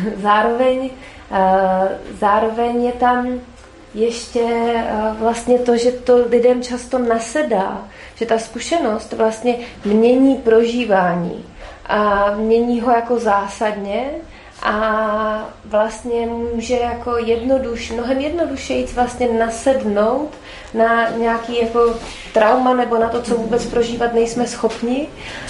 zároveň je tam ještě vlastně to, že to lidem často nasedá, že ta zkušenost vlastně mění prožívání a mění ho jako zásadně a vlastně může jako mnohem jednodušeji vlastně nasednout na nějaký jako trauma nebo na to, co vůbec prožívat nejsme schopni.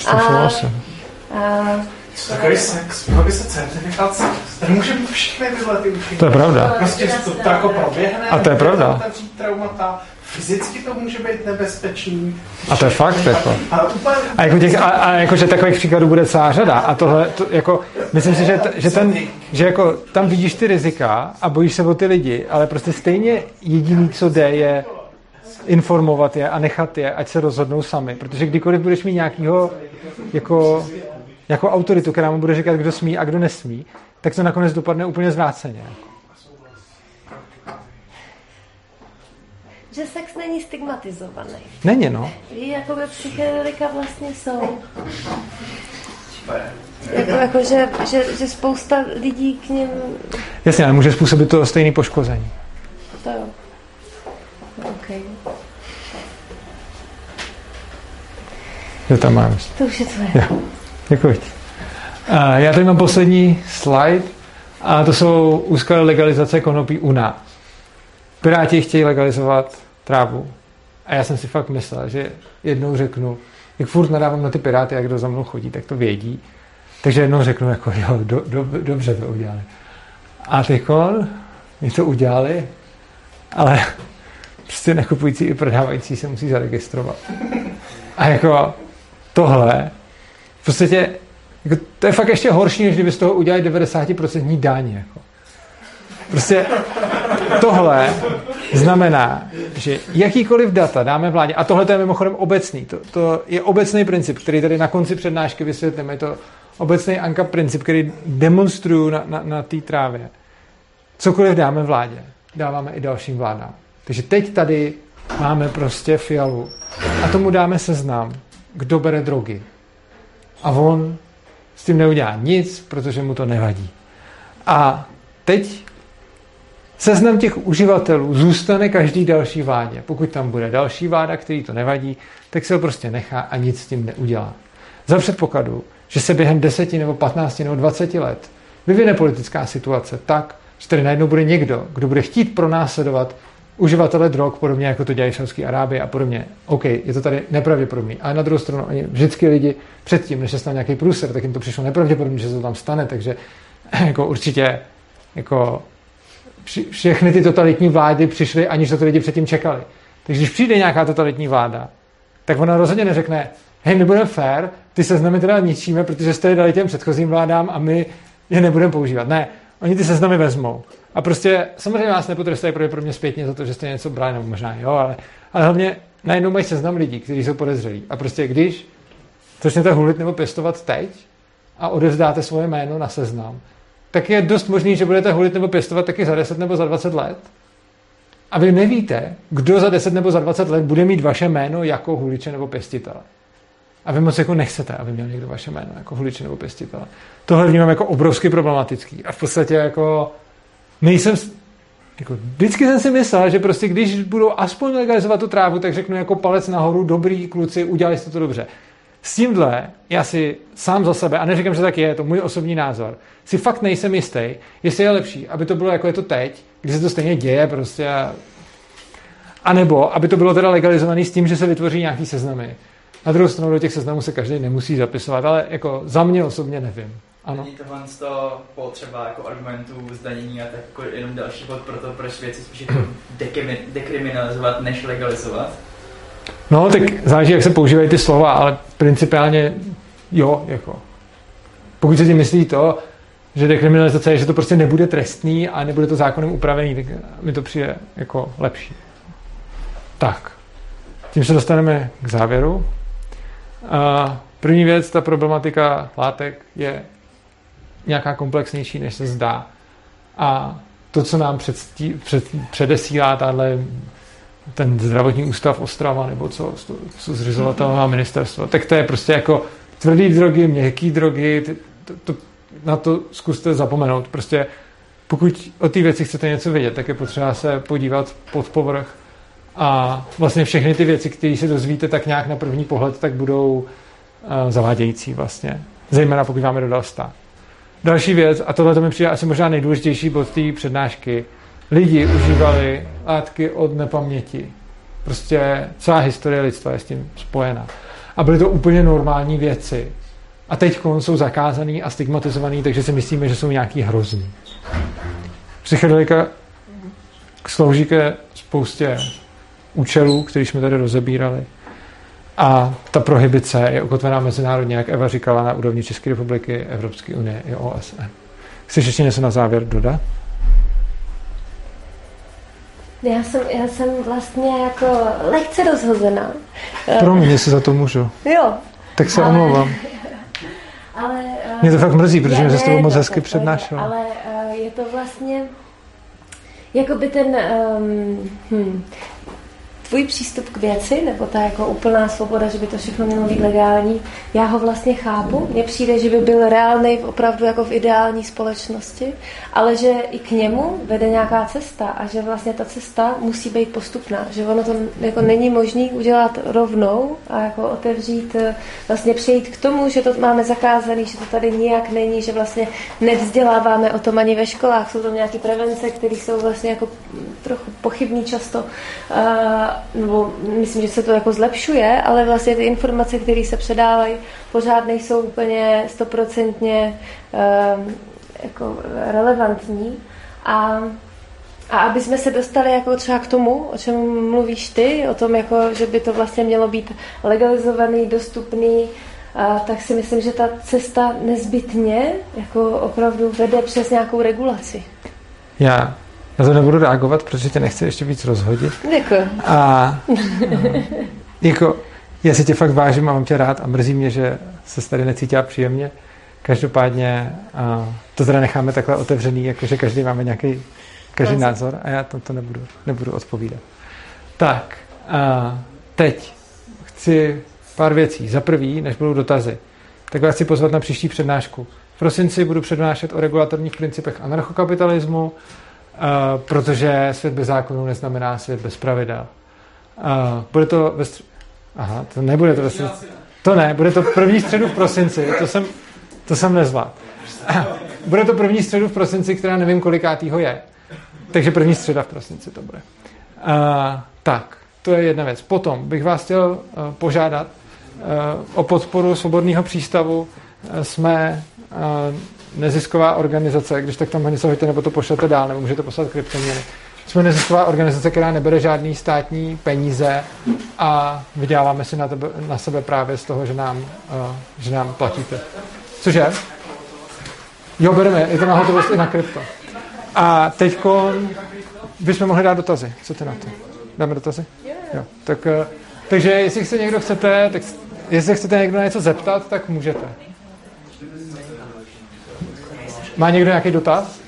Takový sex, měl by se certifikát sex. Tady můžeme všechny tyhle ty učení. To je pravda. Prostě to jako proběhne. A to je pravda. Traumata. Fyzicky to může být nebezpečný. A to je fakt, jako. A jakože takových příkladů bude celá řada. A tohle, jako, myslím si, že jako tam vidíš ty rizika a bojíš se o ty lidi, ale prostě stejně jediný, co jde, je informovat je a nechat je, ať se rozhodnou sami. Protože kdykoliv budeš mít nějakýho jako autoritu, která mu bude říkat, kdo smí a kdo nesmí, tak to nakonec dopadne úplně zvráceně. Že sex není stigmatizovaný. Není, no. Jakoby psychedelika vlastně jsou. Že spousta lidí k nim... Jasně, ale může způsobit to stejné poškození. To jo. Okay. Jo, tam máme. To už je tvoje. Ja. Děkuji ti. Já tady mám poslední slide a to jsou úzké legalizace konopí u nás. Piráti chtějí legalizovat trávu. A já jsem si fakt myslel, že jednou řeknu, jak furt nadávám na ty piráty, jak kdo za mnou chodí, tak to vědí. Takže jednou řeknu, jako jo, dobře to udělali. A teďkon mi to udělali, ale prostě nakupující i prodávající se musí zaregistrovat. A jako tohle, v podstatě, jako, to je fakt ještě horší, než kdyby z toho udělali 90% daň. Jako. Prostě tohle znamená, že jakýkoliv data dáme vládě, a tohle je mimochodem obecný, to je obecný princip, který tady na konci přednášky vysvětlíme, je to obecný ANCAP princip, který demonstruju na té trávě. Cokoliv dáme vládě, dáváme i dalším vládám. Takže teď tady máme prostě Fialu a tomu dáme seznam, kdo bere drogy. A on s tím neudělá nic, protože mu to nevadí. A teď seznam těch uživatelů zůstane každý další vládě. Pokud tam bude další vláda, který to nevadí, tak se ho prostě nechá a nic s tím neudělá. Za předpokladu, že se během 10 nebo 15 nebo 20 let vyvine politická situace tak, že tady najednou bude někdo, kdo bude chtít pronásledovat uživatele drog, podobně jako to dělají v Saúdské Arábii a podobně. OK, je to tady nepravděpodobný. Ale na druhou stranu, oni vždycky lidi předtím, než se stane nějaký průser, tak jim to přišlo nepravděpodobně, že se to tam stane, takže jako určitě jako všechny ty totalitní vlády přišly, aniž to ty lidi předtím čekali. Takže když přijde nějaká totalitní vláda, tak ona rozhodně neřekne, hej, my budeme fair, ty seznamy teda ničíme, protože jste je dali těm předchozím vládám a my je nebudeme používat. Ne, oni ty seznamy vezmou. A prostě samozřejmě vás nepotrestají pravděpodobně zpětně za to, že jste něco brali, nebo možná jo, ale hlavně najednou mají seznam lidí, kteří jsou podezřelí. A prostě když začnete hulit nebo pěstovat teď a odevzdáte svoje jméno na seznam, tak je dost možný, že budete hulit nebo pěstovat taky za 10 nebo za 20 let. A vy nevíte, kdo za 10 nebo za 20 let bude mít vaše jméno jako huliče nebo pěstitele. A vy moc jako nechcete, aby měl někdo vaše jméno jako huliče nebo pěstitele. Tohle vnímám jako obrovsky problematický. A v podstatě jako vždycky jsem si myslel, že prostě když budou aspoň legalizovat tu trávu, tak řeknu jako palec nahoru, dobrý kluci, udělali jste to dobře. S tímhle já si sám za sebe, a neříkám, že tak je to můj osobní názor, si fakt nejsem jistý, jestli je lepší, aby to bylo jako je to teď, kdy se to stejně děje prostě, a nebo aby to bylo teda legalizované s tím, že se vytvoří nějaký seznamy. Na druhou stranu do těch seznamů se každý nemusí zapisovat, ale jako za mě osobně nevím. Ano. Není tohle z toho potřeba jako argumentů zdanění a tak jako jenom další bod pro to, proč věci spíš jako dekriminalizovat, než legalizovat? No, tak záleží, jak se používají ty slova, ale principiálně jo, jako. Pokud se tím myslí to, že dekriminalizace je, že to prostě nebude trestný a nebude to zákonem upravený, tak mi to přijde jako lepší. Tak, tím se dostaneme k závěru. První věc, ta problematika látek je nějaká komplexnější, než se zdá. A to, co nám předesílá ten zdravotní ústav Ostrava, nebo co zřizovatelová ministerstvo, tak to je prostě jako tvrdý drogy, měkký drogy, na to zkuste zapomenout. Prostě pokud o té věci chcete něco vědět, tak je potřeba se podívat pod povrch a vlastně všechny ty věci, které se dozvíte tak nějak na první pohled, tak budou zavádějící vlastně. Zejména pokud vám je dodal stát. Další věc, a tohle to mi přijde asi možná nejdůležitější bod té přednášky, lidi užívali látky od nepaměti. Prostě celá historie lidstva je s tím spojená. A byly to úplně normální věci. A teď jsou zakázaný a stigmatizovaný, takže si myslíme, že jsou nějaký hrozný. Psychedelika slouží ke spoustě účelů, který jsme tady rozebírali. A ta prohibice je ukotvená mezinárodně, jak Eva říkala, na úrovni České republiky, Evropské unie i OSN. Chceš ještě něco na závěr dodat? Já jsem vlastně jako lehce rozhozená. Promiň, jestli za to můžu. Jo. Tak se omlouvám. Ale, mě to fakt mrzí, protože mě se s tebou moc hezky přednášelo. Ale je to vlastně jakoby ten tvůj přístup k věci, nebo ta jako úplná svoboda, že by to všechno mělo být legální, já ho vlastně chápu. Mně přijde, že by byl reálný opravdu jako v ideální společnosti, ale že i k němu vede nějaká cesta a že vlastně ta cesta musí být postupná, že ono to jako není možné udělat rovnou a jako otevřít, vlastně přejít k tomu, že to máme zakázané, že to tady nijak není, že vlastně nevzděláváme o tom ani ve školách, jsou tam nějaké prevence, které jsou vlastně jako trochu pochybný často, nebo myslím, že se to jako zlepšuje, ale vlastně ty informace, které se předávají, pořád nejsou úplně 100% jako relevantní. A aby jsme se dostali jako třeba k tomu, o čem mluvíš ty, o tom, jako, že by to vlastně mělo být legalizovaný, dostupný, tak si myslím, že ta cesta nezbytně jako opravdu vede přes nějakou regulaci. Já to nebudu reagovat, protože tě nechci ještě víc rozhodit. Děkuji. A jako, já si tě fakt vážím a mám tě rád a mrzí mě, že se tady necítila příjemně. Každopádně to teda necháme takhle otevřený, jakože každý máme nějaký názor a já to nebudu odpovídat. Tak, teď chci pár věcí. Za prvý, než budou dotazy, tak vás chci pozvat na příští přednášku. V prosinci budu přednášet o regulatorních principech anarchokapitalismu, protože svět bez zákonů neznamená svět bez pravidel. Bude to to nebude to ve středu. To ne, bude to první středu v prosinci, to jsem nezvládl. Bude to první středu v prosinci, která nevím, kolikátýho je. Takže první středa v prosinci to bude. Tak, to je jedna věc. Potom bych vás chtěl požádat o podporu Svobodného přístavu. Jsme nezisková organizace, když tak tam něco hoďte, nebo to pošlete dál, nebo můžete poslat kryptoměny. Jsme nezisková organizace, která nebere žádný státní peníze a vyděláváme si na sebe právě z toho, že nám platíte. Cože? Jo, bereme, je to na hotovost i na krypto. A teďko bychom mohli dát dotazy. Co ty na to? Dáme dotazy? Jo. Takže jestli se někdo chcete někdo na něco zeptat, tak můžete. Má někdo nějaký dotaz?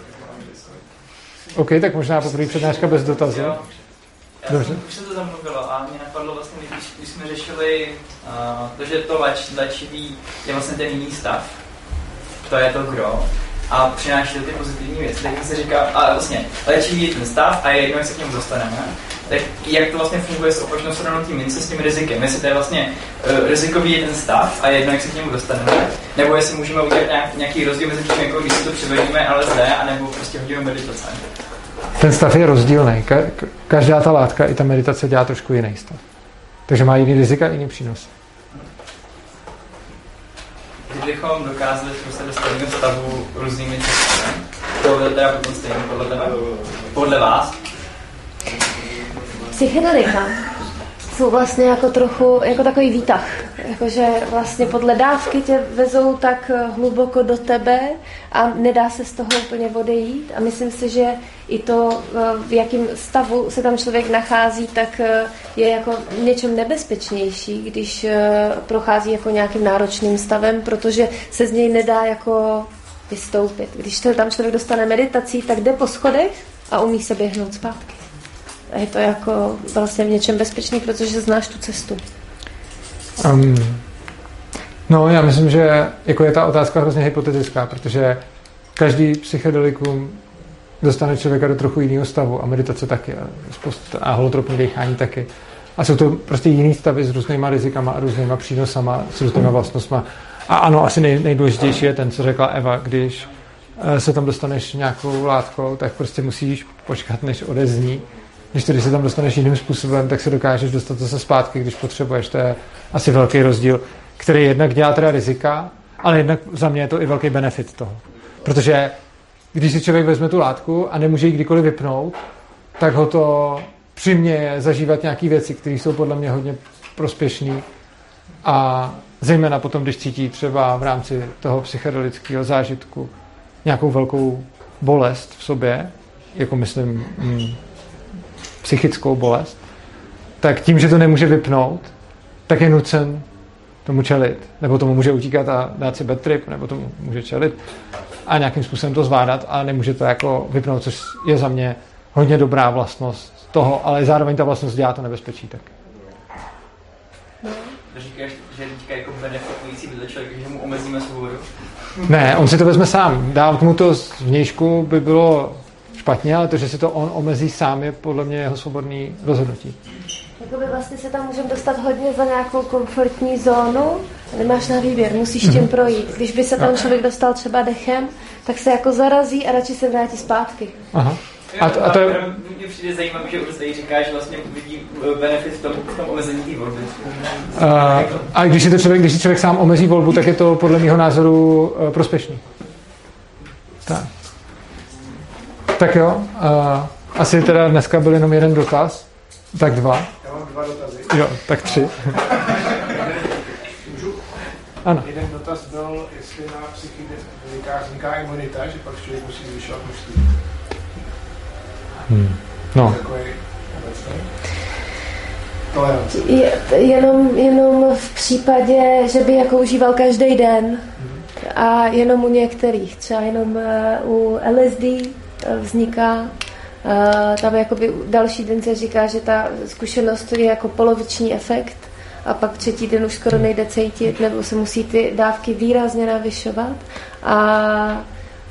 OK, tak možná poprvé přednáška bez dotazu. Dobře. Už se to zamluvilo a mě napadlo vlastně, když jsme řešili to, že to léčivý je vlastně ten jiný stav, to je to gro, a přináší ty pozitivní věci, tak se říká, a vlastně léčivý je ten stav a je jedno, jak se k němu dostaneme, tak jak to vlastně funguje s opačnou stranou té mince s tím rizikem, jestli to je vlastně rizikový je ten stav a je jedno, jak se k němu dostaneme, nebo jestli můžeme udělat nějaký rozdíl mezi tím, jako když si to přivedíme LSD, anebo prostě hodinu meditace. Ten stav je rozdílný. Každá ta látka i ta meditace dělá trošku jiný stav. Takže má jiný rizika, jiný přínos. Kdybychom dokázali se do stejného stavu různými cestami, to bude teda potom stejný podle tebe? Podle vás? Psychedelika jsou vlastně jako trochu, jako takový výtah. Jakože vlastně podle dávky tě vezou tak hluboko do tebe a nedá se z toho úplně odejít. A myslím si, že i to, v jakém stavu se tam člověk nachází, tak je jako něčem nebezpečnější, když prochází jako nějakým náročným stavem, protože se z něj nedá jako vystoupit. Když se tam člověk dostane meditací, tak jde po schodech a umí se běhnout zpátky. A je to jako vlastně v něčem bezpečný, protože znáš tu cestu. No, já myslím, že jako je ta otázka hrozně hypotetická, protože každý psychedelikum dostane člověka do trochu jiného stavu a meditace taky a holotropní dechání taky. A jsou to prostě jiný stavy s různýma rizikama a různýma přínosama, s různýma vlastnostma. A ano, asi nejdůležitější je ten, co řekla Eva, když se tam dostaneš nějakou látkou, tak prostě musíš počkat, než odezní. Když se tam dostaneš jiným způsobem, tak se dokážeš dostat zase zpátky, když potřebuješ. To je asi velký rozdíl, který jednak dělá teda rizika, ale jednak za mě je to i velký benefit toho. Protože když si člověk vezme tu látku a nemůže ji kdykoliv vypnout, tak ho to přiměje zažívat nějaké věci, které jsou podle mě hodně prospěšné. A zejména potom, když cítí třeba v rámci toho psychedelického zážitku nějakou velkou bolest v sobě, jako myslím psychickou bolest, tak tím, že to nemůže vypnout, tak je nucen tomu čelit. Nebo tomu může utíkat a dát si bad trip, nebo tomu může čelit a nějakým způsobem to zvládat a nemůže to jako vypnout, což je za mě hodně dobrá vlastnost toho, ale zároveň ta vlastnost dělá to nebezpečí tak. Říkáš, že teďka jako benefitující vedle člověka, že mu omezíme svobodu? Ne, on si to vezme sám. Dát mu to z vnějšku by bylo špatně, ale to, že si to on omezí sám, je podle mě jeho svobodný rozhodnutí. Jakoby vlastně se tam můžeme dostat hodně za nějakou komfortní zónu, nemáš na výběr, musíš tím projít. Když by se tam člověk dostal třeba dechem, tak se jako zarazí a radši se vrátí zpátky. Aha. A to je... Mě přijde zajímavé, že už tady říkáš, že vlastně vidí benefit v tom omezení té volby. A když si člověk sám omezí volbu, tak je to podle mého názoru prospěšný. Tak jo, asi teda dneska byl jenom jeden dotaz, tak 2. Já mám 2 dotazy. Jo, tak 3. Můžu? Ano. Jeden dotaz byl, jestli na psychedelikách vzniká imunita, že pak člověk musí zvyšovat množství. No. Takový obecný. Tolerance. Jenom v případě, že by jako užíval každý den a jenom u některých, třeba jenom u LSD vzniká, tam jakoby další den se říká, že ta zkušenost je jako poloviční efekt a pak třetí den už skoro nejde cítit, nebo se musí ty dávky výrazně navyšovat a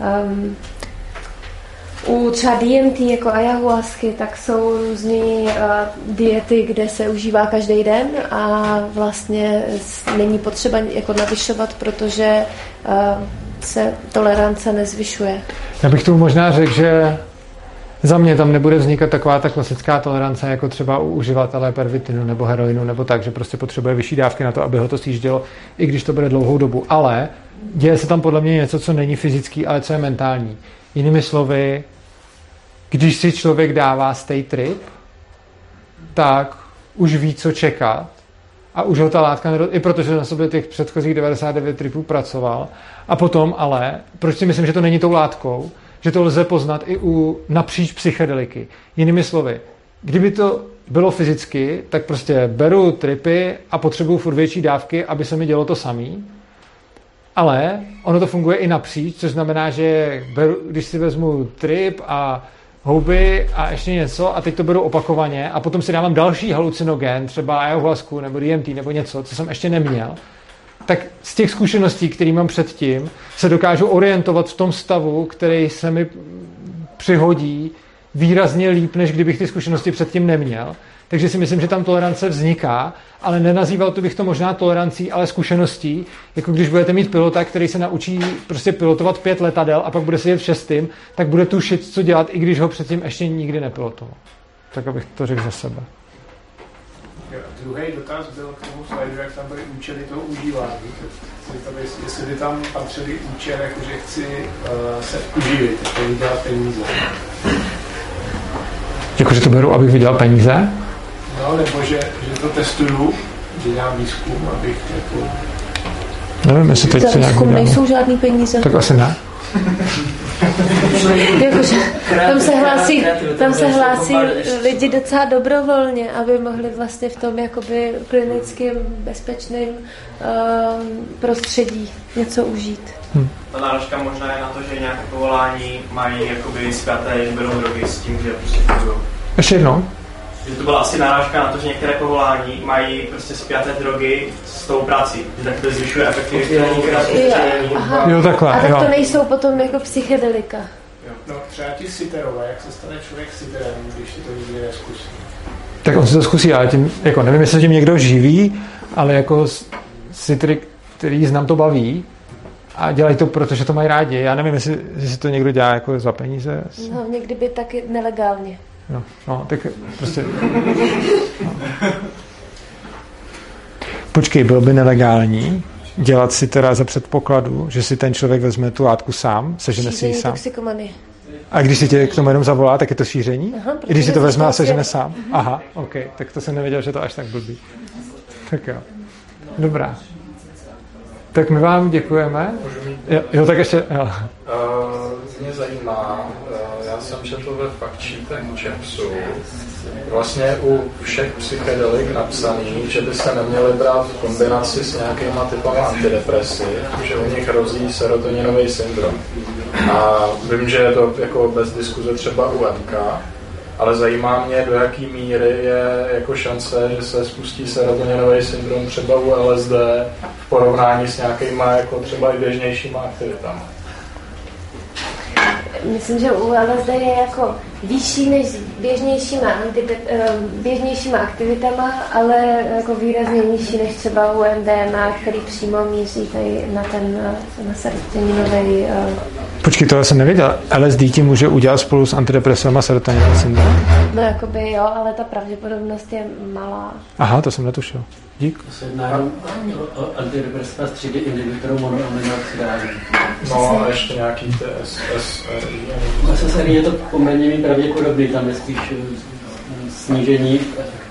u třeba DMT jako ayahuasky, tak jsou různé diety, kde se užívá každý den a vlastně není potřeba jako navyšovat, protože se tolerance nezvyšuje. Já bych tu možná řekl, že za mě tam nebude vznikat taková ta klasická tolerance, jako třeba u uživatele pervitinu nebo heroinu, nebo tak, že prostě potřebuje vyšší dávky na to, aby ho to sjíždělo, i když to bude dlouhou dobu. Ale děje se tam podle mě něco, co není fyzický, ale co je mentální. Jinými slovy, když si člověk dává stay trip, tak už ví, co čekat a už ho ta látka i protože na sobě těch předchozích 99 tripů pracoval. A potom ale, proč si myslím, že to není tou látkou, že to lze poznat i u napříč psychedeliky. Jinými slovy, kdyby to bylo fyzicky, tak prostě beru tripy a potřebuju furt větší dávky, aby se mi dělo to samý. Ale ono to funguje i napříč, což znamená, že když si vezmu trip a houby a ještě něco a teď to beru opakovaně a potom si dávám další halucinogen, třeba ayahuasku nebo DMT nebo něco, co jsem ještě neměl, tak z těch zkušeností, které mám předtím, se dokážu orientovat v tom stavu, který se mi přihodí výrazně líp, než kdybych ty zkušenosti předtím neměl. Takže si myslím, že tam tolerance vzniká, ale nenazýval to bych to možná tolerancí, ale zkušeností, jako když budete mít pilota, který se naučí prostě pilotovat 5 letadel a pak bude sedět v 6., tak bude tušit, co dělat, i když ho předtím ještě nikdy nepilotoval. Tak abych to řekl za sebe. Druhý dotaz byl k tomu slajdu, jak tam byly účely toho užívání. Jestli by tam patřili účel, jako že chci se uživit, jako vydělat peníze. Jakože to beru, abych vydělal peníze? No, nebo že to testuju, že dělám výzkum, abych jako... Nevím, jestli teď se nějak výzkum nejsou žádný peníze. Tak asi ne. Jakože tam se hlásí lidi docela dobrovolně, aby mohli vlastně v tom jakoby klinickém bezpečném prostředí něco užít. Ta náročka možná je na to, že nějaké povolání mají jakoby zpěté berou drogy s tím, že prostě fungují. Ještě jednou? Že to byla asi náročka na to, že některé povolání mají prostě zpěté drogy s tou prací, že tak to zvyšuje efektivitu. Jo, takhle, a tak jo. to nejsou potom jako psychedelika. No třeba ti siterové, jak se stane člověk siterem, když si to nikdy neskusí. Tak on si to zkusí, ale tím, jako nevím, jestli tím někdo živí, ale jako sitry, který znám, to baví a dělají to, protože to mají rádi. Já nevím, jestli si to někdo dělá jako za peníze. No, někdy by taky nelegálně. No, tak prostě... No. Počkej, bylo by nelegální dělat si teda za předpokladu, že si ten člověk vezme tu látku sám, sežene si ji sám. Toxikomanie. A když si tě k tomu jenom zavolá, tak je to šíření? Aha, i když si to vezme a sežene sám? Aha, ok, tak to jsem nevěděl, že to až tak blbý. Tak jo. Dobrá. Tak my vám děkujeme. Jo, tak ještě... Jo. Mě zajímá, já jsem četl ve fact-sheetech Chepsu, vlastně u všech psychedelik napsaný, že by se neměly brát v kombinaci s nějakýma typama antidepresiv, že u nich hrozí serotoninový syndrom. A vím, že je to jako bez diskuze třeba u MK, ale zajímá mě, do jaký míry je jako šance, že se spustí serotoninový syndrom třeba u LSD v porovnání s nějakýma jako třeba i běžnějšíma aktivitami. Myslím, že u LSD je jako vyšší než běžnějšíma aktivitama, ale jako výrazně nižší než třeba u MDMA, který přímo míří tady na serotoninový... Počkej, to jsem nevěděl. LSD ti může udělat spolu s antidepresivama serotoninový syndrom? No jakoby jo, ale ta pravděpodobnost je malá. Aha, to jsem netušil. Dík. To se jedná jenom o antidepresiva z třídy inhibitorů monoaminoxidází. No a ještě nějaký SSRI. SSRI je to poměrně méně pravděpodobný, tam je spíš snížení.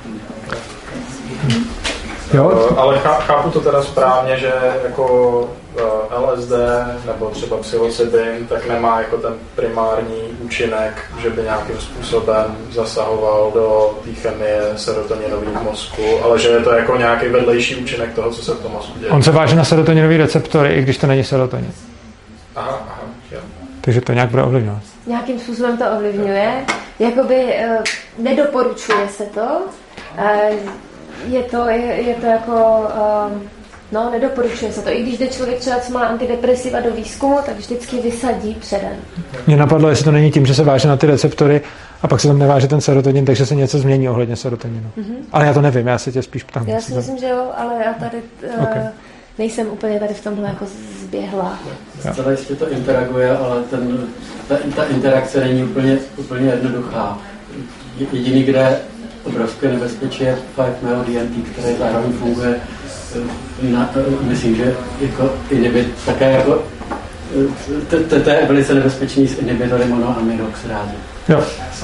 Jo? Ale chápu to teda správně, že jako LSD nebo třeba psilocybin tak nemá jako ten primární účinek, že by nějakým způsobem zasahoval do té chemie serotoninových v mozku, ale že je to jako nějaký vedlejší účinek toho, co se v tom mozku děje. On se váže na serotoninový receptory, i když to není serotonin. Aha, jo. Takže to nějak bude ovlivňovat. Nějakým způsobem to ovlivňuje. Jakoby nedoporučuje se to. Je to jako... No, nedoporučuje se to. I když jde člověk třeba, co má antidepresiva do výzkumu, tak vždycky vysadí předem. Mě napadlo, jestli to není tím, že se váže na ty receptory a pak se tam neváže ten serotonin, takže se něco změní ohledně serotoninu. Mm-hmm. Ale já to nevím, já se tě spíš ptám. Já si myslím, že jo, ale já tady nejsem úplně tady v tomhle jako zběhlá. Zcela jistě to interaguje, ale ta interakce není úplně jednoduchá. Jediný, kde obrovské nebezpečí je 5-MeO-DMT, které zároveň funguje myslím, že jako inhibit, také jako to je velice nebezpečný s inhibitory monoaminoxidází. Jo.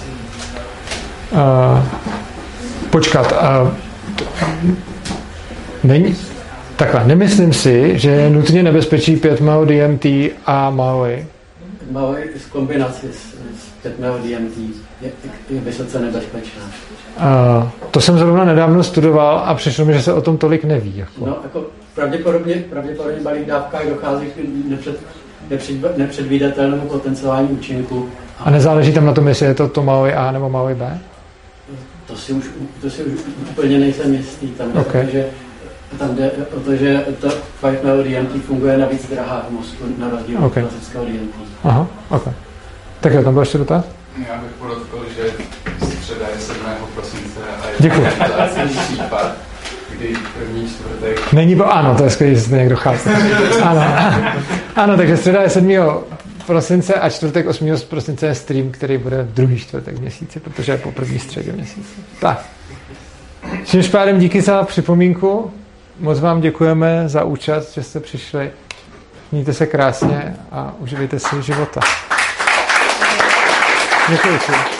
Počkat. Není. Takhle, nemyslím si, že je nutně nebezpečí 5-MeO-DMT a MAOI. MAOI v kombinaci s 5-MeO-DMT je vysoce nebezpečná. To jsem zrovna nedávno studoval a přišlo mi, že se o tom tolik neví. Jako. No, jako pravděpodobně v malých dávkách dochází k nepředvídatelnému potenciální účinku. A nezáleží tam na tom, jestli je to MAOI A nebo MAOI B? To si už úplně nejsem jistý. Tam jde o to, že to 5-MeO-DMT funguje navíc drahá v mozku na rozdíl od klasického DMT. Aha, ok. Tak jo, tam byl ještě dotaz? Já bych podotkl, že středa je 7. prosince a je děkuji. Případ, kdy první čtvrtek... Ano, to je skvělé, že to někdo chápe. Ano, takže středa je 7. prosince a čtvrtek 8. prosince je stream, který bude druhý čtvrtek v měsíci, protože je po první středě měsíce. Tak. Čímž pádem díky za připomínku. Moc vám děkujeme za účast, že jste přišli. Mějte se krásně a uživejte si života. Děkuji.